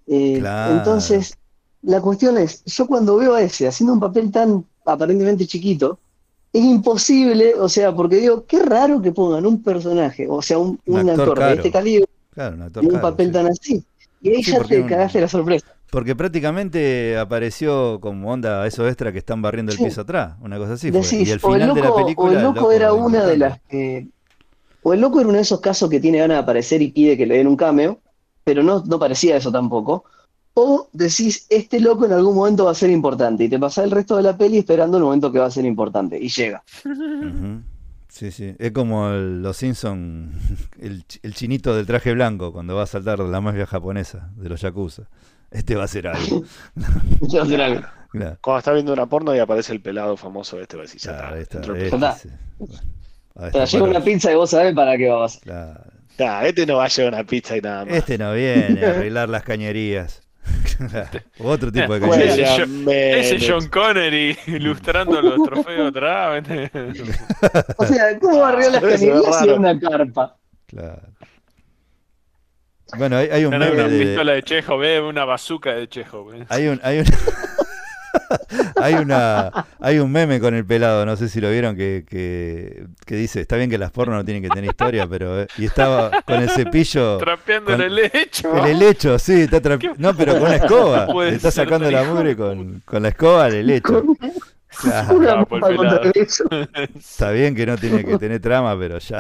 Eh, Claro. Entonces, la cuestión es, yo cuando veo a ese haciendo un papel tan aparentemente chiquito, es imposible, o sea, porque digo, qué raro que pongan un personaje, o sea, un, Un un actor actor de este caro. calibre Claro, un actor en un caro, papel sí. tan así. Y ahí Sí, ya porque te un- cagaste la sorpresa. Porque prácticamente apareció como onda esos extras que están barriendo el Sí. piso atrás, una cosa así fue. Y Decís, el o el final de la loco, o película, el el loco era loco una de importante. las que, o el loco era uno de esos casos que tiene ganas de aparecer y pide que le den un cameo, pero no, no parecía eso tampoco. O decís, este loco en algún momento va a ser importante, y te pasás el resto de la peli esperando el momento que va a ser importante, y llega. Ujú. Sí, sí. Es como el- los Simpson, el, ch- el chinito del traje blanco cuando va a saltar la mafia japonesa de los Yakuza. Este va a ser algo. Ya va a ser algo. Claro, Cuando está viendo una porno y aparece el pelado famoso este, va a decir, ya claro, está, ahí está. entró el Este, Ya está. sí. Bueno, a Te destapar llega una hoyo. pizza y vos sabés para qué va a pasar. Claro. Nah, este no va a llevar una pizza y nada más. Este no viene a arreglar las cañerías. Otro tipo de Bueno, cañerías. Ese, ya John, me- ese John Connery ilustrando los trofeos atrás. ¿viste? O sea, ¿cómo barrió las Eso es cañerías y raro. era una carpa? Claro. Bueno, hay, hay un No, no, meme una de. pistola de Chejo, ve una bazooka de Chejo. ve. Hay un, hay un, hay una, hay un meme con el pelado, no sé si lo vieron, que, que, que dice, está bien que las pornos no tienen que tener historia, pero eh", y estaba con el cepillo, Trapeando con- en el lecho. el helecho, sí, está tra- ¿Qué? no, pero con una escoba, No puede le está ser sacando tan la hijo mugre de con, con la escoba al helecho. Con Claro, una Capo el bomba contra pelado. el eso. está bien que no tiene que tener trama, pero ya.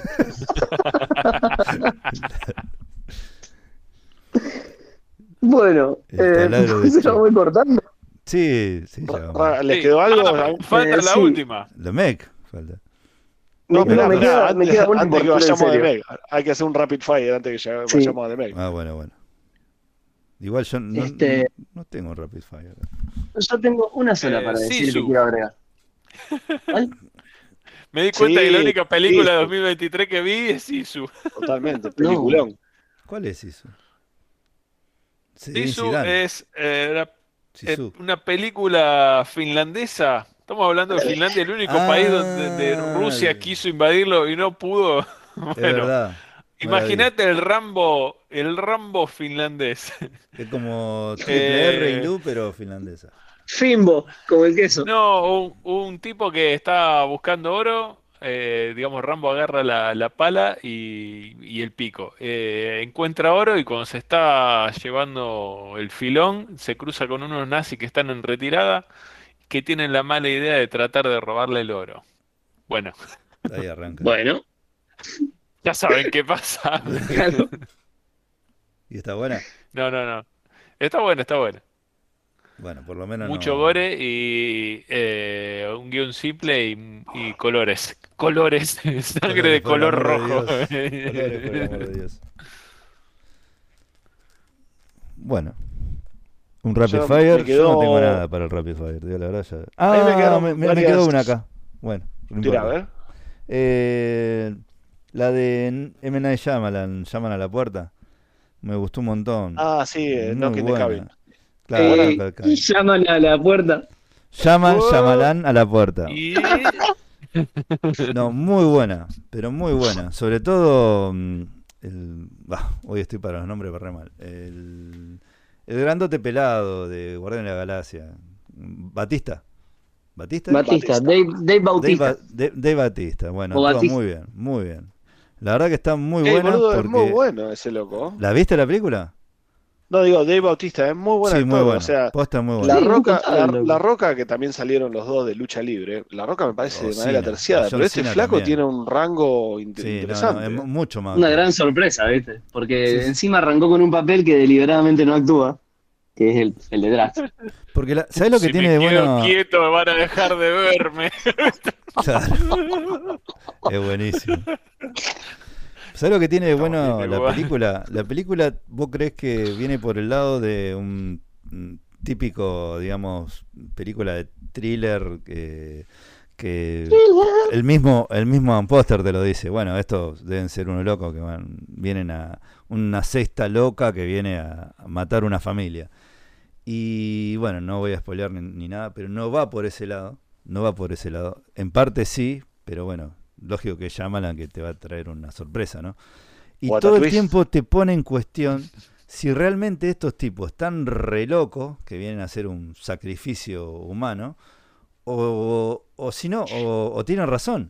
Bueno, El eh, taladro de se lo Che. voy cortando. Sí, sí, ya Ra- vamos. ra- ¿Les Sí. quedó algo? Ah, falta Eh, la sí. última. Lo mec, falta. Me, No, no, mirá, me, mirá, queda, me antes, queda una antes que por en vayamos de serio. Meg, hay que hacer un rapid fire antes que ya Sí. vayamos a The Meg. Ah, bueno, bueno. Igual yo no, Este- no, no tengo rapid fire. Yo tengo una sola Eh, para decir que Sisu. quiero agregar. ¿Ay? Me di cuenta Sí, que la única película de sí. dos mil veintitrés que vi es Sisu. Totalmente, peliculón. ¿Cuál es eso? Sí, Sisu Zidane. es eh, la- eh, Sisu. una película finlandesa. Estamos hablando de Finlandia, el único Ah, país donde de Rusia el- quiso invadirlo y no pudo. Es Bueno, verdad. no la vi. imagínate el Rambo, el Rambo finlandés. Es como triple R Eh, hindú, pero finlandesa. Fimbo, como el queso. No, un, un tipo que está buscando oro, eh, digamos, Rambo agarra la, la pala y, y el pico. Eh, encuentra oro y cuando se está llevando el filón, se cruza con unos nazis que están en retirada, que tienen la mala idea de tratar de robarle el oro. Bueno, Ahí arranca. Bueno, ya saben qué pasa. claro. ¿Y está buena? No, no, no. Está bueno, está bueno. Bueno, por lo menos Mucho no. gore y eh, un guión simple y, y colores. Colores. Sangre de Colores, por el color amor de rojo. Dios. Colores, por el amor de Dios. Bueno. Un rapid Yo- fire. me Yo no quedó- tengo nada para el rapid fire, digo la verdad. Ya. mí me Ah, quedaron me, me- me varias- quedó una acá. Bueno, no Tira, a importa. ver. Eh, la de M. Night Shyamalan, Llaman a la puerta. Me gustó un montón. Ah, sí, eh, Muy Knock in the buena. Cabin. Claro, Eh, Knock in the y Cabin. llaman a la puerta. Llaman Oh. Shyamalan a la puerta. Y No, muy buena, pero muy buena. Sobre todo, mm, el, bah, hoy estoy para los nombres, para re mal. El, el grandote pelado de Guardián de la Galaxia. Batista. ¿Batista? Batista, Batista. Dave, Dave Dave, Bautista. Ba- Dave- Dave Batista. Bueno, O actúa Batista. muy bien, muy bien. La verdad que está muy Ey, buena boludo, es porque... muy bueno ese loco. ¿La viste la película? No, digo, Dave Bautista, es muy buen Sí, actor. muy buena. O sea, Posta muy La buena. Sí, Roca, muy la, contable. La Roca, que también salieron los dos de lucha libre. La Roca me parece O de manera Cena, terciada, John pero este Cena flaco también. tiene un rango in- Sí, no, no, interesante. es mu- mucho más. Una gran sorpresa, ¿viste? Porque Sí, sí. encima arrancó con un papel que deliberadamente no actúa, que es el, el de Drax. Porque, la, ¿sabes lo que si tiene me de quedo bueno? quieto me van a dejar de verme. Claro, es buenísimo. ¿Sabes lo que tiene de Estamos bueno bien la igual. película? La película, ¿vos crees que viene por el lado de un, un típico, digamos, película de thriller que, que el mismo el mismo póster te lo dice? Bueno, estos deben ser unos locos que van vienen a una cesta loca que viene a, a matar una familia. Y bueno, no voy a spoilear ni, ni nada, pero no va por ese lado, no va por ese lado. En parte sí, pero bueno, lógico que Shyamalan que te va a traer una sorpresa, ¿no? Y What a todo el twist. tiempo te pone en cuestión si realmente estos tipos están re locos, que vienen a hacer un sacrificio humano, o, o, o si no, o, o tienen razón,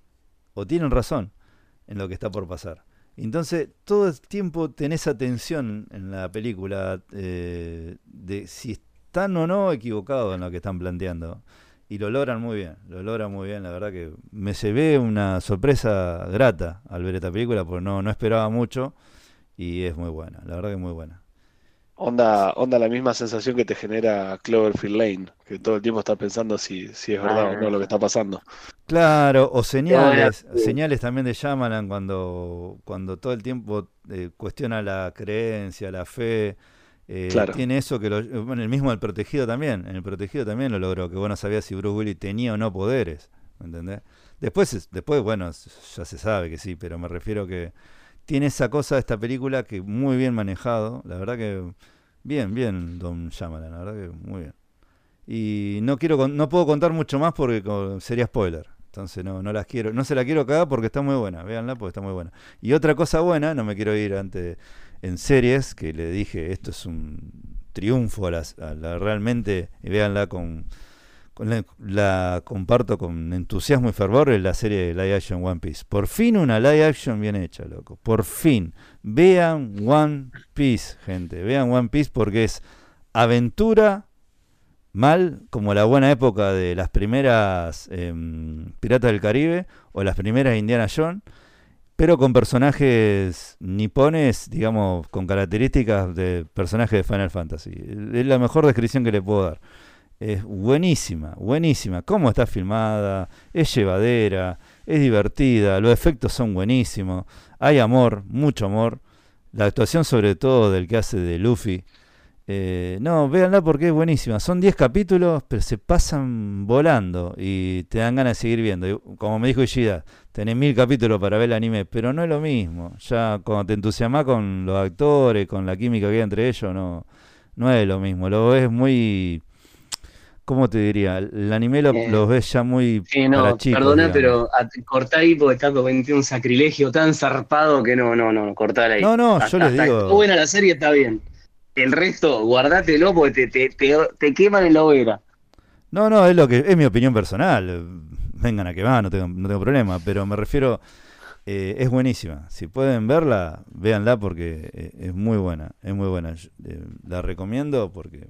o tienen razón en lo que está por pasar. Entonces, todo el tiempo tenés atención en la película eh, de si están o no equivocados en lo que están planteando. Y lo logran muy bien, lo logran muy bien. La verdad que me llevé una sorpresa grata al ver esta película, porque no, no esperaba mucho y es muy buena, la verdad que es muy buena. Onda, onda la misma sensación que te genera Cloverfield Lane, que todo el tiempo estás pensando si, si es verdad o no lo que está pasando. Claro, o señales, Ahora, señales también de Shyamalan cuando, cuando todo el tiempo eh, cuestiona la creencia, la fe. Eh, Claro. tiene eso que lo, bueno, el mismo El Protegido también, en El Protegido también lo logró, que vos no sabías si Bruce Willis tenía o no poderes, ¿me entendés? Después, es- después, bueno, s- ya se sabe que sí, pero me refiero que tiene esa cosa de esta película que muy bien manejado, la verdad que bien, bien, Don Shyamalan, la verdad que muy bien. Y no quiero, con- no puedo contar mucho más porque co- sería spoiler. Entonces no, no las quiero, no se la quiero cagar porque está muy buena, véanla porque está muy buena. Y otra cosa buena, no me quiero ir antes en series, que le dije, esto es un triunfo a, las, a la realmente, y véanla con, con la, la comparto con entusiasmo y fervor, es la serie de live action One Piece. Por fin una live action bien hecha, loco. Por fin. Vean One Piece, gente. Vean One Piece porque es aventura mal como la buena época de las primeras eh, Piratas del Caribe o las primeras Indiana Jones, pero con personajes nipones, digamos, con características de personajes de Final Fantasy. Es la mejor descripción que le puedo dar. Es buenísima, buenísima. Cómo está filmada, es llevadera, es divertida, los efectos son buenísimos, hay amor, mucho amor. La actuación sobre todo del que hace de Luffy. Eh, no, véanla porque es buenísima. Son diez capítulos, pero se pasan volando y te dan ganas de seguir viendo. Y, como me dijo Ishida, tenés mil capítulos para ver el anime, pero no es lo mismo. Ya cuando te entusiasmas con los actores, con la química que hay entre ellos, no, no es lo mismo. Lo ves muy... ¿Cómo te diría? El anime lo, eh, lo ves ya muy sí, para no, chicos, perdona, digamos. pero a- cortá ahí porque está cometiendo un sacrilegio tan zarpado que no, no, no, cortala ahí. No, no, yo Hasta, les hasta que está digo... buena la serie, está bien. El resto, guardátelo porque te, te, te, te queman en la hoguera. No, no, es lo que es mi opinión personal. Vengan a que va, no tengo, no tengo problema. Pero me refiero, eh, es buenísima. Si pueden verla, véanla porque eh, es muy buena, es muy buena. Yo, eh, la recomiendo porque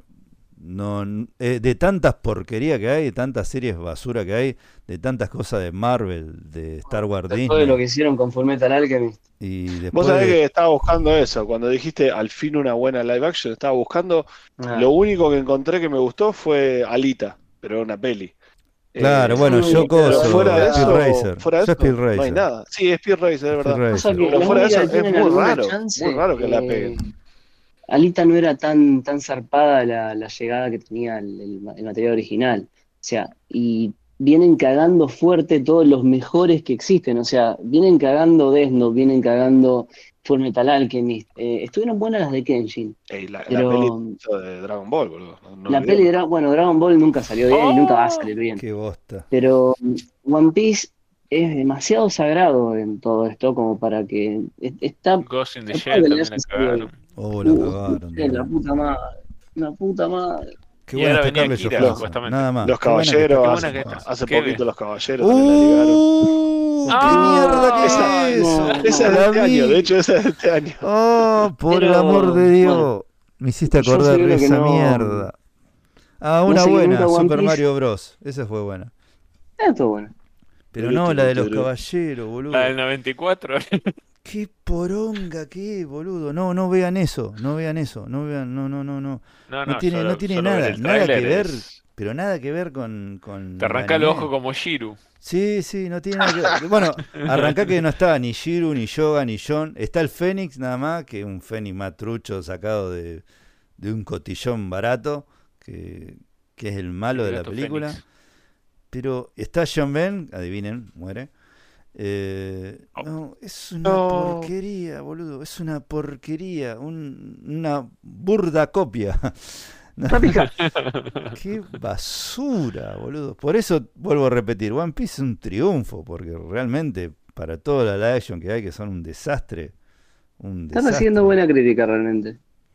no eh, de tantas porquerías que hay, de tantas series basura que hay, de tantas cosas de Marvel, de Star Wars, Después de lo que Disney hicieron con Fullmetal Alchemist. y Vos después sabés de que estaba buscando eso. Cuando dijiste al fin una buena live action, estaba buscando. Ah, Lo único que encontré que me gustó fue Alita, pero era una peli. claro, Eh, bueno, yo sí, pero pero fuera coso, de esa- Speed eso, Racer, fuera de yo Speed eso, no hay Racer, nada. Sí, es Speed Racer, es Speed verdad. pasa Racer. que Pero la fuera de única eso, que es tienen muy alguna raro, muy chance, raro que la eh, peguen. Alita no era tan, tan zarpada la, la llegada que tenía el, el ma- el material original. O sea, y vienen cagando fuerte todos los mejores que existen. O sea, vienen cagando Death Note, vienen cagando Fullmetal Alchemist. Eh, estuvieron buenas las de Kenshin, Ey, la, la peli pero de Dragon Ball, boludo, no, no la peli de olvidemos. Dra- bueno, Dragon Ball nunca salió bien y nunca va a ¡Oh! salir bien. Qué bosta. Pero mm, One Piece es demasiado sagrado en todo esto como para que es- está Ghost in the capaz que Shell le también haya la salido bien. cagaron. Oh, la Uh, cagaron la también. puta madre, la puta madre. Qué Y buena ahora está venía Scarlett Kira, Los, Johansson, supuestamente. nada más. los Qué buena que está caballeros, Qué hace, buena Scarlett que está. hace ¿Qué poquito ve? los caballeros también la ligaron. ¡Uh! ¡Qué No, mierda que Esa, es eso! no, esa es de La este año, de vi. hecho, esa es de este año. ¡Oh, por el amor pero de bueno, Dios! Me hiciste yo acordar soy de uno que esa no, mierda. Ah, no una seguí nunca buena, One Super Piece. Mario Bros. Esa fue buena. Esto bueno. Pero Turu, no la turu, de los turu. caballeros, La boludo. del noventa y cuatro. Qué poronga que es, boludo. No, no vean eso, no vean eso, no vean, no, no, no, no. No, No no, tiene, no solo, tiene solo ver nada, el nada que tráiler ver, es... pero nada que ver con, con Te el arranca el anime. ojo como Shiru. Sí, sí, no tiene nada que ver. Bueno, arrancá que no está ni Shiru, ni Yoga, ni John. Está el Fénix nada más, que es un Fénix más trucho sacado de, de un cotillón barato, que, que es el malo El de la gato película. Fénix. Pero está John Ben, adivinen, muere. Eh, Oh. no, es una No. porquería, boludo. Es una porquería. un- una burda copia. No, Rápica. qué basura, boludo. Por eso vuelvo a repetir, One Piece es un triunfo, porque realmente para toda la live action que hay, que son un desastre, un Está recibiendo desastre. buena crítica realmente.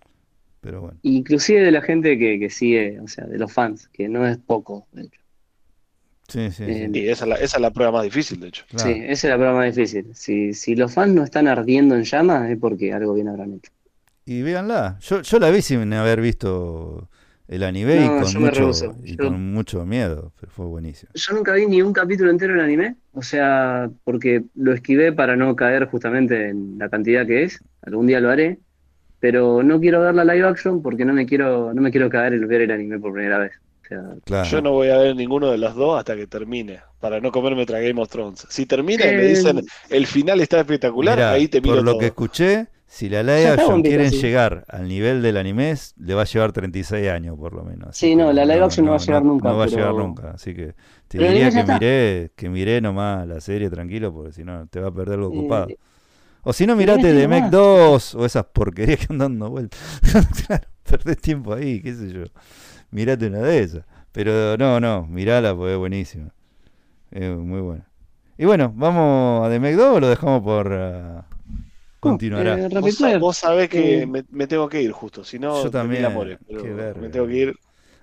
pero bueno. Inclusive de la gente que, que sigue, o sea, de los fans, que no es poco, de hecho. Sí, sí, Eh, sí. Y esa es la, esa es la prueba más difícil, de hecho. Claro. Sí, esa es la prueba más difícil. Si, si los fans no están ardiendo en llamas es porque algo bien habrán hecho. Y véanla. Yo, yo la vi sin haber visto el anime y No, con yo me mucho rehuso. y Yo, con mucho miedo, pero fue buenísimo. yo nunca vi ni un capítulo entero del anime, o sea, porque lo esquivé para no caer justamente en la cantidad que es. Algún día lo haré, pero no quiero ver la live action porque no me quiero, no me quiero caer en ver el anime por primera vez. O sea, Claro. Yo no voy a ver ninguno de los dos hasta que termine, para no comerme otra Game of Thrones. Si termina y me eh, dicen el final está espectacular, Mirá, ahí te por miro lo todo. que escuché, si la live ya está action One Piece quieren así. llegar al nivel del anime, le va a llevar treinta y seis años por lo menos. Así Sí, no, que la live no, action no va a no, llegar no, nunca, no va a llegar pero, nunca. Así que te pero el diría anime ya que está. miré, que miré nomás la serie tranquilo, porque si no te va a perder lo ocupado. Eh, O si no, el anime mirate está de Mech nomás. dos o esas porquerías que andan dando vueltas. Claro, perdés tiempo ahí, qué sé yo. Mirate una de esas. Pero no, no, mirala porque es buenísima. Es muy buena. Y bueno, ¿vamos a The Mech dos o lo dejamos por uh, No, continuará? eh, Rapid Vos, sa- Fire. vos sabés que eh, me, me tengo que ir justo, si Yo no me mil amores, también, qué pero me verga. tengo que ir.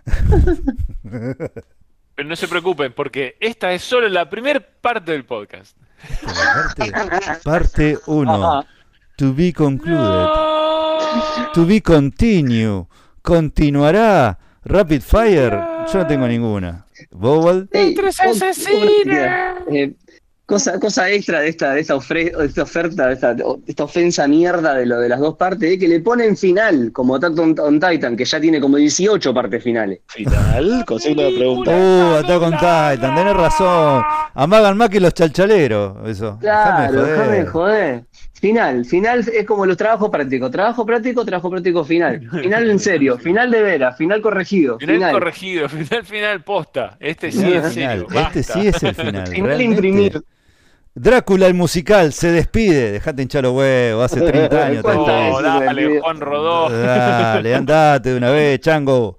Pero no se preocupen, porque esta es solo la primera parte del podcast. Esta es la parte, parte uno. ah, To be concluded. ¡No! To be continue. Continuará. Rapid Fire. Yo no tengo ninguna. Vowel. ey, ¡Tres o- una idea. asesinos! Eh, cosa, cosa extra de esta, de esta, ofre- de esta oferta, de esta, de esta ofensa mierda de lo de las dos partes, es que le ponen final, como Attack on, on Titan, que ya tiene como dieciocho partes finales. Final, con signo de pregunta. Uh, Attack on Titan. Tenés razón. Amagan más que los chalchaleros. Eso. Déjame Claro, déjame joder. joder. Final, final es como los trabajos prácticos. Trabajo práctico, trabajo práctico final. Final en serio, final de veras, final corregido, Final final. corregido, final final posta. Este sí, Final, en final. serio, basta. Este sí es el final. Final Realmente. imprimir. Drácula el musical se despide. Dejate hinchar los huevos. Hace treinta años. ¿Cuántas treinta No, veces años. me dale, pidió? Juan Rodó. Dale, andate de una vez, chango.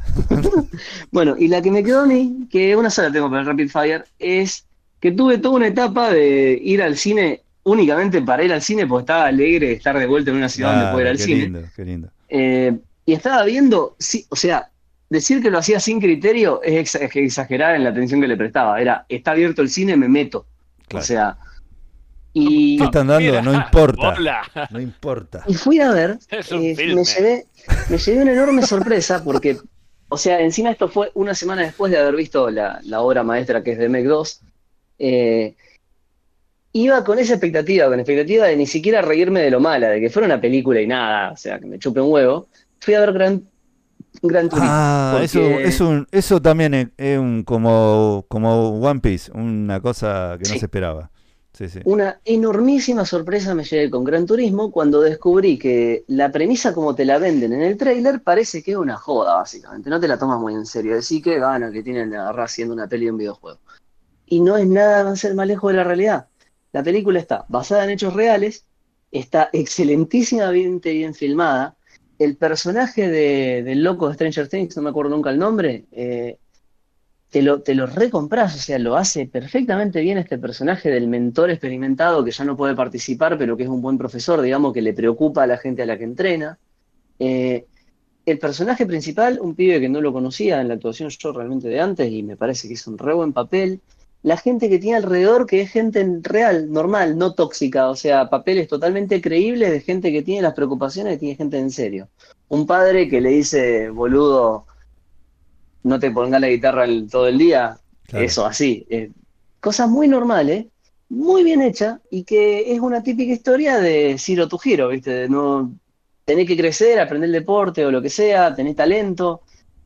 Bueno, y la que me quedó a mí, que una sola tengo para el Rapid Fire, es que tuve toda una etapa de ir al cine únicamente para ir al cine, porque estaba alegre de estar de vuelta en una ciudad donde puedo ir Claro, al qué cine. lindo, qué lindo. Eh, y estaba viendo, sí, o sea, decir que lo hacía sin criterio es, exa- es exagerar en la atención que le prestaba. Era, está abierto el cine, me meto. Claro. O sea, y, ¿Qué están dando? Mira, No importa. bola. No importa. y fui a ver, Es un eh, filme. me llevé, me llevé una enorme sorpresa porque, o sea, encima esto fue una semana después de haber visto la, la obra maestra que es de Mech dos. eh, Iba con esa expectativa, con expectativa de ni siquiera reírme de lo mala, de que fuera una película y nada, o sea, que me chupe un huevo. Fui a ver Gran, Gran Turismo. Ah, eso, porque- eso, un- eso también es, es un como, como One Piece, una cosa que no Sí. se esperaba. Sí, sí. Una enormísima sorpresa me llevé con Gran Turismo cuando descubrí que la premisa como te la venden en el tráiler parece que es una joda, básicamente. No te la tomas muy en serio. Decís que gana que tienen de agarrar haciendo una peli de un videojuego. Y no es nada más el más lejos de la realidad. La película está basada en hechos reales, está excelentísimamente bien filmada. El personaje de- del loco de Stranger Things, no me acuerdo nunca el nombre, eh, te lo, te lo recompras, o sea, lo hace perfectamente bien este personaje del mentor experimentado que ya no puede participar, pero que es un buen profesor, digamos, que le preocupa a la gente a la que entrena. Eh, el personaje principal, un pibe que no lo conocía en la actuación yo realmente de antes, y me parece que hizo un re buen papel. La gente que tiene alrededor, que es gente real, normal, no tóxica, o sea, papeles totalmente creíbles de gente que tiene las preocupaciones y tiene gente en serio. Un padre que le dice, boludo, no te pongas la guitarra el- todo el día, Claro. eso así. Eh, cosas muy normales, muy bien hechas, y que es una típica historia de Zero to Hero, ¿viste? De no tenés que crecer, aprender el deporte o lo que sea, tenés talento.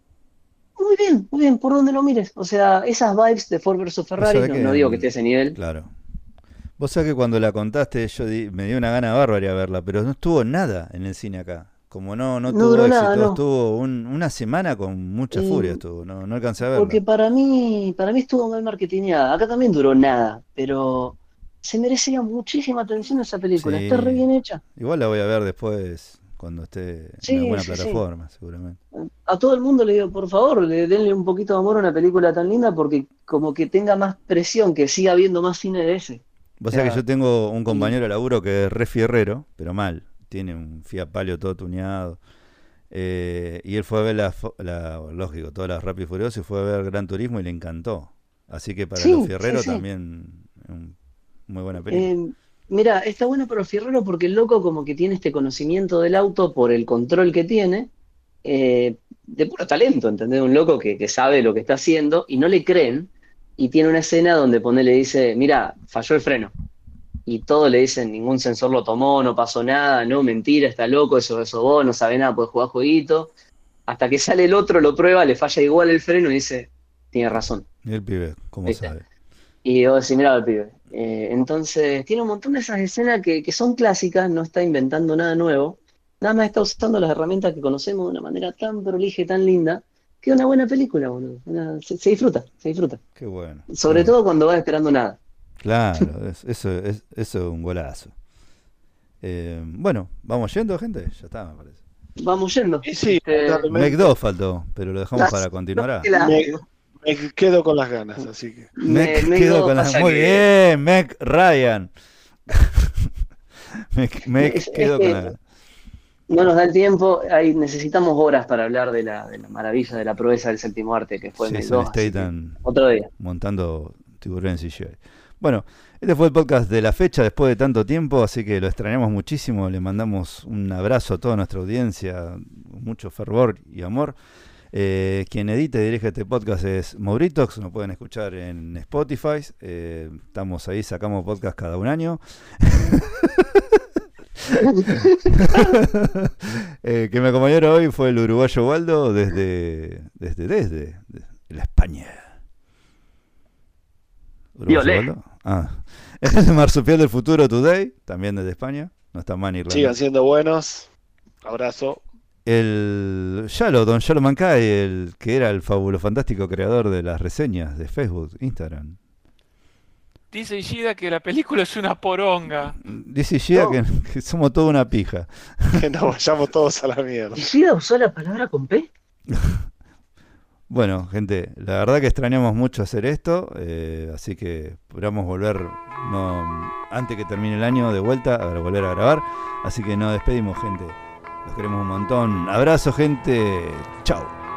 Muy bien, muy bien, por donde lo mires. O sea, esas vibes de Ford versus Ferrari, sabés no, que, no digo que esté a ese nivel. Claro. Vos sabés que cuando la contaste yo di- me dio una gana bárbara a verla, pero no estuvo nada en el cine acá. Como no, no No tuvo duró éxito, nada, no. estuvo un- una semana con mucha Eh, furia, estuvo, no, no alcancé a verla. Porque para mí, para mí estuvo mal marketingada. Acá también duró nada, pero se merecía muchísima atención esa película. Está re Sí. bien hecha. Igual la voy a ver después cuando esté en Sí, alguna sí, sí. plataforma, seguramente. A todo el mundo le digo, por favor, le denle un poquito de amor a una película tan linda porque como que tenga más presión, que siga habiendo más cine de ese. Vos O sabés que sea, yo tengo un compañero de laburo que es re fierrero, pero mal. Tiene un Fiat Palio todo tuneado. Eh, y él fue a ver la, la lógico, todas las Rápido y Furioso y fue a ver Gran Turismo y le encantó. Así que para Sí, los sí, fierreros sí. también un, muy buena película. Eh, mira, está bueno para Fierrero porque el loco como que tiene este conocimiento del auto por el control que tiene, eh, de puro talento, ¿entendés? Un loco que, que sabe lo que está haciendo y no le creen, y tiene una escena donde pone, le dice, mira, falló el freno. Y todos le dicen, ningún sensor lo tomó, no pasó nada, no, mentira, está loco, eso, eso vos, no sabe nada, puede jugar jueguito. Hasta que sale el otro, lo prueba, le falla igual el freno y dice, tiene razón. Y el pibe, como ¿Viste? sabe. Y vos decís, mirá al pibe. Eh, entonces, tiene un montón de esas escenas que, que son clásicas, no está inventando nada nuevo, nada más está usando las herramientas que conocemos de una manera tan prolija y tan linda, que es una buena película, boludo. Una- se, se disfruta, se disfruta. Qué bueno. Sobre Qué bueno. todo cuando vas esperando nada. Claro, es- eso, es, eso es un golazo. Eh, bueno, ¿vamos yendo, gente? Ya está, me parece. Vamos yendo. Y sí, Este, totalmente. Mech dos faltó, pero lo dejamos las- para continuar. que la- Me, me quedo con las ganas, así que. Mech me- me quedó quedo- con la... pasa Muy que- bien, Mech Ryan. Mech, Mech Es- es quedó que- con la... No nos da el tiempo, hay, necesitamos horas para hablar de la, de la maravilla, de la proeza del séptimo arte, que fue Mech Jason dos, así que Statham otro día. montando tiburones y G I. Bueno, este fue el podcast de la fecha después de tanto tiempo, así que lo extrañamos muchísimo. Le mandamos un abrazo a toda nuestra audiencia, mucho fervor y amor. Eh, quien edita y dirige este podcast es Mauritox, nos pueden escuchar en Spotify. Eh, estamos ahí, sacamos podcast cada un año. Eh, que me acompañaron hoy fue el uruguayo Waldo desde desde desde, desde la España. ¿Uruguayo Violé. Waldo? Ah. El Marsupial del Futuro Today, también desde España. No está mal Irlanda. Sigan siendo buenos. Abrazo. El Yalo, Don Yalo Mancay, el que era el fabulo fantástico creador de las reseñas de Facebook, Instagram. Dice Ishida que la película es una poronga. Dice Gia No. que, que somos toda una pija. Que nos vayamos todos a la mierda. ¿Y Frida usó la palabra con P? Bueno, gente, la verdad que extrañamos mucho hacer esto, eh, así que esperamos volver no, antes que termine el año de vuelta a volver a grabar. Así que nos despedimos, gente. Los queremos un montón. Abrazo, gente. Chao.